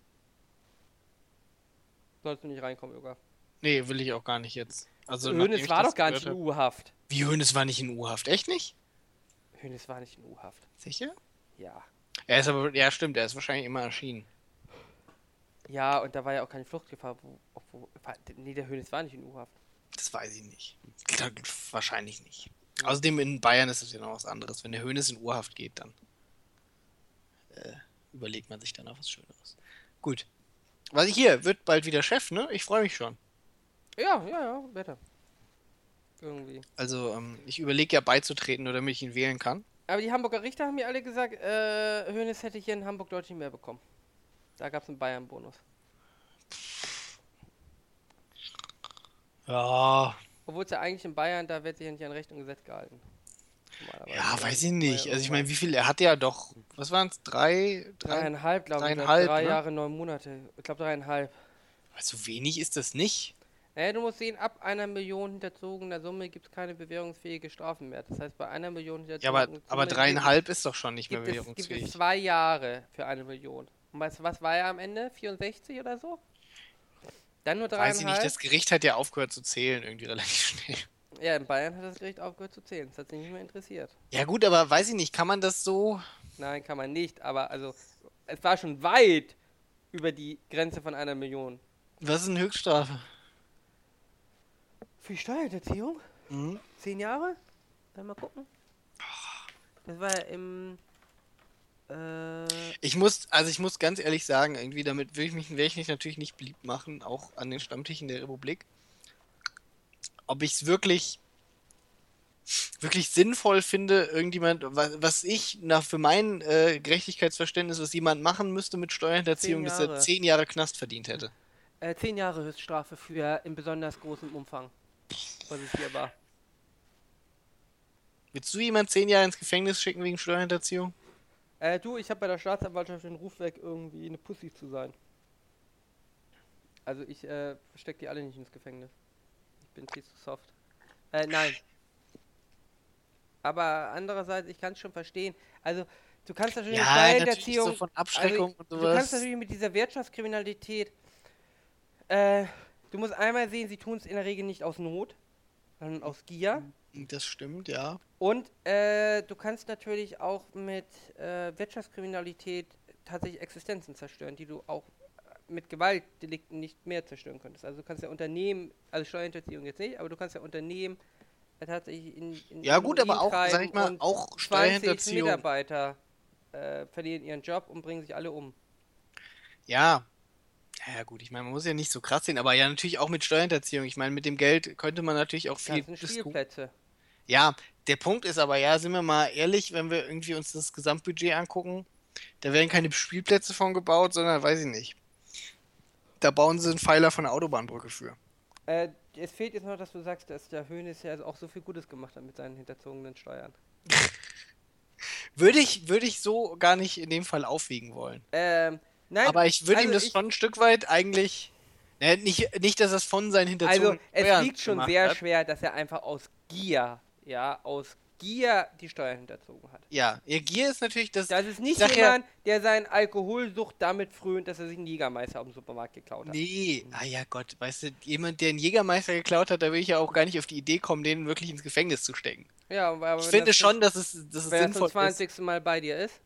Sollst du nicht reinkommen, Yoga. Nee, will ich auch gar nicht jetzt. Also, nachdem Hönes ich war das doch gar nicht gehört in hab- U-Haft. Wie, Hoeneß war nicht in U-Haft? Echt nicht? Hönes war nicht in U-Haft. Sicher? Ja. Er ist aber, ja stimmt, er ist wahrscheinlich immer erschienen. Ja, und da war ja auch keine Fluchtgefahr. Wo, obwohl, war, nee, der Hönes war nicht in U-Haft. Das weiß ich nicht. Glaub, wahrscheinlich nicht. Außerdem in Bayern ist es ja noch was anderes. Wenn der Hoeneß in Urhaft geht, dann äh, überlegt man sich dann auch was Schöneres. Gut. Was hier, wird bald wieder Chef, ne? Ich freue mich schon. Ja, ja, ja, bitte. Irgendwie. Also, ähm, ich überlege ja beizutreten, nur damit ich ihn wählen kann. Aber die Hamburger Richter haben mir alle gesagt, äh, Hönes hätte hier in Hamburg deutlich mehr bekommen. Da gab es einen Bayern-Bonus. Ja, Obwohl es ja eigentlich in Bayern, da wird sich ja nicht an Recht und Gesetz gehalten. Normalerweise. ja, weiß ich War nicht. ja Also ich meine, irgendwas. wie viel, er hat ja doch, was waren es, drei, drei, Dreieinhalb, glaube ich. oder dreieinhalb, Drei ne? Jahre, neun Monate. Ich glaube dreieinhalb. so wenig ist das nicht. Naja, du musst sehen, ab einer Million hinterzogener Summe gibt es keine bewährungsfähige Strafen mehr. Das heißt, bei einer Million Ja, hinterzogener aber, Summe aber dreieinhalb ist doch schon nicht mehr gibt, es, gibt es bewährungsfähig. zwei Jahre für eine Million. Und weißt du, was war er am Ende? vierundsechzig oder so? Dann nur Weiß ich nicht, dreieinhalb? das Gericht hat ja aufgehört zu zählen, irgendwie relativ schnell. Ja, in Bayern hat das Gericht aufgehört zu zählen. Das hat sich nicht mehr interessiert. Ja gut, aber weiß ich nicht, kann man das so... Nein, kann man nicht. Aber also, es war schon weit über die Grenze von einer Million. Was ist eine Höchststrafe? Für die Steuerhinterziehung? Mhm. Zehn Jahre? Dann mal gucken. Das war ja im. Äh, Ich muss, also ich muss ganz ehrlich sagen, irgendwie damit will ich mich, werde ich mich natürlich nicht beliebt machen, auch an den Stammtischen der Republik. Ob ich es wirklich, wirklich sinnvoll finde, irgendjemand, was, was ich nach für mein äh, Gerechtigkeitsverständnis, was jemand machen müsste mit Steuerhinterziehung, Zehn dass er Jahre. zehn Jahre Knast verdient hätte. äh, zehn Jahre Höchststrafe für in besonders großem Umfang. Was es hier war. Willst du jemand zehn Jahre ins Gefängnis schicken wegen Steuerhinterziehung? Äh, du, ich habe bei der Staatsanwaltschaft den Ruf weg, irgendwie eine Pussy zu sein. Also ich äh, steck die alle nicht ins Gefängnis. Ich bin viel zu soft. Äh, nein. Aber andererseits, ich kann es schon verstehen. Also, du kannst natürlich mit Ja, natürlich Steuerhinterziehung, so von Abschreckung also, und du kannst sowas. natürlich mit dieser Wirtschaftskriminalität, äh, du musst einmal sehen, sie tun es in der Regel nicht aus Not, sondern aus Gier. Das stimmt, ja. Und äh, du kannst natürlich auch mit äh, Wirtschaftskriminalität tatsächlich Existenzen zerstören, die du auch mit Gewaltdelikten nicht mehr zerstören könntest. Also du kannst ja Unternehmen, also Steuerhinterziehung jetzt nicht, aber du kannst ja Unternehmen äh, tatsächlich in, in Ja in gut, aber Ruin auch, sag ich treiben mal, und auch zwanzig Steuerhinterziehung. Mitarbeiter äh, verlieren ihren Job und bringen sich alle um. Ja. Ja gut, ich meine, man muss ja nicht so krass sehen, aber ja natürlich auch mit Steuerhinterziehung. Ich meine, mit dem Geld könnte man natürlich auch viel Das sind Gutes tun. Spielplätze. Ja, der Punkt ist aber, ja, sind wir mal ehrlich, wenn wir irgendwie uns das Gesamtbudget angucken, Da werden keine Spielplätze von gebaut, sondern weiß ich nicht. Da bauen sie einen Pfeiler von der Autobahnbrücke für. Äh, es fehlt jetzt noch, dass du sagst, dass der Hönes ja auch so viel Gutes gemacht hat mit seinen hinterzogenen Steuern. Würde ich, würde ich so gar nicht in dem Fall aufwiegen wollen. Ähm, nein, Aber ich würde also ihm das ich, schon ein Stück weit eigentlich. Ne, nicht, nicht, dass er es von seinen also hinterzogenen es Steuern liegt schon gemacht sehr hat. schwer, dass er einfach aus Gier, ja, aus Gier die Steuern hinterzogen hat. Ja, ihr Gier ist natürlich das. Das ist Ich nicht sag ja, jemand, der seinen Alkoholsucht damit frönt, dass er sich einen Jägermeister aus dem Supermarkt geklaut hat. nee, ah ja Gott, weißt du, jemand, der einen Jägermeister geklaut hat, da will ich ja auch gar nicht auf die Idee kommen, den wirklich ins Gefängnis zu stecken. Ja, aber Ich wenn finde das schon, zum, dass es, dass es wenn er zum sinnvoll ist. zwanzigsten Mal bei dir ist.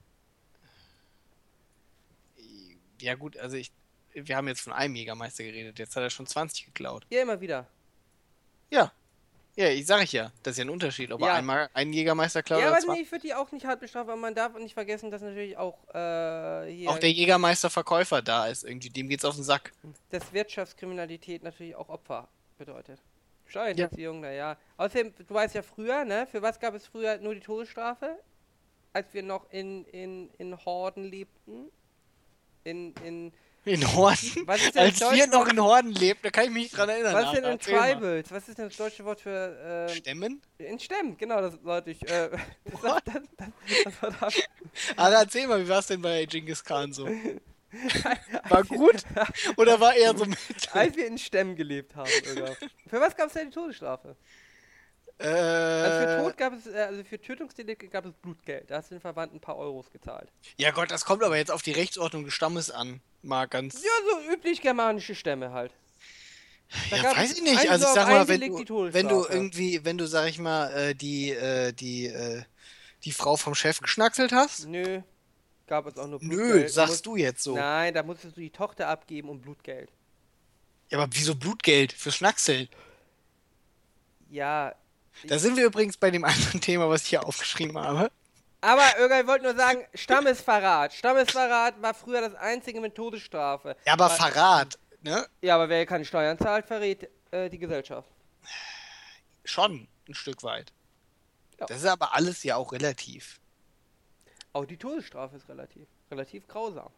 Ja gut, also ich, wir haben jetzt von einem Jägermeister geredet, jetzt hat er schon zwanzig geklaut. Ja, immer wieder. Ja, ja, ich sage ich ja, das ist ja ein Unterschied, ob er Ja. einmal einen Jägermeister klaut Ja, oder aber zwei. nee, ich würde die auch nicht hart bestrafen, aber man darf nicht vergessen, dass natürlich auch äh, hier Auch der Jägermeister-Verkäufer da ist irgendwie, dem geht's auf den Sack. dass Wirtschaftskriminalität natürlich auch Opfer bedeutet. Steuerhinterziehung, naja. Außerdem, du weißt ja früher, ne? Für was gab es früher nur die Todesstrafe? Als wir noch in, in, in Horden lebten. In, in, In Horden? was ist denn das Als wir deutsche noch Wort? in Horden lebten, da kann ich mich nicht dran erinnern. Was ist denn aber in erzähl mal. Tribals? Was ist denn das deutsche Wort für, äh, Stämmen? in Stämmen? Genau, das sollte ich, äh, das, das, das, das war das. Also erzähl mal, wie war es denn bei Genghis Khan so? War gut? Oder war eher so mit? Als wir in Stämmen gelebt haben, Irga. Für was gab es denn die Todesstrafe? Äh, Also für Tod gab es, äh, also für Tötungsdelikte gab es Blutgeld. Da hast du den Verwandten ein paar Euros gezahlt. ja Gott, das kommt aber jetzt auf die Rechtsordnung des Stammes an. Mal ganz. Ja, so üblich germanische Stämme halt. Da Ja, gab weiß es ich nicht. einen Also so ich auf sag mal, ein wenn Delikt du, die Todesstrafe. wenn du irgendwie, wenn du, sag ich mal, äh, die, äh, die, äh, die Frau vom Chef geschnackselt hast? Nö, gab es auch nur Nö, Blutgeld. sagst Muss- du jetzt so. Nein, da musstest du die Tochter abgeben und Blutgeld. Ja, aber wieso Blutgeld fürs Schnackseln? Ja. Da sind wir übrigens bei dem anderen Thema, was ich hier aufgeschrieben habe. Aber Irga, ich wollte nur sagen, Stammesverrat. Stammesverrat war früher das einzige mit Todesstrafe. Ja, aber Weil- Verrat, ne? Ja, aber wer keine Steuern zahlt, verrät äh, die Gesellschaft. Schon ein Stück weit. Ja. Das ist aber alles ja auch relativ. Auch die Todesstrafe ist relativ, relativ grausam.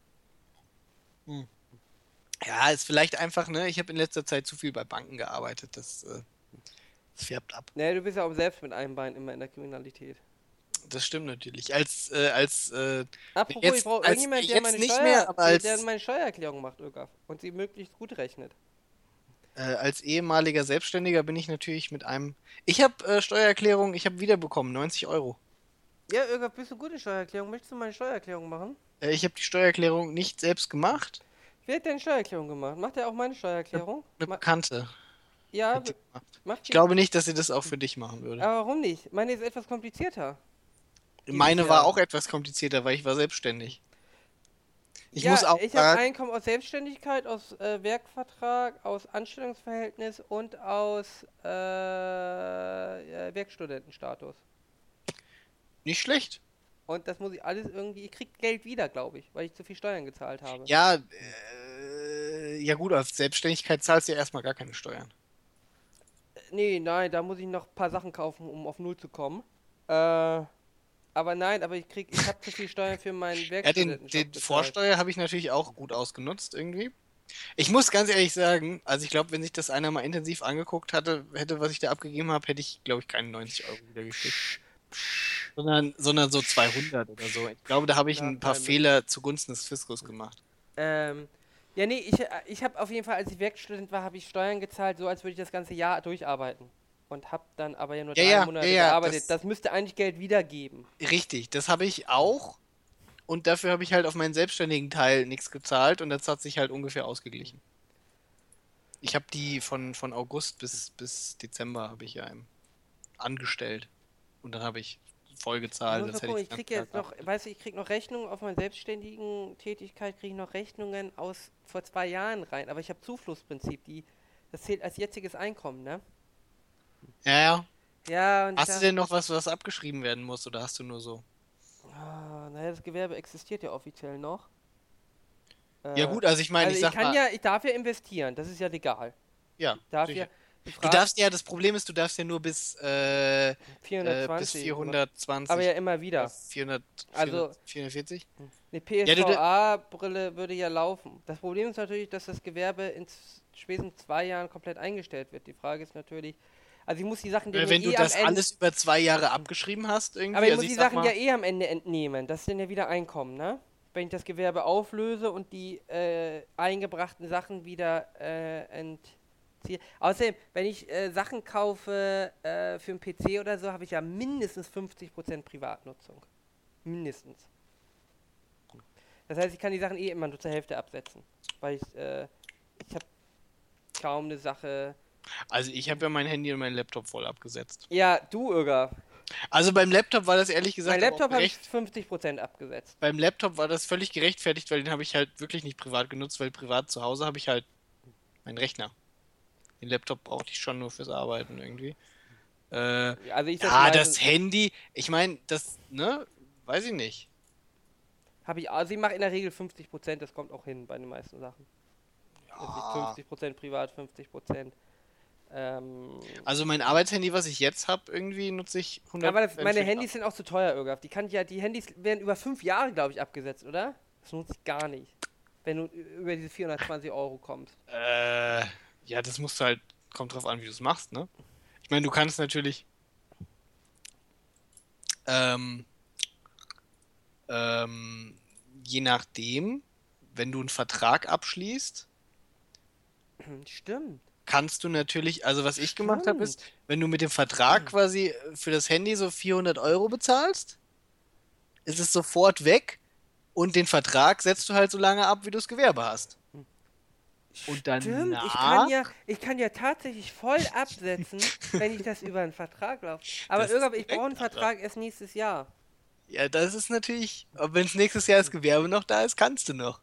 Ja, ist vielleicht einfach, ne? Ich habe in letzter Zeit zu viel bei Banken gearbeitet. Das, äh, das färbt ab. Ne, du bist ja auch selbst mit einem Bein immer in der Kriminalität. Das stimmt natürlich. Als, äh, als, äh, Apropos, jetzt- ich brauche als- irgendjemand, der jetzt meine, nicht Steuer, mehr, aber der- als- der meine Steuererklärung macht, Irga. Und sie möglichst gut rechnet. äh, als ehemaliger Selbstständiger bin ich natürlich mit einem. Ich habe äh, Steuererklärung, ich habe wiederbekommen, neunzig Euro. Ja, Irga, bist du gut in Steuererklärung? Möchtest du meine Steuererklärung machen? Äh, ich habe die Steuererklärung nicht selbst gemacht. Wer hat deine Steuererklärung gemacht? Macht er auch meine Steuererklärung? Eine Ma Bekannte ja, hat die gemacht. macht Ich glaube nicht, dass sie das auch für dich machen würde. Aber warum nicht? Meine ist etwas komplizierter. Meine dieses war Jahr. auch etwas komplizierter, weil ich war selbstländig. Ich ja, muss auch ich habe sagen, Einkommen aus Selbstständigkeit, aus äh, Werkvertrag, aus Anstellungsverhältnis und aus äh, äh, Werkstudentenstatus. nicht schlecht. Und das muss ich alles irgendwie, ich krieg Geld wieder, glaube ich, weil ich zu viel Steuern gezahlt habe. Ja, äh, ja gut, als Selbstständigkeit zahlst du ja erstmal gar keine Steuern. Nee, nein, da muss ich noch ein paar Sachen kaufen, um auf Null zu kommen. Äh, aber nein, aber ich krieg, ich habe zu viel Steuern für meinen Ja, den, Werkstudentenjob den bezahlt. Vorsteuer habe ich natürlich auch gut ausgenutzt irgendwie. Ich muss ganz ehrlich sagen, also ich glaube, wenn sich das einer mal intensiv angeguckt hatte, hätte, was ich da abgegeben habe, hätte ich, glaube ich, keine neunzig Euro wieder gekriegt. Sondern, sondern so zweihundert oder so. Ich glaube, da habe ich Ja, ein paar nein, Fehler zugunsten des Fiskus gemacht. Ähm, ja, nee, ich, äh, ich habe auf jeden Fall, als ich Werkstudent war, habe ich Steuern gezahlt, so als würde ich das ganze Jahr durcharbeiten. Und habe dann aber ja nur Ja, drei ja, Monate ja, ja, gearbeitet. das- Das, müsste eigentlich Geld wiedergeben. Richtig, das habe ich auch. Und dafür habe ich halt auf meinen selbstständigen Teil nichts gezahlt und das hat sich halt ungefähr ausgeglichen. Ich habe die von, von August bis, bis Dezember habe ich ja im, angestellt. Und dann habe ich voll Ich gezahlt. muss mal Das hätte gucken, ich ich krieg ganz jetzt noch, weißt du, ich krieg noch Rechnungen auf meiner selbstständigen Tätigkeit, kriege ich noch Rechnungen aus vor zwei Jahren rein. Aber ich habe Zuflussprinzip, die, das zählt als jetziges Einkommen, ne? Ja, ja. Ja, und Hast da, du denn noch was, was abgeschrieben werden muss oder hast du nur so? Ah, naja, das Gewerbe existiert ja offiziell noch. Ja Äh, gut, also ich meine, also ich ich sag kann mal, ja, ich darf ja investieren, das ist ja legal. ja, Darf sicher. ja, Du Frage, darfst ja, das Problem ist, du darfst ja nur bis, äh, äh, bis vierhundertzwanzig, vierhundertzwanzig aber ja immer oder wieder. vierhundert, vierhundert, Also vierhundertvierzig. eine Ja, du, da- P S V A-Brille würde ja laufen. Das Problem ist natürlich, dass das Gewerbe in z- spätestens zwei Jahren komplett eingestellt wird. Die Frage ist natürlich, also ich muss die Sachen äh, denen ja wenn du eh am das Ende, alles über zwei Jahre abgeschrieben hast, aber irgendwie, ich also muss ich die sag Sachen ja mal, eh am Ende entnehmen. Das sind ja wieder Einkommen, ne? Wenn ich das Gewerbe auflöse und die äh, eingebrachten Sachen wieder äh, entziehe. Außerdem, wenn ich äh, Sachen kaufe äh, für einen P C oder so, habe ich ja mindestens fünfzig Prozent Privatnutzung. Mindestens. Das heißt, ich kann die Sachen eh immer nur zur Hälfte absetzen. Weil ich, äh, ich habe kaum eine Sache. also ich habe ja mein Handy und meinen Laptop voll abgesetzt. Ja, du, Irga. Also beim Laptop war das ehrlich Mein gesagt aber auch Laptop habe ich gerecht. fünfzig Prozent abgesetzt. Beim Laptop war das völlig gerechtfertigt, weil den habe ich halt wirklich nicht privat genutzt, weil privat zu Hause habe ich halt meinen Rechner. Den Laptop brauchte ich schon nur fürs Arbeiten irgendwie. Äh, Also ich setze ja, das meistens, Handy, ich meine, das, ne, weiß ich nicht. habe ich, also ich mache in der Regel fünfzig Prozent, das kommt auch hin bei den meisten Sachen. Dass ich Ja. fünfzig Prozent privat, fünfzig Prozent. Ähm, Also mein Arbeitshandy, was ich jetzt habe, irgendwie nutze ich hundert aber das, meine für die Handys sind auch zu teuer, Irga. Die kann ich ja, die Handys werden über fünf Jahre, glaube ich, abgesetzt, oder? Das nutze ich gar nicht. Wenn du über diese vierhundertzwanzig Euro kommst. Äh, ja, das musst du halt, kommt drauf an, wie du es machst, ne? Ich meine, du kannst natürlich, ähm, ähm, je nachdem, wenn du einen Vertrag abschließt, Stimmt. kannst du natürlich, also was ich gemacht habe, ist, Stimmt. wenn du mit dem Vertrag quasi für das Handy so vierhundert Euro bezahlst, ist es sofort weg und den Vertrag setzt du halt so lange ab, wie du das Gewerbe hast. Und Stimmt, ich danach, kann ja, ich kann ja tatsächlich voll absetzen, wenn ich das über einen Vertrag laufe. Aber das ist irgendwann, ich brauche einen korrekt, Alter. Vertrag erst nächstes Jahr. Ja, das ist natürlich, wenn es nächstes Jahr das Gewerbe noch da ist, kannst du noch.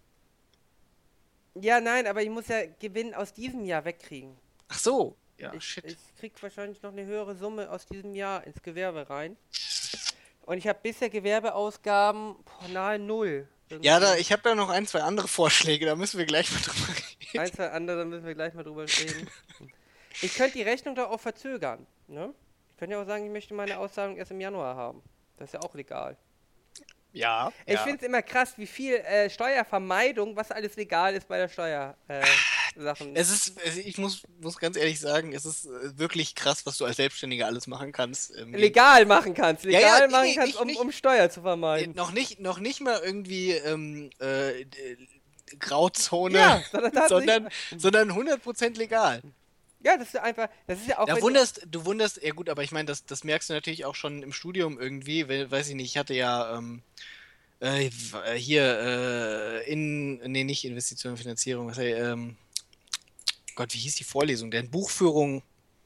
Ja, nein, aber ich muss ja Gewinn aus diesem Jahr wegkriegen. Ach so, ja, Ich, shit. ich krieg wahrscheinlich noch eine höhere Summe aus diesem Jahr ins Gewerbe rein. Und ich habe bisher Gewerbeausgaben boah, nahe Null. Ja, da, Irgendwie. ich habe ja noch ein, zwei andere Vorschläge, da müssen wir gleich mal drüber reden. Ein, zwei andere müssen wir gleich mal drüber reden. Ich könnte die Rechnung doch auch verzögern. Ne? Ich könnte ja auch sagen, ich möchte meine Auszahlung erst im Januar haben. Das ist ja auch legal. Ja, Ich ja. finde es immer krass, wie viel äh, Steuervermeidung, was alles legal ist bei der Steuer. Äh, Sachen. Es ist, es- ich muss, muss ganz ehrlich sagen, es ist äh, wirklich krass, was du als Selbstständiger alles machen kannst. im Legal machen kannst. Ja, Legal ja, nee, machen nee, kannst, nicht- um, nicht- um Steuer zu Äh, vermeiden. noch nicht, noch nicht mal irgendwie ähm, äh, d- Grauzone, Ja, sondern tatsächlich- sondern, sondern hundert Prozent legal. Ja, das ist ja einfach, das ist ja auch... Da wenn du- wunderst, du wunderst, ja gut, aber ich meine, das, das merkst du natürlich auch schon im Studium irgendwie, weil, weiß ich nicht, ich hatte ja ähm, äh, w- hier äh, in, nee, nicht Investition und Finanzierung, was, äh, ähm, Gott, wie hieß die Vorlesung denn? Buchführung,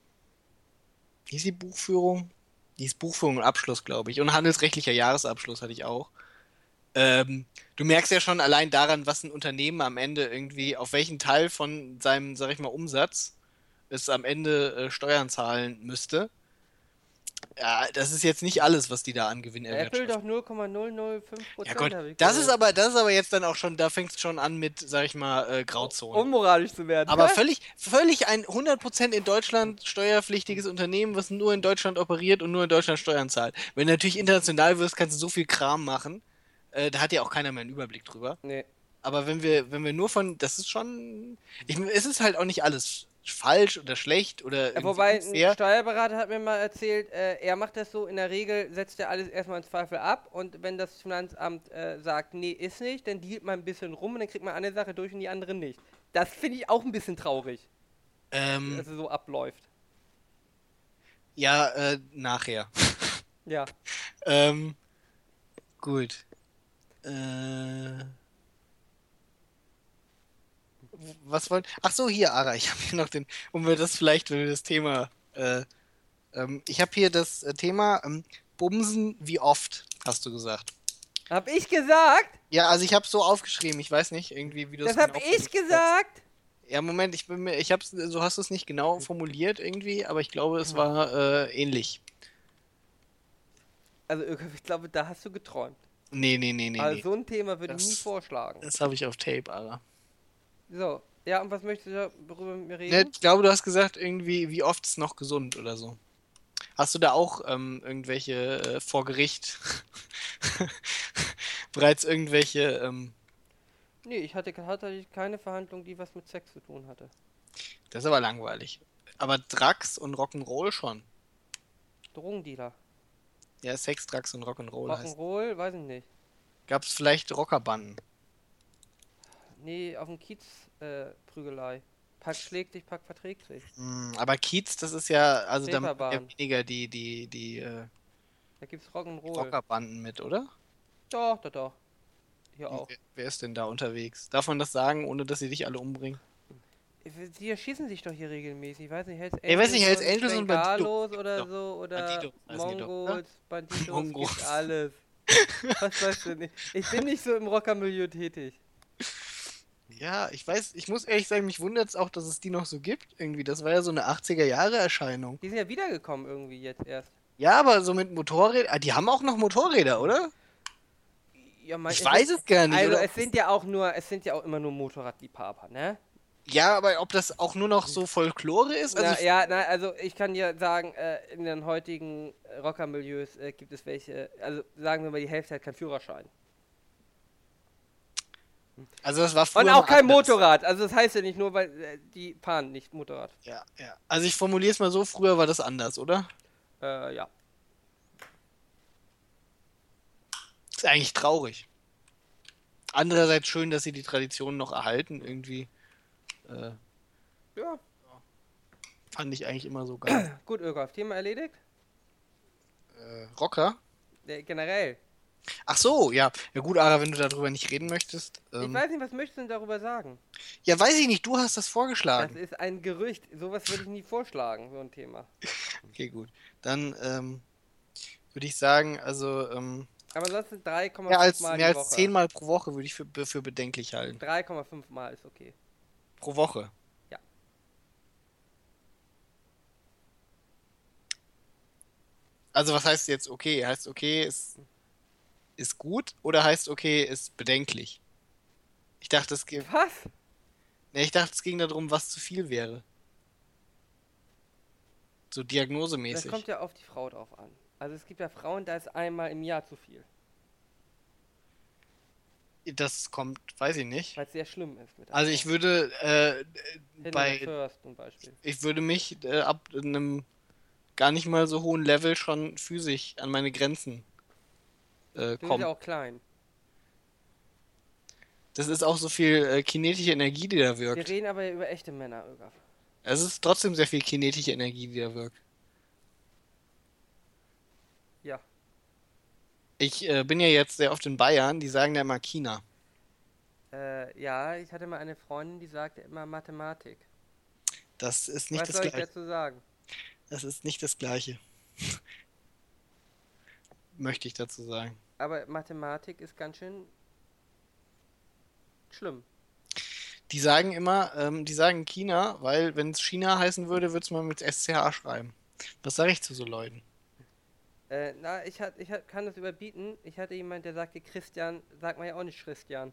hieß die Buchführung? Die hieß Buchführung und Abschluss, glaube ich. Und handelsrechtlicher Jahresabschluss hatte ich auch. Ähm, du merkst ja schon allein daran, was ein Unternehmen am Ende irgendwie, auf welchen Teil von seinem, sag ich mal, Umsatz es am Ende äh, Steuern zahlen müsste. Ja, das ist jetzt nicht alles, was die da an Gewinn Apple erwirtschaften. doch null Komma null null fünf Prozent. Ja Gott, habe ich das gehört. ist aber, das ist aber jetzt dann auch schon, da fängt es schon an mit, sag ich mal, äh, Grauzonen. Unmoralisch zu werden. Aber völlig, völlig ein hundert Prozent in Deutschland steuerpflichtiges Unternehmen, was nur in Deutschland operiert und nur in Deutschland Steuern zahlt. Wenn du natürlich international wirst, kannst du so viel Kram machen. Äh, da hat ja auch keiner mehr einen Überblick drüber. Nee. Aber wenn wir, wenn wir nur von, das ist schon, ich, es ist halt auch nicht alles falsch oder schlecht oder Ja, irgendwie wobei, ein unfair. Steuerberater hat mir mal erzählt, äh, er macht das so, in der Regel setzt er alles erstmal in Zweifel ab und wenn das Finanzamt äh, sagt, nee, ist nicht, dann dealt man ein bisschen rum und dann kriegt man eine Sache durch und die andere nicht. Das finde ich auch ein bisschen traurig, Ähm, dass es so abläuft. ja, äh, nachher. Ja. ähm, gut. Äh, was wollen? Ach so, hier, Ara, ich habe hier noch den, um wir das vielleicht, wenn wir das Thema, äh, ähm, ich habe hier das äh, Thema ähm, Bumsen, wie oft, hast du gesagt. Hab ich gesagt? Ja, also ich habe so aufgeschrieben, ich weiß nicht, irgendwie, wie du Das es hab genau ich formuliert hast. gesagt? Ja, Moment, ich bin mir, ich hab's, so hast du es nicht genau formuliert irgendwie, aber ich glaube, es war äh, ähnlich. Also ich glaube, da hast du geträumt. Nee, nee, nee, nee, Also nee. so ein Thema würde ich nie Das- vorschlagen. Das habe ich auf Tape, Ara. So, Ja, und was möchtest du darüber mit mir Ne, reden? ich glaube, du hast gesagt, irgendwie, wie oft ist noch gesund oder so. Hast du da auch ähm, irgendwelche äh, vor Gericht bereits irgendwelche, ähm, Nee, ich hatte, hatte keine Verhandlung, die was mit Sex zu tun hatte. das ist aber langweilig. Aber Drax und Rock'n'Roll schon. Drogendealer. Ja, Sex, Drax und Rock'n'Roll heißt. Rock'n'Roll, weiß ich nicht. Gab es vielleicht Rockerbanden? Nee, auf dem Kiez äh, Prügelei. Pack schlägt dich, Pack verträgt sich. Hm, aber Kiez, das ist ja, also da machen ja Reeperbahn. weniger die, die, die, äh, Da gibt's die Rock'n'Roll. Rockerbanden mit, oder? Doch, doch, doch. Hier Und auch. wer, wer ist denn da unterwegs? Darf man das sagen, ohne dass sie dich alle umbringen? Die erschießen sich doch hier regelmäßig. Ich weiß nicht, Hells Ich weiß nicht, Angels Hells und Angels und Bandidos. Bengalos oder Doch, so oder Bandidos heißen die doch, oder? Mongols, Banditos, gibt Mongos. alles. Was weißt du nicht? Ich bin nicht so im Rockermilieu tätig. Ja, ich weiß, ich muss ehrlich sagen, mich wundert es auch, dass es die noch so gibt. Irgendwie, das war ja so eine achtziger-Jahre-Erscheinung. Die sind ja wiedergekommen irgendwie jetzt erst. Ja, aber so mit Motorrädern, ah, die haben auch noch Motorräder, oder? Ja, mein, Ich es weiß sind, es gar nicht, also oder? es sind ja auch nur, es sind ja auch immer nur Motorradliebhaber, ne? Ja, aber ob das auch nur noch so Folklore ist? Also Na ich, ja, na, also ich kann dir sagen, äh, in den heutigen äh, Rockermilieus äh, gibt es welche, also sagen wir mal, die Hälfte hat keinen Führerschein. also das war früher Und auch mal kein anders. Motorrad. Also das heißt ja nicht nur, weil äh, die fahren nicht Motorrad. Ja, ja. Also ich formuliere es mal so, früher war das anders, oder? Äh, ja. Ist eigentlich traurig. Andererseits schön, dass sie die Tradition noch erhalten, irgendwie. Äh, Ja, fand ich eigentlich immer so geil. gut, Irgolf, Thema erledigt? Äh, Rocker? Äh, generell. Ach so, ja. Ja gut, Ara, wenn du darüber nicht reden möchtest. Ich Ähm, weiß nicht, was möchtest du denn darüber sagen? ja, weiß ich nicht, du hast das Das vorgeschlagen. ist ein Gerücht. Sowas würde ich nie vorschlagen, so ein Thema. Okay, gut. Dann ähm, würde ich sagen, also ähm, Aber ansonsten mehr drei Komma fünf als, Mal mehr die als Woche. zehnmal pro Woche würde ich für, für bedenklich halten. drei Komma fünf Mal ist okay. Pro Woche. Ja. Also was heißt jetzt okay? Heißt okay ist, ist gut oder heißt okay ist bedenklich? Ich dachte, es ging, Was? ne, ich dachte, es ging darum, was zu viel wäre. So Das kommt diagnosemäßig. ja auf die Frau drauf an. Also es gibt ja Frauen, da ist einmal im Jahr zu viel. Das kommt, weiß ich nicht. Weil es sehr schlimm ist mit der Also Frau. ich würde äh, Hidden bei, First zum Beispiel. ich würde mich äh, ab einem gar nicht mal so hohen Level schon physisch an meine Grenzen äh, Du bist kommen. ja auch klein. Das ist auch so viel äh, kinetische Energie, die da Wir wirkt. reden aber ja über echte Männer, Irgolf. Es ist trotzdem sehr viel kinetische Energie, die da wirkt. Ja. Ich äh, bin ja jetzt sehr oft in Bayern, die sagen ja immer China. Äh, ja, ich hatte mal eine Freundin, die sagte immer Mathematik. Das ist nicht Was das soll ich Gleiche. dazu sagen? Das ist nicht das Gleiche, möchte ich dazu sagen. Aber Mathematik ist ganz schön schlimm. Die sagen immer, ähm, die sagen China, weil wenn es China heißen würde, würde es mal mit S C H schreiben. Was sage ich zu so Leuten? Äh, na, ich, hat, ich hat, kann das überbieten. Ich hatte jemand, der sagte Christian, sagt man ja auch nicht Christian.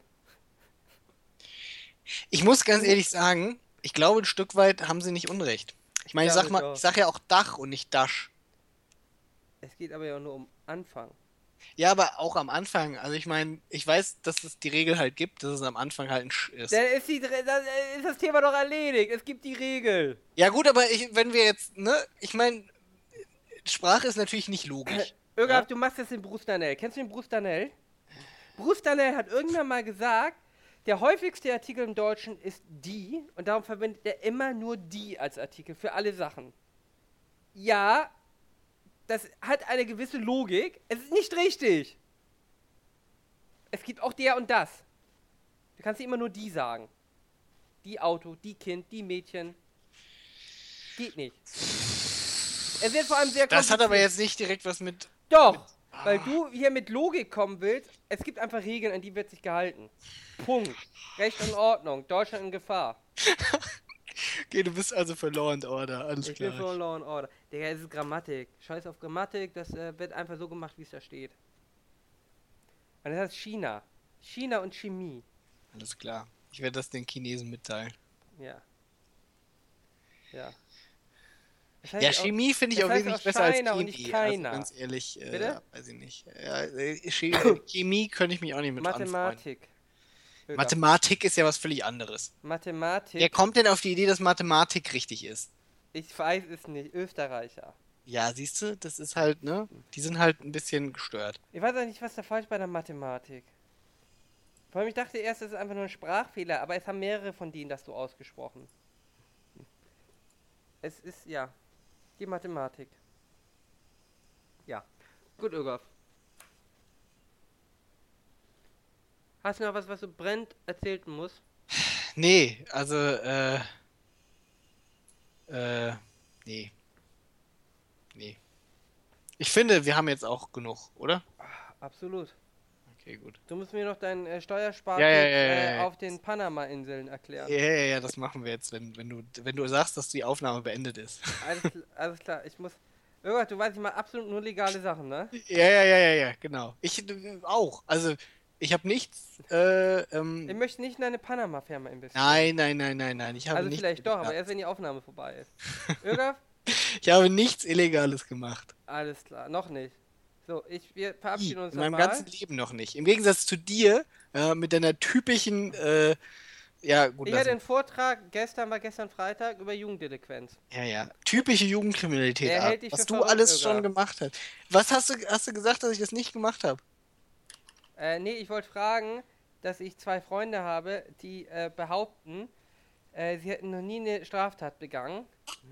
Ich muss ganz ehrlich sagen, ich glaube, ein Stück weit haben sie nicht Unrecht. Ich meine, ich Glaube sag ich mal, auch. ich sag ja auch Dach und nicht Dasch. Es geht aber ja auch nur um Anfang. Ja, aber auch am Anfang. Also ich meine, ich weiß, dass es die Regel halt gibt, dass es am Anfang halt ein Sch ist. Dann ist, die, Dre- dann ist das Thema doch erledigt. Es gibt die Regel. Ja gut, aber ich, wenn wir jetzt, ne, ich meine, Sprache ist natürlich nicht logisch. Irgolf, Ja? du machst jetzt den Bruce Danell. Kennst du den Bruce Danell? Bruce Danell hat irgendwann mal gesagt, der häufigste Artikel im Deutschen ist die und darum verwendet er immer nur die als Artikel für alle Sachen. Ja, das hat eine gewisse Logik. Es ist nicht richtig. Es gibt auch der und das. Du kannst nicht immer nur die sagen. Die Auto, die Kind, die Mädchen. Geht nicht. Es wird vor allem sehr Das hat aber kompliziert. jetzt nicht direkt was mit. Doch, weil du hier mit Logik kommen willst. Es gibt einfach Regeln, an die wird sich gehalten. Punkt. Recht und Ordnung. Deutschland in Gefahr. Okay, du bist also für Law and Order, alles Ich bin klar. für Law and Order. Digga, es ist Grammatik. Scheiß auf Grammatik, das äh, wird einfach so gemacht, wie es da steht. Und das heißt China. China und Chemie. Alles klar. Ich werde das den Chinesen mitteilen. Ja. Ja. Das Ja, heißt auch, Chemie finde ich das auch heißt wirklich auch besser als Scheiner und nicht Chemie. Also keiner. ganz ehrlich, äh, Bitte? weiß ich nicht. Ja, äh, Che- äh, Chemie könnte ich mich auch nicht mit anfreunden. Mathematik. Öger. Mathematik ist ja was völlig anderes. Wer Mathematik. kommt denn auf die Idee, dass Mathematik richtig ist? Ich weiß es nicht. Österreicher. Ja, siehst du, das ist halt, ne? Die sind halt ein bisschen gestört. Ich weiß auch nicht, was da falsch bei der Mathematik. Vor allem, ich dachte erst, es ist einfach nur ein Sprachfehler, aber es haben mehrere von denen das so ausgesprochen. Es ist, ja, die Mathematik. Ja. Gut, Ögaf. Hast du noch was, was du brennend erzählen musst? Nee, also, äh, äh, nee, nee. Ich finde, wir haben jetzt auch genug, oder? Absolut. Okay, gut. Du musst mir noch deinen äh, Ja, ja, Steuerspartipp ja, ja, äh, ja. auf den Panama-Inseln erklären. Ja, ja, ja, das machen wir jetzt, wenn, wenn du, wenn du sagst, dass die Aufnahme beendet ist. Alles, kl- alles klar, ich muss. Ögaf, du weißt, ich mache absolut nur legale Sachen, ne? Ja, ja, ja, ja, ja, genau. Ich äh, auch. Also, ich habe nichts, äh, Ich ähm, möchte nicht in eine Panama-Firma investieren. nein, nein, nein, nein, nein. Ich habe Also nichts vielleicht doch, aber Illegales. erst wenn die Aufnahme vorbei ist. Ögaf? Ich habe nichts Illegales gemacht. Alles klar, noch nicht. So, ich, wir Nie. verabschieden uns In meinem nochmal. ganzen Leben noch nicht. Im Gegensatz zu dir, äh, mit deiner typischen, äh, ja, gut, Ich lass hatte mal. einen Vortrag, gestern war gestern Freitag, über Jugenddelinquenz. Ja, ja. Typische Jugendkriminalität, Er Art. hält dich Was für du verrückt, alles schon Ögaf. gemacht hast. Was hast du, hast du gesagt, dass ich das nicht gemacht habe? Äh, nee, ich wollte fragen, dass ich zwei Freunde habe, die äh, behaupten, äh, sie hätten noch nie eine Straftat begangen.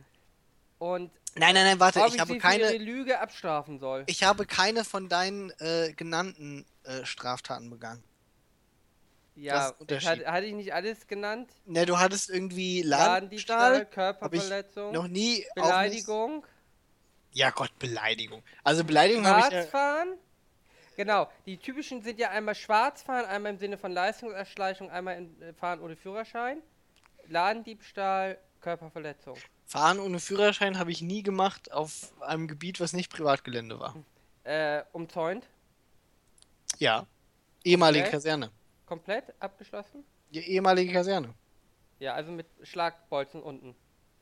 Und Nein, nein, nein, warte, ob ich ich habe sie für keine, ihre Lüge abstrafen soll. ich habe keine von deinen äh, genannten äh, Straftaten begangen. Das Ja, ist ein ich hatte, Unterschied. hatte ich nicht alles genannt? Ne, du hattest irgendwie Ladendiebstahl, Ladendiebstahl, habe ich Körperverletzung, noch nie auf eine- Beleidigung, Ja Gott, Beleidigung. Also Beleidigung habe ich ja. Schwarzfahren. Genau, die typischen sind ja einmal Schwarzfahren, einmal im Sinne von Leistungserschleichung, einmal im äh, Fahren ohne Führerschein. Ladendiebstahl, Körperverletzung. Fahren ohne Führerschein habe ich nie gemacht auf einem Gebiet, was nicht Privatgelände war. Äh, umzäunt. Ja. Ehemalige Komplett? Kaserne. Komplett abgeschlossen? Die ehemalige Kaserne. Ja, also mit Schlagbolzen unten.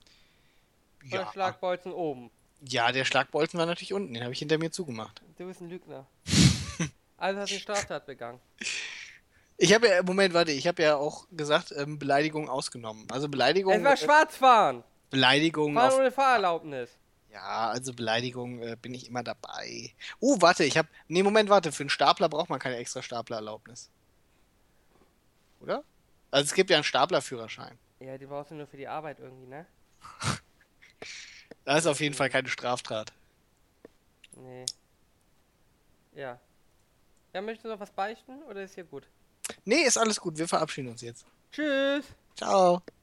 Oder Ja. Schlagbolzen oben. Ja, der Schlagbolzen war natürlich unten, den habe ich hinter mir zugemacht. Du bist ein Lügner. Also hast du eine Straftat begangen. Ich habe ja, Moment, warte, ich habe ja auch gesagt, ähm, Beleidigung ausgenommen. Also Beleidigung, Es war äh, Schwarzfahren! Beleidigung Fahren auf. ohne Fahrerlaubnis. Ja, also Beleidigung äh, bin ich immer dabei. Uh, warte, ich habe. Nee, Moment, warte, für einen Stapler braucht man keine extra Staplererlaubnis. Oder? Also es gibt ja einen Staplerführerschein. Ja, die brauchst du nur für die Arbeit irgendwie, ne? Das ist auf jeden Fall keine Straftat. Nee. Ja. Ja, möchtest du noch was beichten oder ist hier gut? Nee, ist alles gut, wir verabschieden uns jetzt. Tschüss! Ciao.